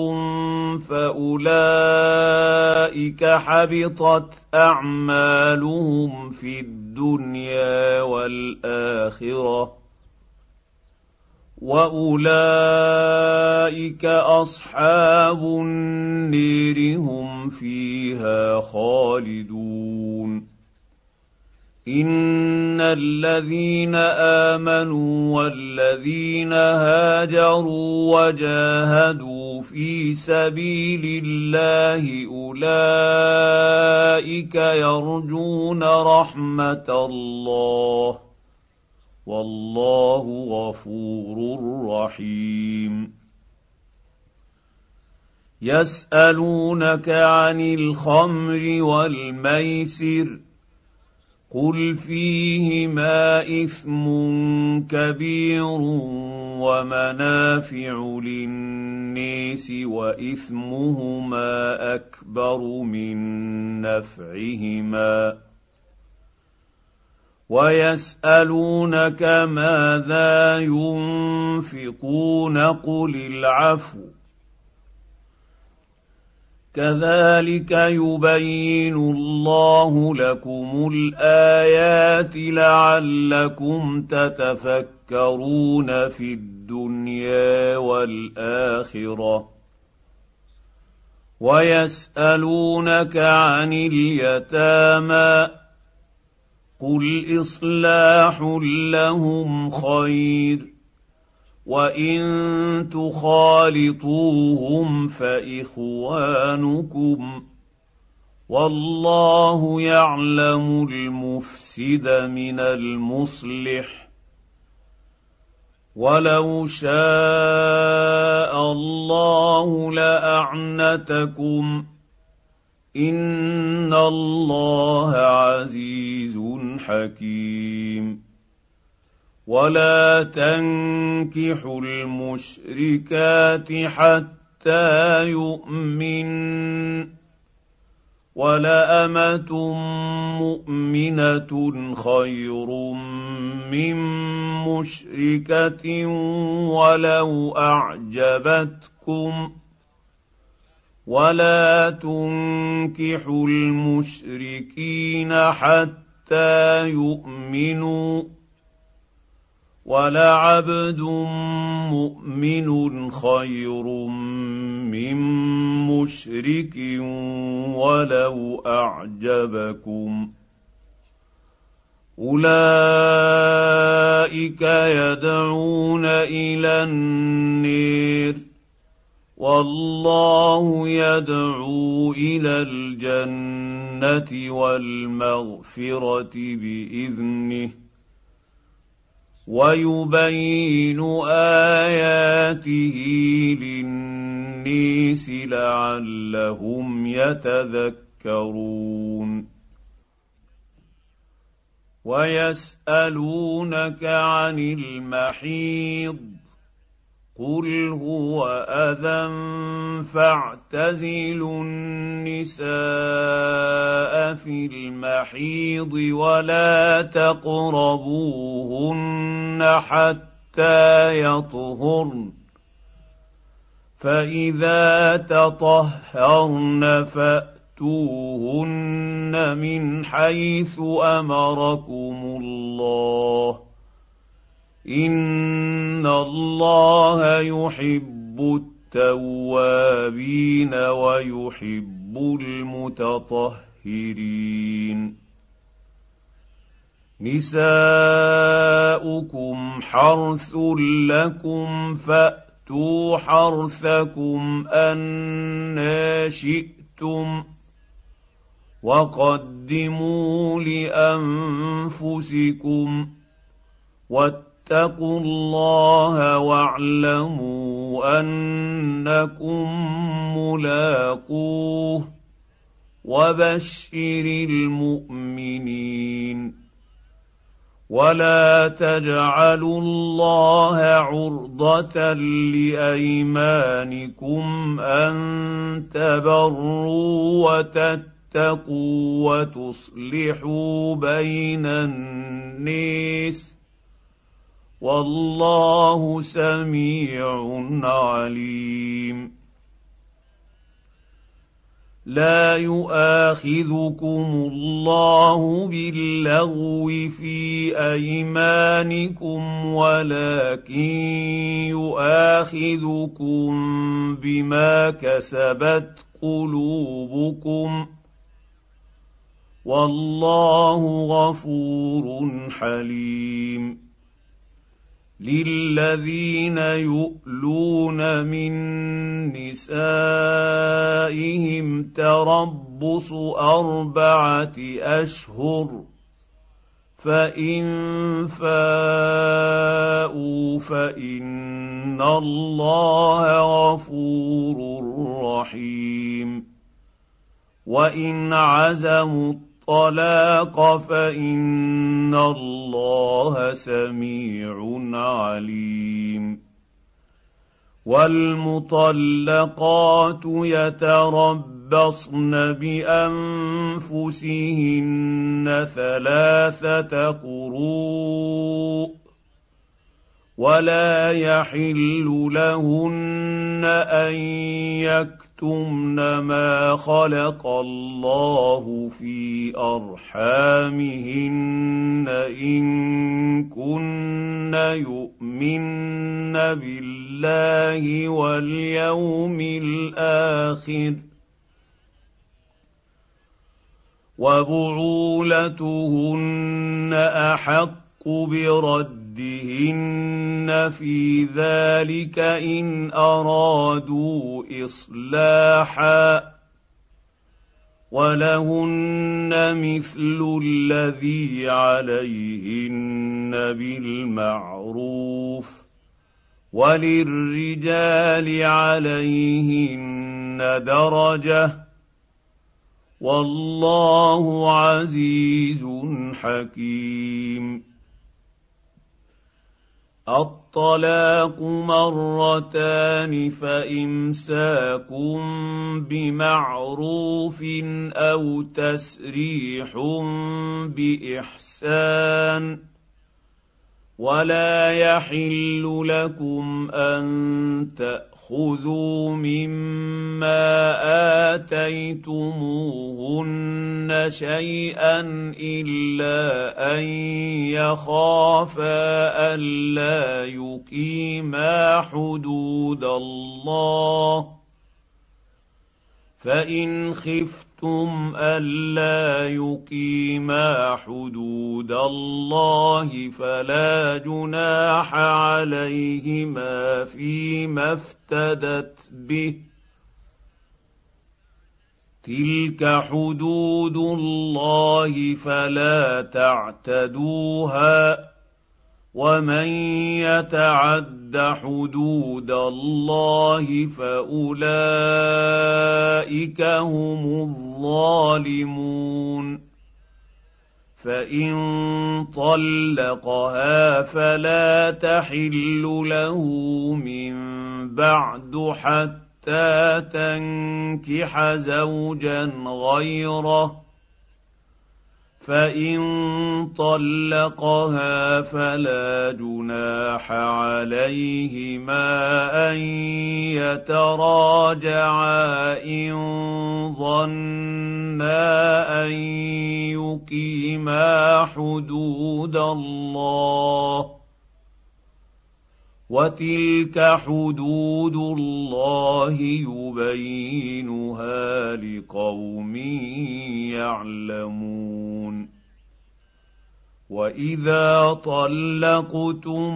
فأولئك حبطت أعمالهم في الدنيا والآخرة وأولئك أصحاب النير هم فيها خالدون. إن الذين آمنوا والذين هاجروا وجاهدوا في سبيل الله أولئك يرجون رحمة الله والله غفور رحيم. يسألونك عن الخمر والميسر قل فيهما إثم كبير ومنافع للناس وإثمهما أكبر من نفعهما ويسألونك ماذا ينفقون قل العفو كذلك يبين الله لكم الآيات لعلكم تتفكرون في الدنيا والآخرة ويسألونك عن اليتامى قل إصلاح لهم خير وإن تخالطوهم فإخوانكم والله يعلم المفسد من المصلح ولو شاء الله لأعنتكم إن الله عزيز حكيم ولا تنكحوا المشركات حتى يؤمن ولأمة مؤمنة خير من مشركة ولو أعجبتكم ولا تنكحوا المشركين حتى يؤمنوا ولعبد مؤمن خير من مشرك ولو أعجبكم أولئك يدعون إلى النار والله يدعو إلى الجنة والمغفرة بإذنه ويبين آياته للناس لعلهم يتذكرون ويسألونك عن المحيض قل هو أذى فاعتزلوا النساء في المحيض ولا تقربوهن حتى يطهرن فإذا تطهرن فأتوهن من حيث أمركم الله إن الله يحب التوابين ويحب المتطهرين نساؤكم حرث لكم فأتوا حرثكم أنى شئتم وقدموا لأنفسكم واتقوا الله واعلموا أنكم ملاقوه وبشر المؤمنين ولا تجعلوا الله عرضة لأيمانكم أن تبروا وتتقوا وتصلحوا بين الناس والله سميع عليم لا يؤاخذكم الله باللغو في أيمانكم ولكن يؤاخذكم بما كسبت قلوبكم والله غفور حليم للذين يؤلون من نسائهم تربص أربعة أشهر فإن فاءوا فإن الله غفور رحيم وإن عزموا الطلاق فإن الله سميع عليم والمطلقات يتربصن بأنفسهن ثلاثة قروء ولا يحل لهن أن يكتمن ما خلق الله في أرحامهن إن كن يؤمن بالله واليوم الآخر وبعولتهن أحق بردهن في ذلك إن أرادوا إصلاحا ولهن مثل الذي عليهن بالمعروف وللرجال عليهن درجة والله عزيز حكيم. الطلاق مرتان فإمساك بمعروف أو تسريح بإحسان ولا يحل لكم أن تأخذوا مما آتيتموهن شيئا إلا أن يخافا ألا يقيما حدود الله فإن خفتم ألا يقيما حدود الله فلا جناح عليهما فيما افتدت به تلك حدود الله فلا تعتدوها ومن يتعد حدود الله فأولئك هم الظالمون. فإن طلقها فلا تحل له من بعد حتى تنكح زوجا غيره فإن طلقها فلا جناح عليهما أن يتراجعا إن ظنا أن يقيما حدود الله وتلك حدود الله يبينها لقوم يعلمون. وإذا طلقتم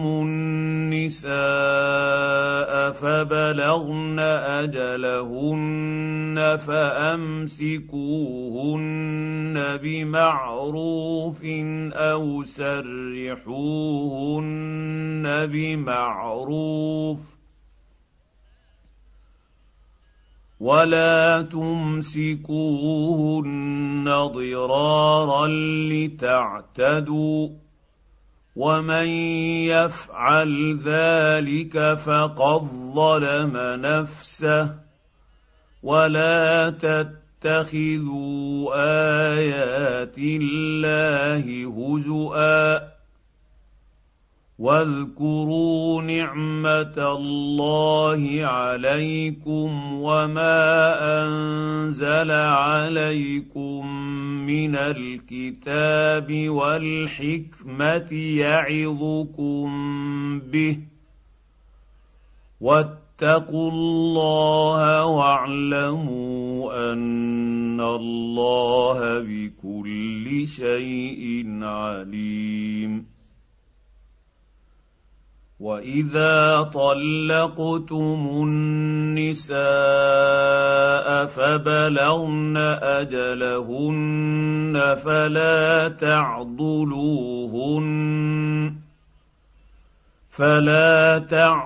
النساء فبلغن أجلهن فأمسكوهن بمعروف أو سرحوهن بمعروف ولا تمسكوهن ضرارا لتعتدوا ومن يفعل ذلك فقد ظلم نفسه ولا تتخذوا آيات الله هزؤا واذكروا نعمة الله عليكم وما أنزل عليكم من الكتاب والحكمة يعظكم به واتقوا الله واعلموا أن الله بكل شيء عليم. وإذا طلقتم النساء فبلغن أجلهن فلا تعضلوهن فلا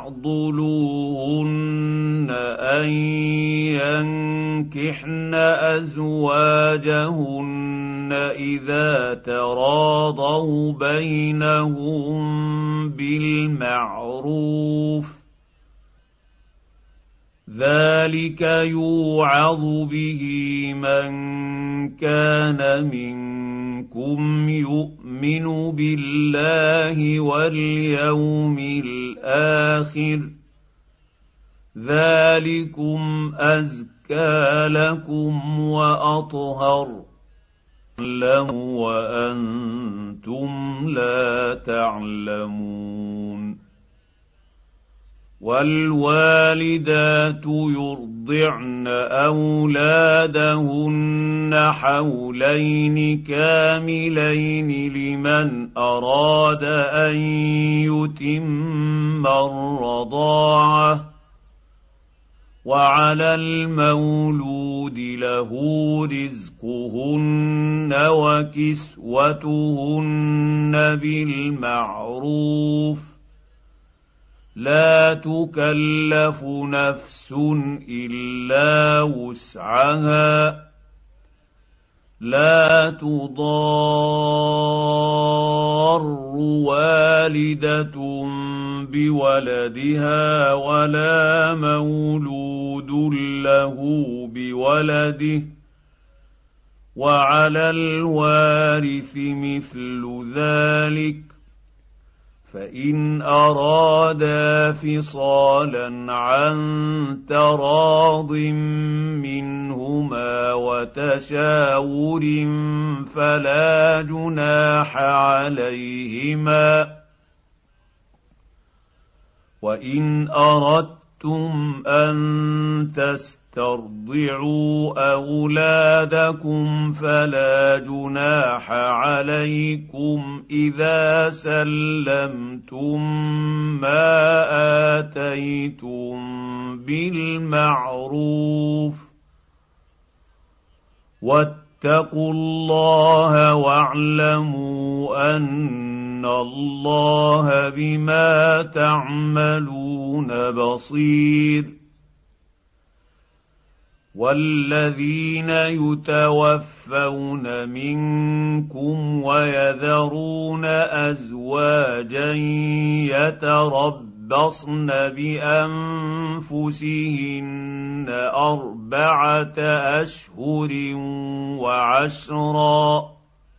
تعضلوهن أن ينكحن أزواجهن إذا تراضوا بينهم بالمعروف، ذلك يوعظ به من كان منكم يؤمن بالله واليوم الآخر، ذلكم أزكى لكم وأطهر وأنتم لا تعلمون. والوالدات يرضعن أولادهن حولين كاملين لمن أراد أن يتم الرضاعة، وعلى المولود له رزقهن وكسوتهن بالمعروف، لا تكلف نفس إلا وسعها، لا تضار والدة بولدها ولا مولود له بولده، وعلى الوارث مثل ذلك، فإن أرادا فصالا عن تراض منهما وتشاور فلا جناح عليهما. وإن أردتم أن تسترضعوا أولادكم فلا جناح عليكم إذا سلمتم ما آتيتم بالمعروف، واتقوا الله واعلموا أن الله بما تعملون بصير. والذين يتوفون منكم ويذرون أزواجا يتربصن بأنفسهن أربعة أشهر وعشرا،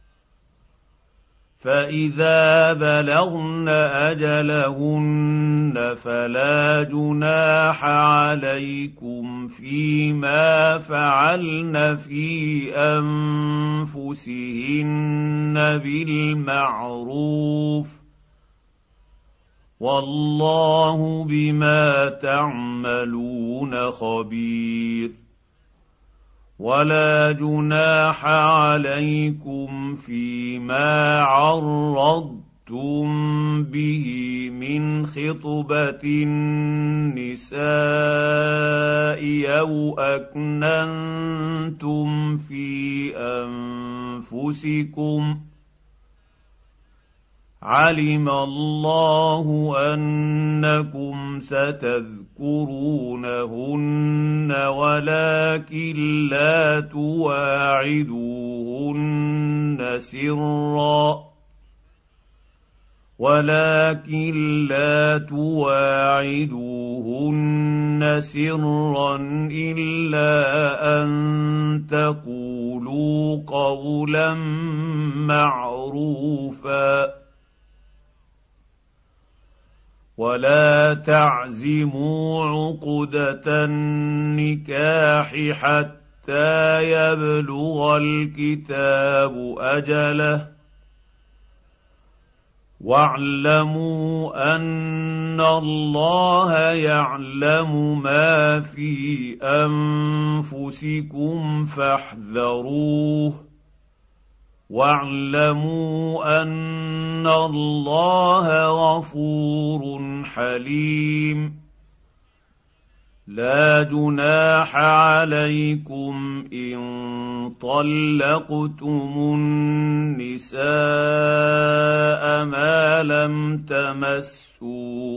فإذا بلغن أجلهن فلا جناح عليكم فيما فعلن في أنفسهن بالمعروف، والله بما تعملون خبير. ولا جناح عليكم فيما عرضتم به من خطبة النساء أو أكننتم في أنفسكم، علم الله أنكم ستذكرونهن ولكن لا تواعدوهن سرا ولكن لا تواعدوهن سرا إلا أن تقولوا قولا معروفا، ولا تعزموا عقدة النكاح حتى يبلغ الكتاب أجله، واعلموا أن الله يعلم ما في أنفسكم فاحذروه، واعلموا أن الله غفور حليم. لا جناح عليكم إن طلقتم النساء ما لم تمسوهن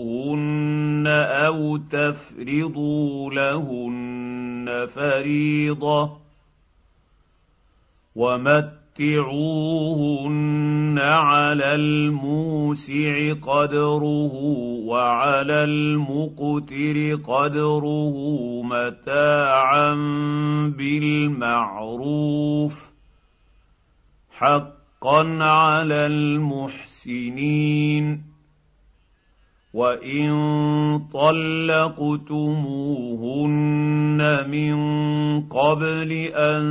أو تفرضوا لهن فريضة ومتعوهن على الموسع قدره وعلى المقتر قدره متاعا بالمعروف حقا على المحسنين. وإن طلقتموهن من قبل أن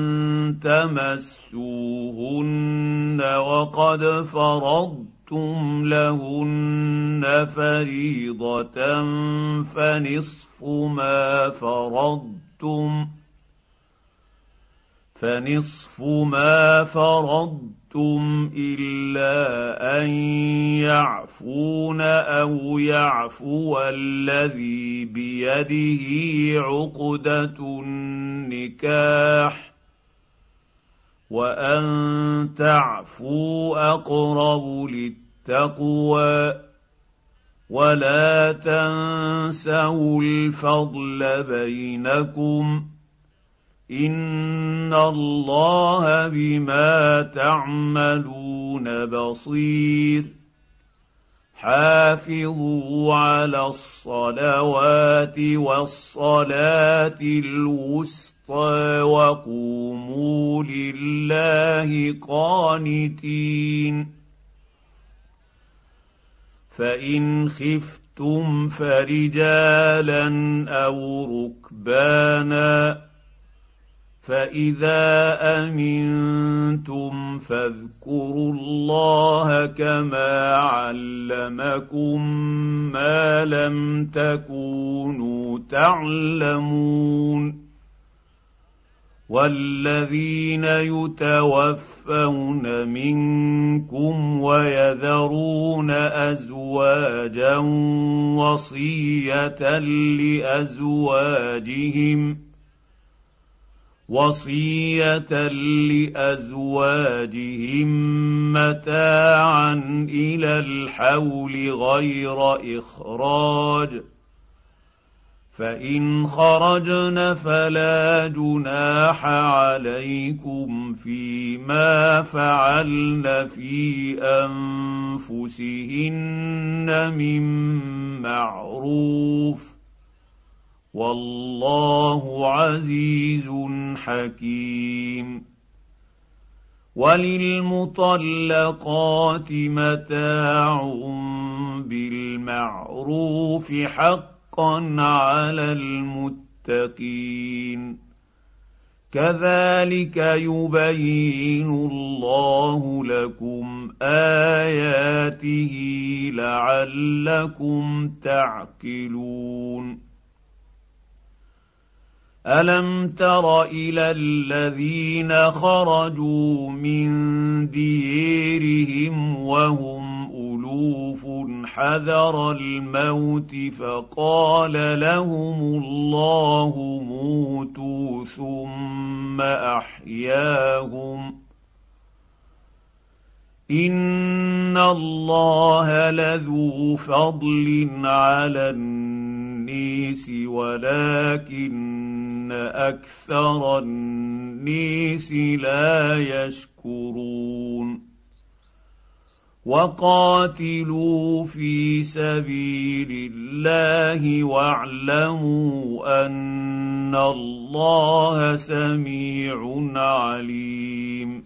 تمسوهن وقد فرضتم لهن فريضة فنصف ما فرضتم فنصف ما فرضتم إلا أن يعفون أو يعفو الذي بيده عقدة النكاح وأن تعفوا أقرب للتقوى ولا تنسوا الفضل بينكم إن الله بما تعملون بصير. حافظوا على الصلوات والصلاة الوسطى وقوموا لله قانتين. فإن خفتم فرجالا أو ركبانا فإذا أمنتم فاذكروا الله كما علمكم ما لم تكونوا تعلمون. والذين يتوفون منكم ويذرون أزواجا وصية لأزواجهم وصية لأزواجهم متاعا إلى الحول غير إخراج فإن خرجن فلا جناح عليكم فيما فعلن في أنفسهن من معروف والله عزيز حكيم. وللمطلقات متاع بالمعروف حقا على المتقين كذلك يبين الله لكم آياته لعلكم تعقلون. ألم تر إلى الذين خرجوا من ديرهم وهم ألوف حذر الموت فقال لهم الله موتوا ثم أحياهم إن الله لذو فضل على الناس ولكن أكثر الناس لا يشكرون. وقاتلوا في سبيل الله واعلموا أن الله سميع عليم.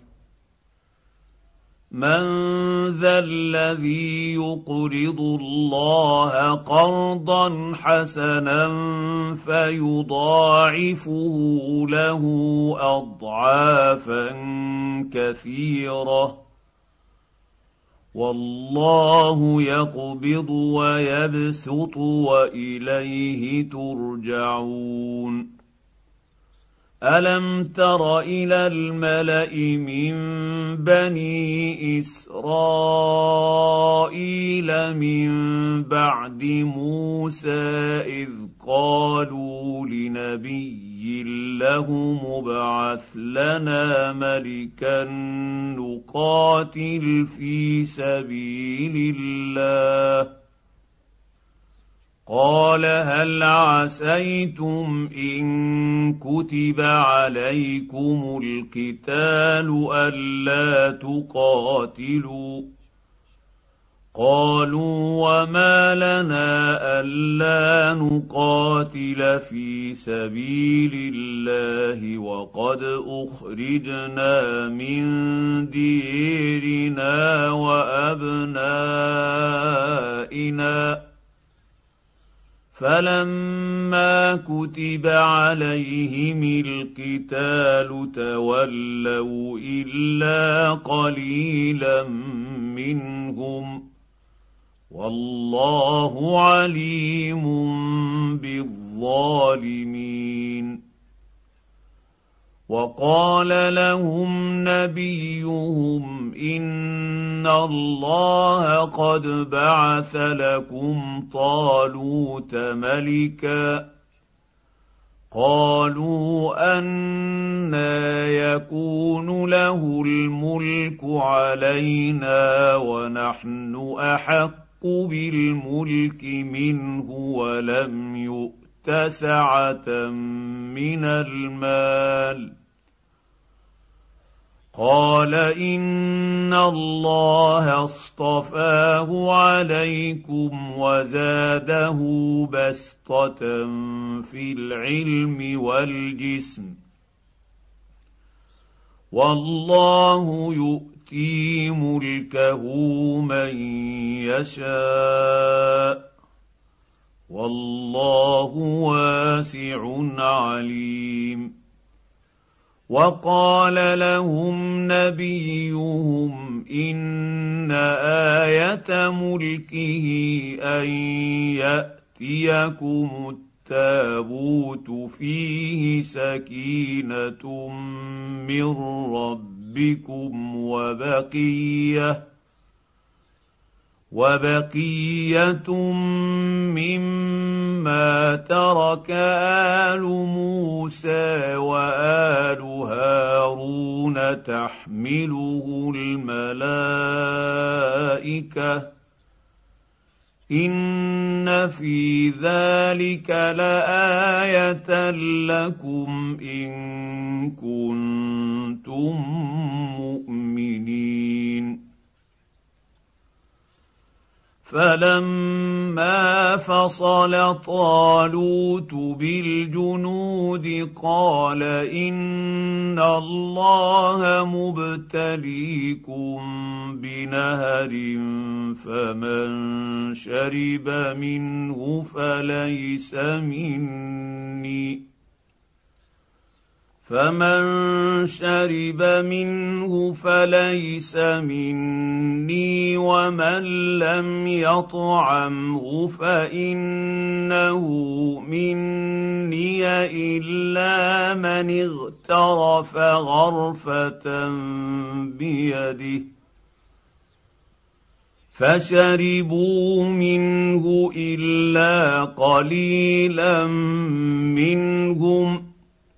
من ذا الذي يقرض الله قرضا حسنا فيضاعفه له أضعافا كثيرة والله يقبض ويبسط وإليه ترجعون. ألم تر إلى الملأ من بني إسرائيل من بعد موسى إذ قالوا لنبي له ابعث لنا ملكا نقاتل في سبيل الله قال هل عسيتم إن كتب عليكم القتال ألا تقاتلوا قالوا وما لنا ألا نقاتل في سبيل الله وقد أخرجنا من ديرنا وأبنائنا فلما كتب عليهم القتال تولوا إلا قليلا منهم والله عليم بالظالمين وقال لهم نبيهم إن الله قد بعث لكم طالوت ملكا قالوا أنى يكون له الملك علينا ونحن أحق بالملك منه ولم يؤت سعة من المال قال إن الله اصطفاه عليكم وزاده بسطة في العلم والجسم والله يؤتي ملكه من يشاء والله واسع عليم وقال لهم نبيهم إن آية ملكه أن يأتيكم التابوت فيه سكينة من ربكم وبقية وبقية مما ترك آل موسى وآل هارون تحمله الملائكة إن في ذلك لآية لكم إن كنتم مؤمنين فلما فصل طالوت بالجنود قال إن الله مبتليكم بنهر فمن شرب منه فليس مني فمن شرب منه فليس مني ومن لم يطعمه فإنه مني إلا من اغترف غرفة بيده فشربوا منه إلا قليلا منهم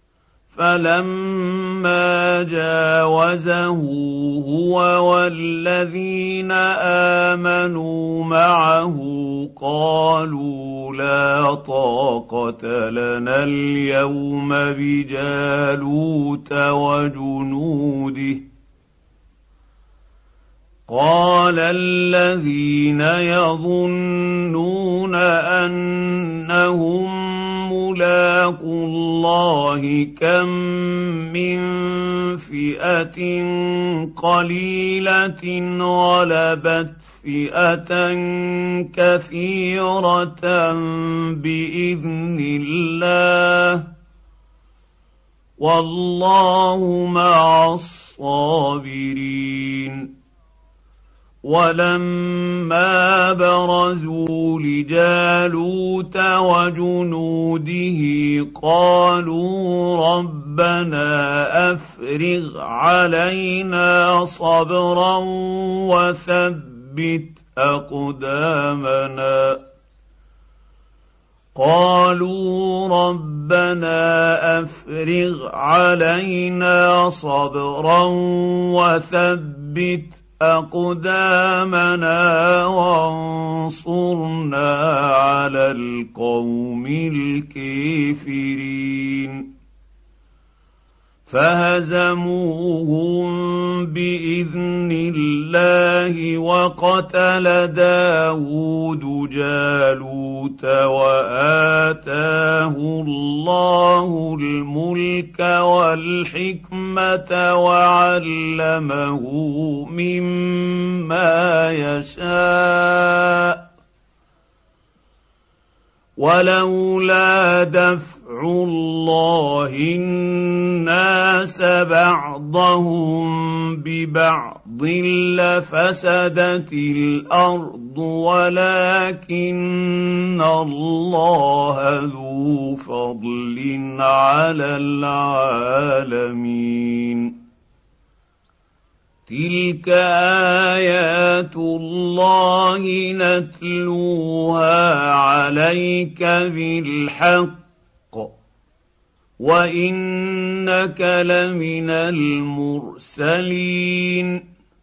فلما جاوزه هو والذين آمنوا معه قالوا لا طاقة لنا اليوم بجالوت وجنوده قال الذين يظنون أنهم ملاقو الله كم من فئة قليلة غلبت فئة كثيرة بإذن الله والله مع الصابرين ولما برزوا لجالوت وجنوده قالوا ربنا أفرغ علينا صبرا وثبت أقدامنا قالوا ربنا أفرغ علينا صبرا وثبت أقدامنا وانصرنا على القوم الكافرين فهزموهم بإذن الله وقتل داود جالوت وآتاه الله الملك والحكمة وعلمه مما يشاء ولولا دفع الله الناس بعضهم ببعض لفسدت الأرض ولكن الله ذو فضل على العالمين تلك آيات الله نتلوها عليك بالحق وإنك لمن المرسلين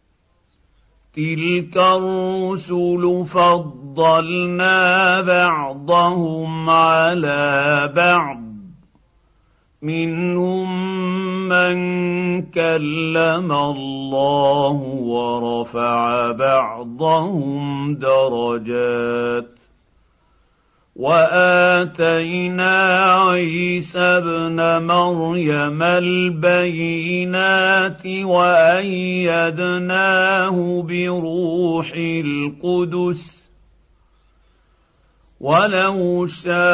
تلك الرسل فضلنا بعضهم على بعض منهم من كلم الله ورفع بعضهم درجات وآتينا عيسى ابن مريم البينات وأيدناه بروح القدس ولو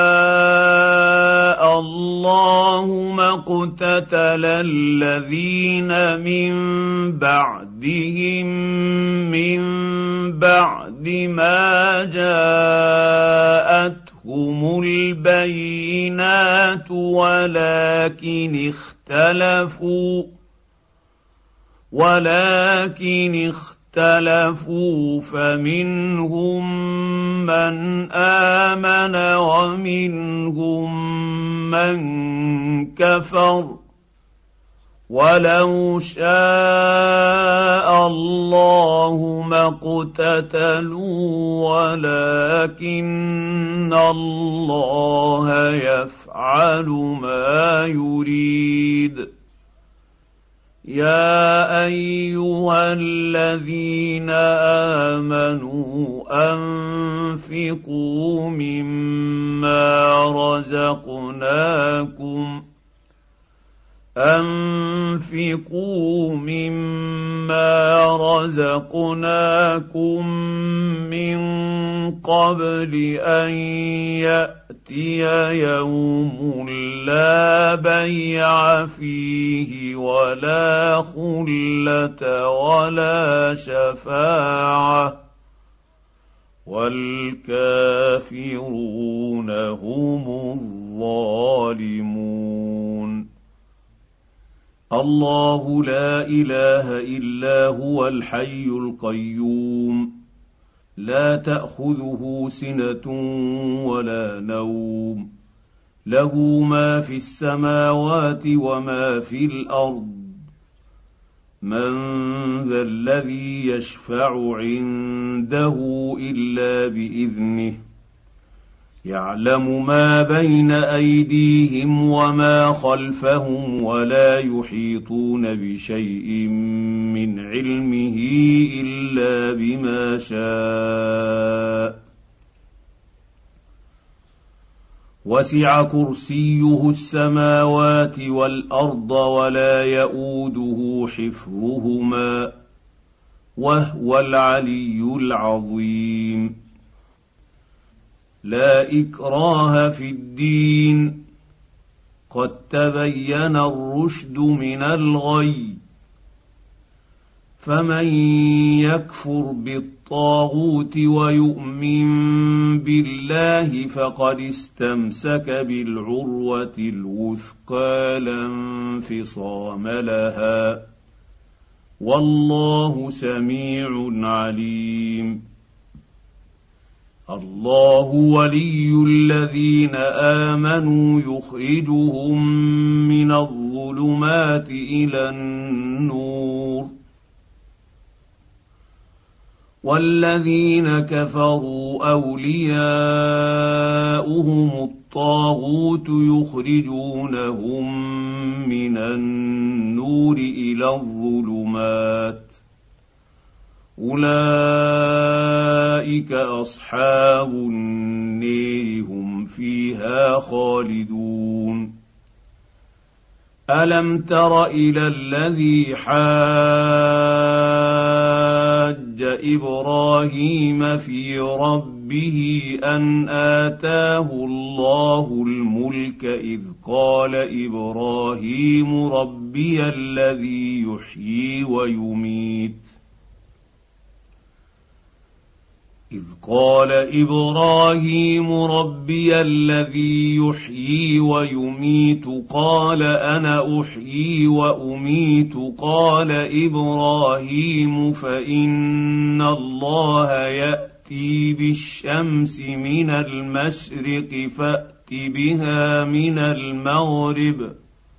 شاء الله ما اقتتل الذين من بعدهم من بعد ما جاءتهم البينات ولكن اختلفوا ولكن اختلفوا اختلفوا فمنهم من آمن ومنهم من كفر ولو شاء الله ما اقتتلوا ولكن الله يفعل ما يريد يا أيها الذين آمنوا أنفقوا مما رزقناكم أنفقوا مما رزقناكم من قبل أن يأتي يوم لا بيع فيه ولا خلة ولا شفاعة والكافرون هم الظالمون الله لا إله إلا هو الحي القيوم لا تأخذه سنة ولا نوم له ما في السماوات وما في الأرض من ذا الذي يشفع عنده إلا بإذنه يعلم ما بين أيديهم وما خلفهم ولا يحيطون بشيء من علمه إلا بما شاء وسع كرسيه السماوات والأرض ولا يئوده حفظهما وهو العلي العظيم لا إكراه في الدين قد تبين الرشد من الغي فمن يكفر بالطاغوت ويؤمن بالله فقد استمسك بالعروة الوثقى لا انفصام لها والله سميع عليم الله ولي الذين آمنوا يخرجهم من الظلمات إلى النور والذين كفروا أولياؤهم الطاغوت يخرجونهم من النور إلى الظلمات أولئك أصحاب النير هم فيها خالدون ألم تر إلى الذي حاج إبراهيم في ربه أن آتاه الله الملك إذ قال إبراهيم ربي الذي يحيي ويميت إذ قال إبراهيم ربي الذي يحيي ويميت قال أنا أحيي وأميت قال إبراهيم فإن الله يأتي بالشمس من المشرق فأت بها من المغرب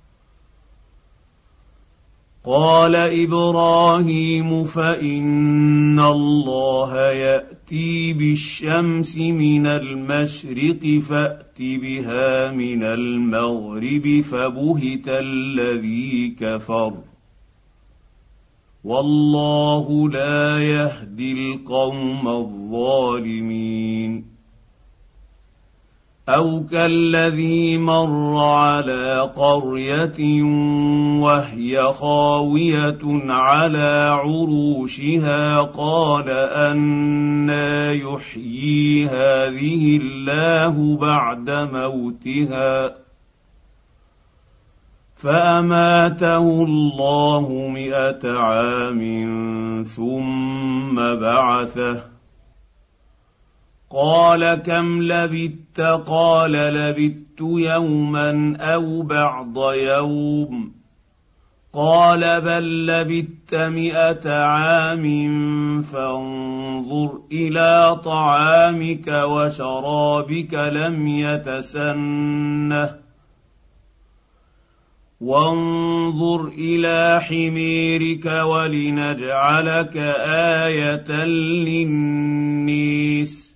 قال إبراهيم فإن الله يأتي بالشمس من المشرق فأت بها من المغرب فبهت الذي كفر والله لا يهدي القوم الظالمين أو كالذي مر على قرية وهي خاوية على عروشها قال أنى يحيي هذه الله بعد موتها فأماته الله مئة عام ثم بعثه قال كم لبثت قال لبثت يوما أو بعض يوم قال بل لبثت مئة عام فانظر إلى طعامك وشرابك لم يتسنه وانظر إلى حميرك ولنجعلك آية للنيس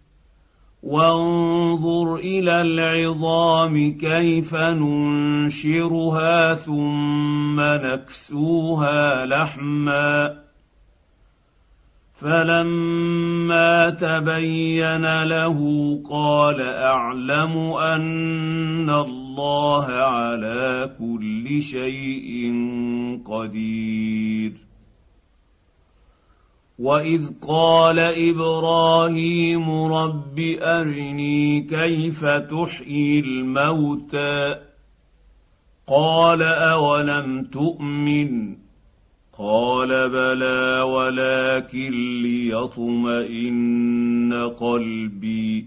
وانظر إلى العظام كيف ننشرها ثم نكسوها لحما فلما تبين له قال أعلم أن الله على كل شيء قدير وإذ قال إبراهيم رب أرني كيف تحيي الموتى قال أولم تؤمن قال بلى ولكن ليطمئن قلبي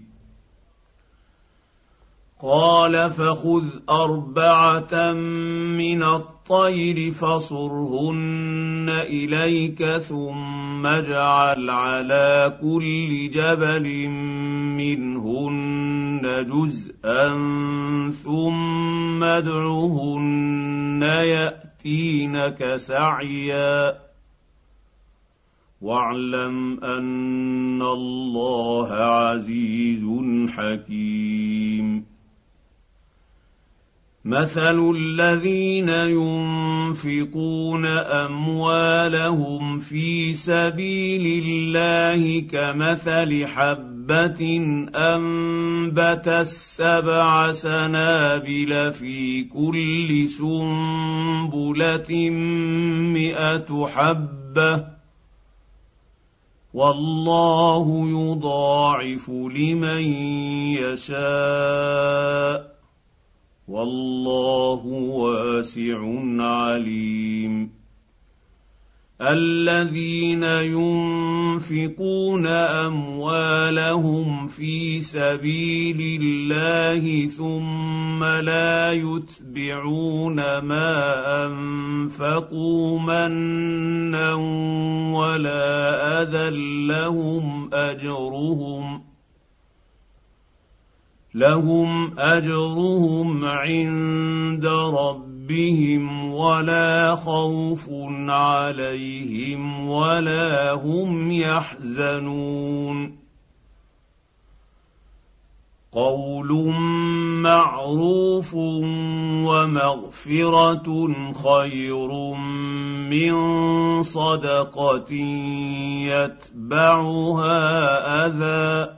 قال فخذ أربعة من الطير فصرهن إليك ثم اجعل على كل جبل منهن جزءا ثم ادعهن يأتينك سعيا واعلم أن الله عزيز حكيم مثل الذين ينفقون أموالهم في سبيل الله كمثل حبة أنبتت سبع سنابل في كل سنبلة مئة حبة والله يضاعف لمن يشاء والله واسع عليم الذين ينفقون أموالهم في سبيل الله ثم لا يتبعون ما أنفقوا منا ولا أذى لهم أجرهم لهم أجرهم عند ربهم ربهم ولا خوف عليهم ولا هم يحزنون قول معروف ومغفرة خير من صدقة يتبعها أذى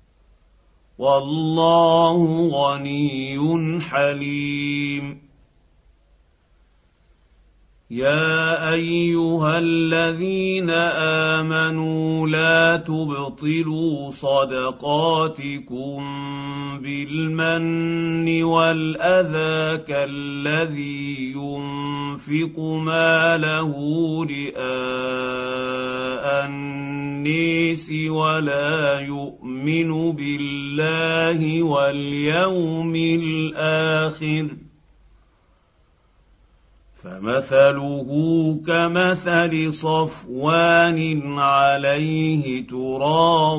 والله غني حليم يا ايها الذين امنوا لا تبطلوا صدقاتكم بالمن والاذى كالذي ينفق ماله رئاء الناس ولا يؤمن بالله واليوم الاخر فمثله كمثل صفوان عليه تراب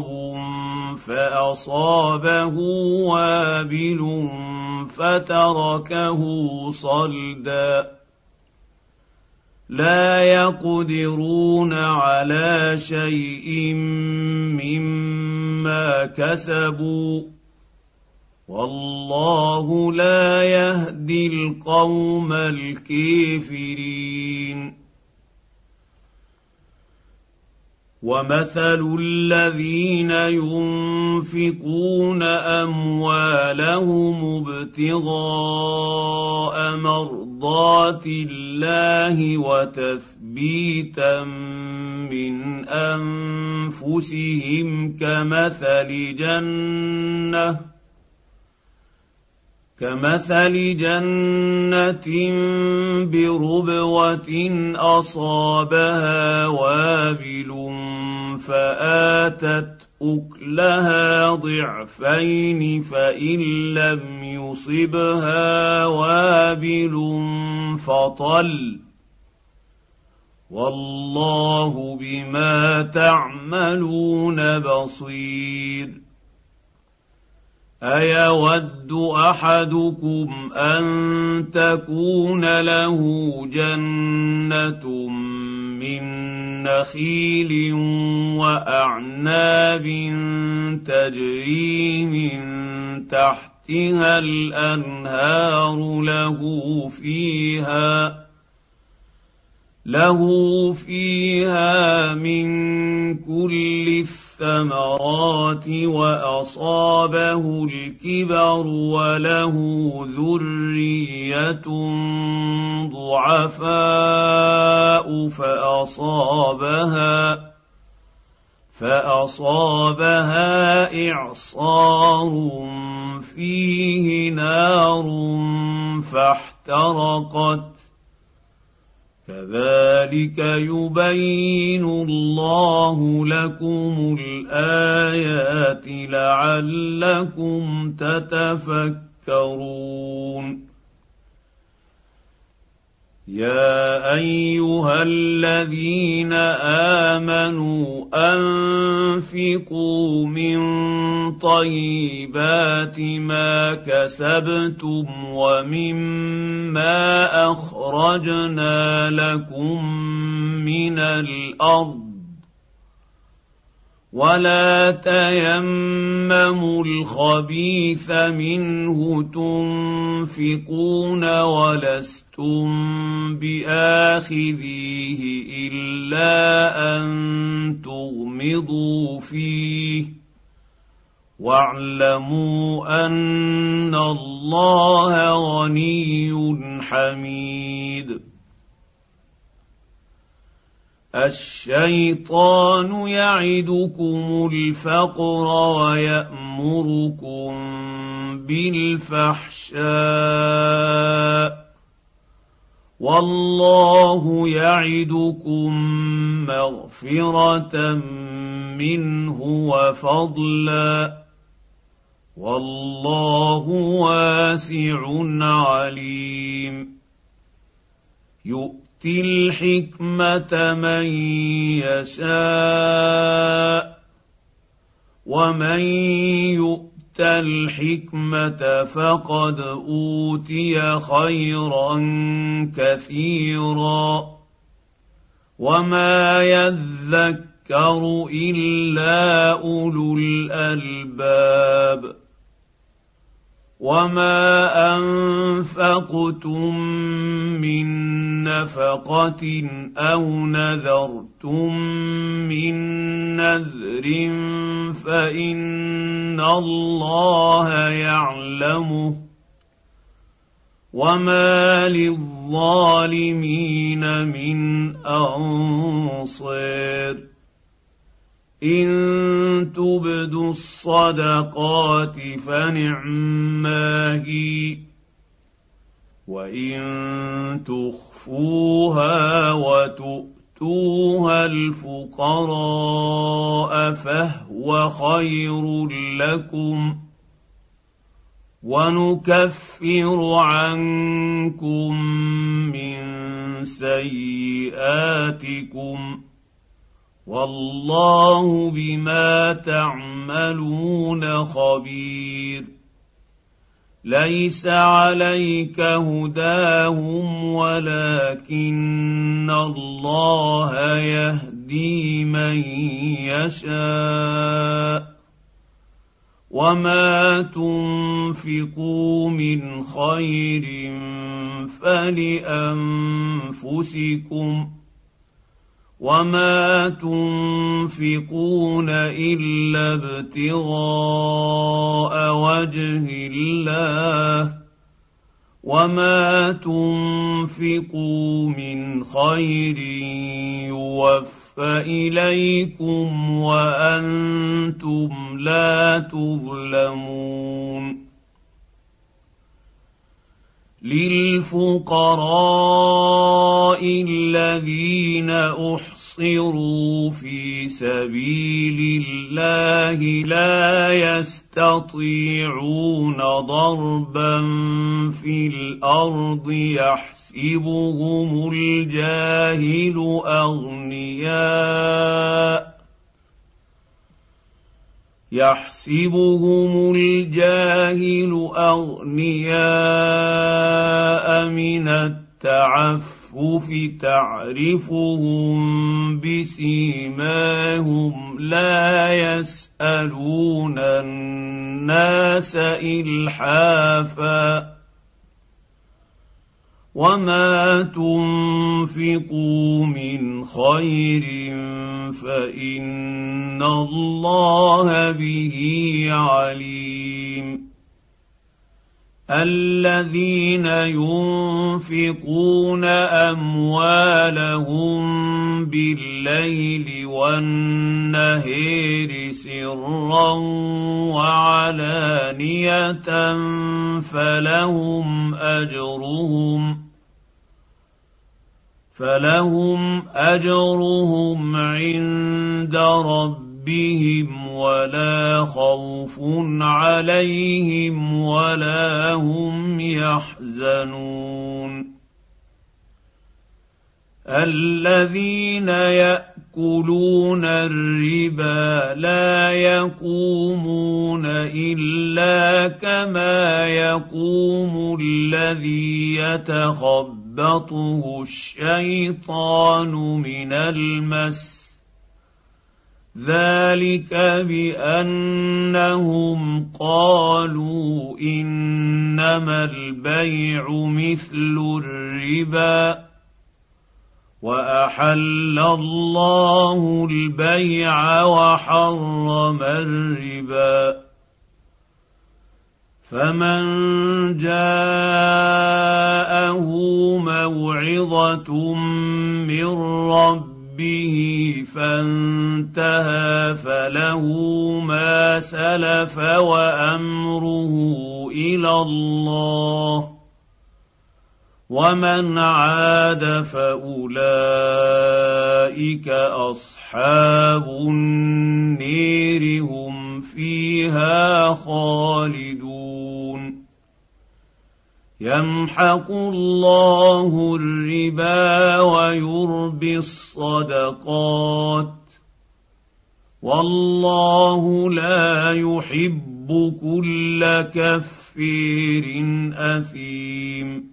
فأصابه وابل فتركه صلدا لا يقدرون على شيء مما كسبوا والله لا يهدي القوم الكافرين ومثل الذين ينفقون أموالهم ابتغاء مرضات الله وتثبيتا من أنفسهم كمثل جنة كمثل جنة بربوة أصابها وابل فآتت أكلها ضعفين فإن لم يصبها وابل فطل والله بما تعملون بصير أيود أحدكم أن تكون له جنة من نخيل وأعناب تجري من تحتها الأنهار له فيها له فيها من كل الثمرات وأصابه الكبر وله ذرية ضعفاء فأصابها فأصابها إعصار فيه نار فاحترقت كذلك يبين الله لكم الآيات لعلكم تتفكرون يا أيها الذين آمنوا أنفقوا من طيبات ما كسبتم ومما أخرجنا لكم من الأرض ولا تيمموا الخبيث منه تنفقون ولستم بآخذيه إلا أن تغمضوا فيه واعلموا أن الله غني حميد الشيطان يعدكم الفقر ويأمركم بالفحشاء والله يعدكم مغفرة منه وفضلا والله واسع عليم يؤتي الحكمة من يشاء ومن يؤت الحكمه فقد اوتي خيرا كثيرا وما يذكر الا اولو الالباب وما انفقتم من نفقه او نذرتم من نذر فان الله يعلمه وما للظالمين من انصير ان تبدوا الصدقات فنعما هي وان تخفوها وتؤتوها الفقراء فهو خير لكم ونكفر عنكم من سيئاتكم والله بما تعملون خبير ليس عليك هداهم ولكن الله يهدي من يشاء وما تنفقوا من خير فلانفسكم وما تنفقون الا ابتغاء وجه الله وما تنفقوا من خير يوفى اليكم وانتم لا تظلمون للفقراء الذين احصروا في سبيل الله لا يستطيعون ضربا في الارض يحسبهم الجاهل اغنياء يحسبهم الجاهل اغنياء من التعفف تعرفهم بسيماهم لا يسالون الناس الحافا وما تنفقوا من خير فان الله به عليم الذين ينفقون اموالهم بالليل والنهار سرا وعلانيه فلهم اجرهم فلهم اجرهم عند ربهم ولا خوف عليهم ولا هم يحزنون الذين ياكلون الربا لا يقومون الا كما يقوم الذي يتخبطه يخبطه الشيطان من المس ذلك بانهم قالوا انما البيع مثل الربا واحل الله البيع وحرم الربا فمن جاءه موعظة من ربه فانتهى فله ما سلف وأمره إلى الله ومن عاد فأولئك أصحاب النير هم فيها خالدون يمحق الله الربا ويربي الصدقات والله لا يحب يحب كل كفير أثيم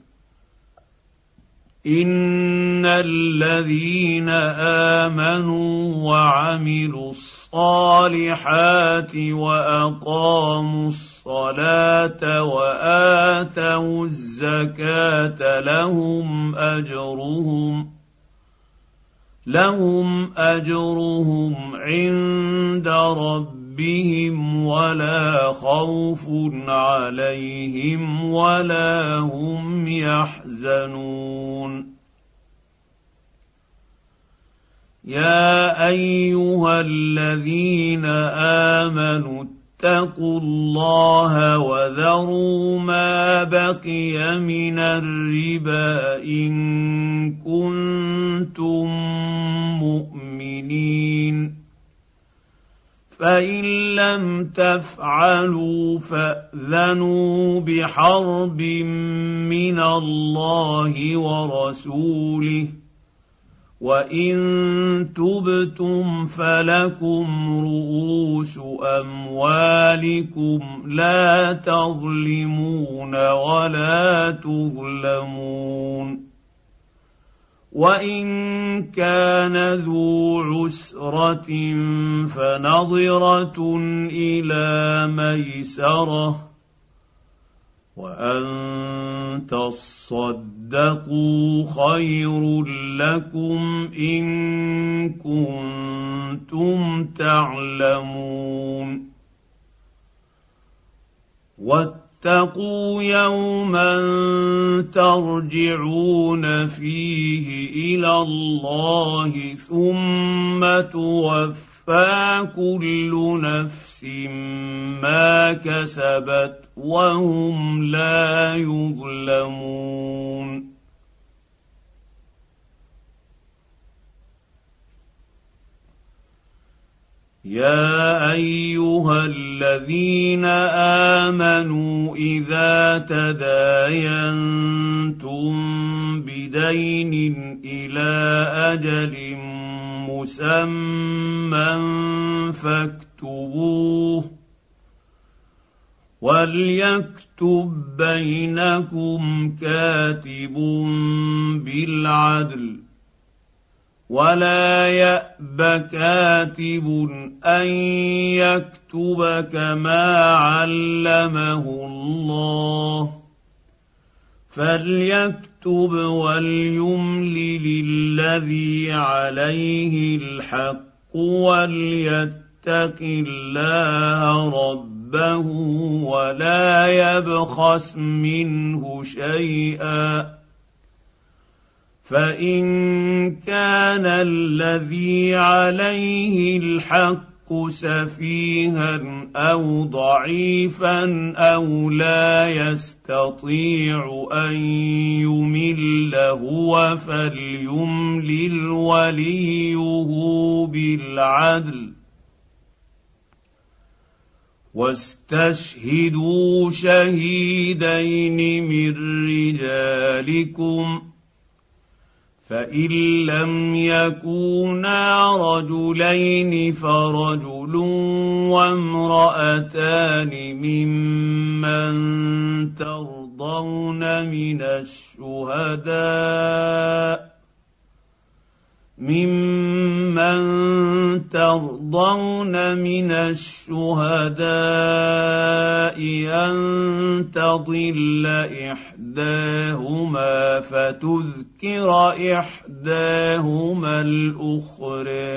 إن الذين آمنوا وعملوا الصالحات وأقاموا الصلاة وآتوا الزكاة لهم أجرهم لهم أجرهم عند ربهم ولا خوف عليهم ولا هم يحزنون يا أيها الذين آمنوا اتقوا الله وذروا ما بقي من الربا إن كنتم مؤمنين فإن لم تفعلوا فأذنوا بحرب من الله ورسوله وإن تبتم فلكم رؤوس أموالكم لا تظلمون ولا تظلمون وإن كان ذو عسرة فنظرة إلى ميسرة وأن تصدقوا خير لكم إن كنتم تعلمون واتقوا يوما ترجعون فيه إلى الله ثم توفى كل نفس ما كسبت وهم لا يظلمون يا أيها الذين آمنوا إذا تداينتم بدين إلى أجل مسمى فاكتبوه وليكتب بينكم كاتب بالعدل ولا يأب كاتب أن يكتب كما علمه الله فليكتب وليملل الذي عليه الحق وليتق الله ربه ولا يبخس منه شيئا فإن كان الذي عليه الحق سفيها أو ضعيفا أو لا يستطيع أن يمل هو فليملل وليه بالعدل واستشهدوا شهيدين من رجالكم فإن لم يكونا رجلين فرجل وامرأتان ممن ترضون من الشهداء ممن ترضون من الشهداء أن تضل إحداهما فتذكر إحداهما الأخرى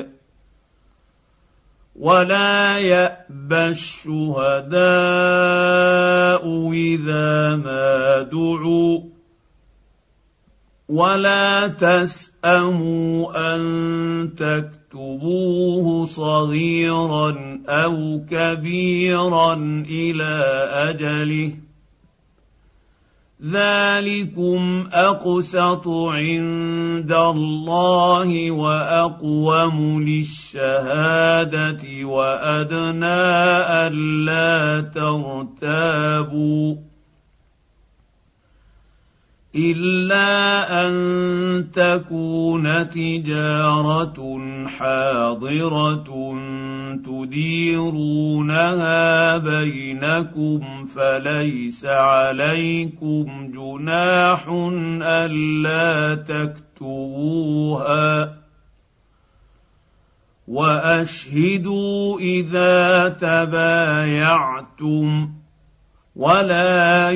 ولا يأبى الشهداء إذا ما دعوا ولا تسأموا أن تكتبوه صغيرا أو كبيرا إلى أجله ذلكم أقسط عند الله وأقوم للشهادة وأدنى ألا ترتابوا إلا أن تكون تجارة حاضرة تديرونها بينكم فليس عليكم جناح ألا تكتبوها وأشهدوا إذا تبايعتم ولا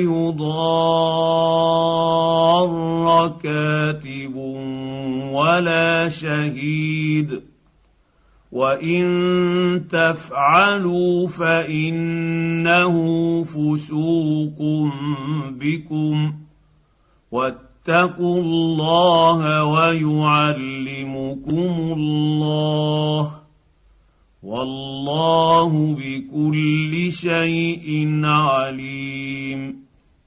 يضار كاتب ولا شهيد وإن تفعلوا فإنه فسوق بكم واتقوا الله ويعلمكم الله والله بكل شيء عليم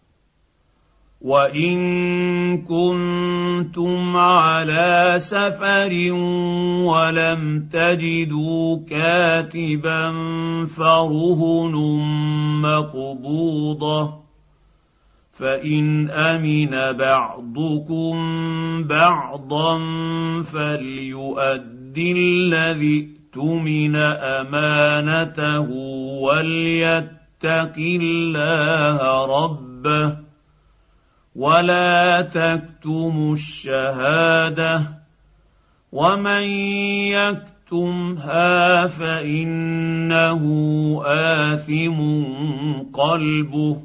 وإن كنتم على سفر ولم تجدوا كاتبا فرهن مقبوضة فإن أمن بعضكم بعضا فليؤدي الذي اؤتمن أمانته وليتق الله ربه ولا تكتموا الشهادة ومن يكتمها فإنه آثم قلبه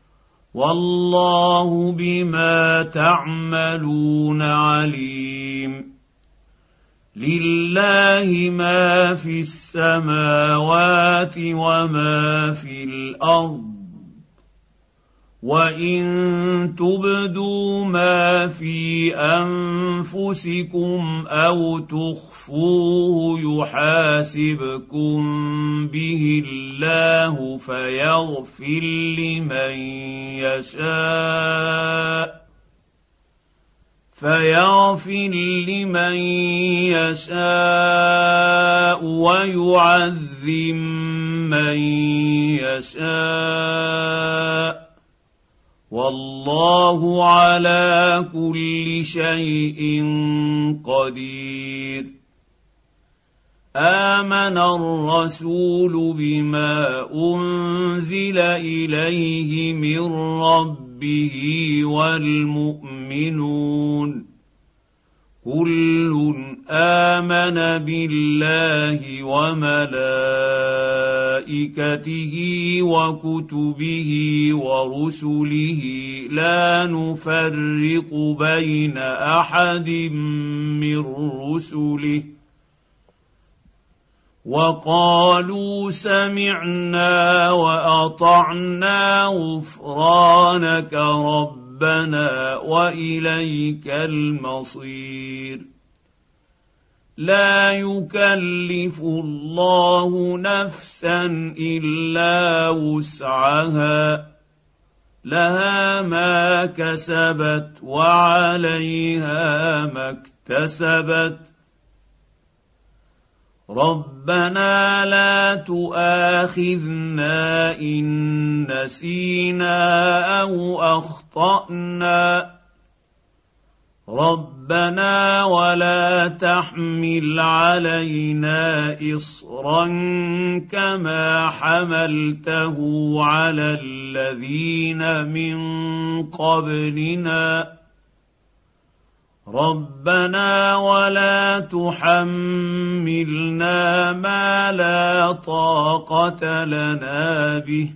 والله بما تعملون عليم لله ما في السماوات وما في الأرض وإن تبدوا ما في أنفسكم أو تخفوه يحاسبكم به الله فيغفر لمن يشاء فيغفر لمن يشاء ويعذب من يشاء والله على كل شيء قدير آمن الرسول بما أنزل إليه من ربه والمؤمنون كل آمن بالله وملائكته وكتبه ورسله لا نفرق بين أحد من رسله وقالوا سمعنا وأطعنا غفرانك ربنا وإليك المصير لا يكلف الله نفسا إلا وسعها لها ما كسبت وعليها ما اكتسبت ربنا لا تؤاخذنا إن نسينا أو أخطأنا ربنا ولا تحمل علينا إصرا كما حملته على الذين من قبلنا ربنا ولا تحملنا ما لا طاقة لنا به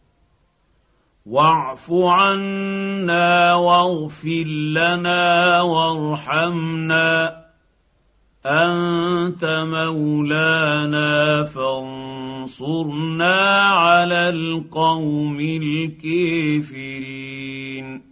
واعف عنا واغفر لنا وارحمنا أنت مولانا فانصرنا على القوم الكافرين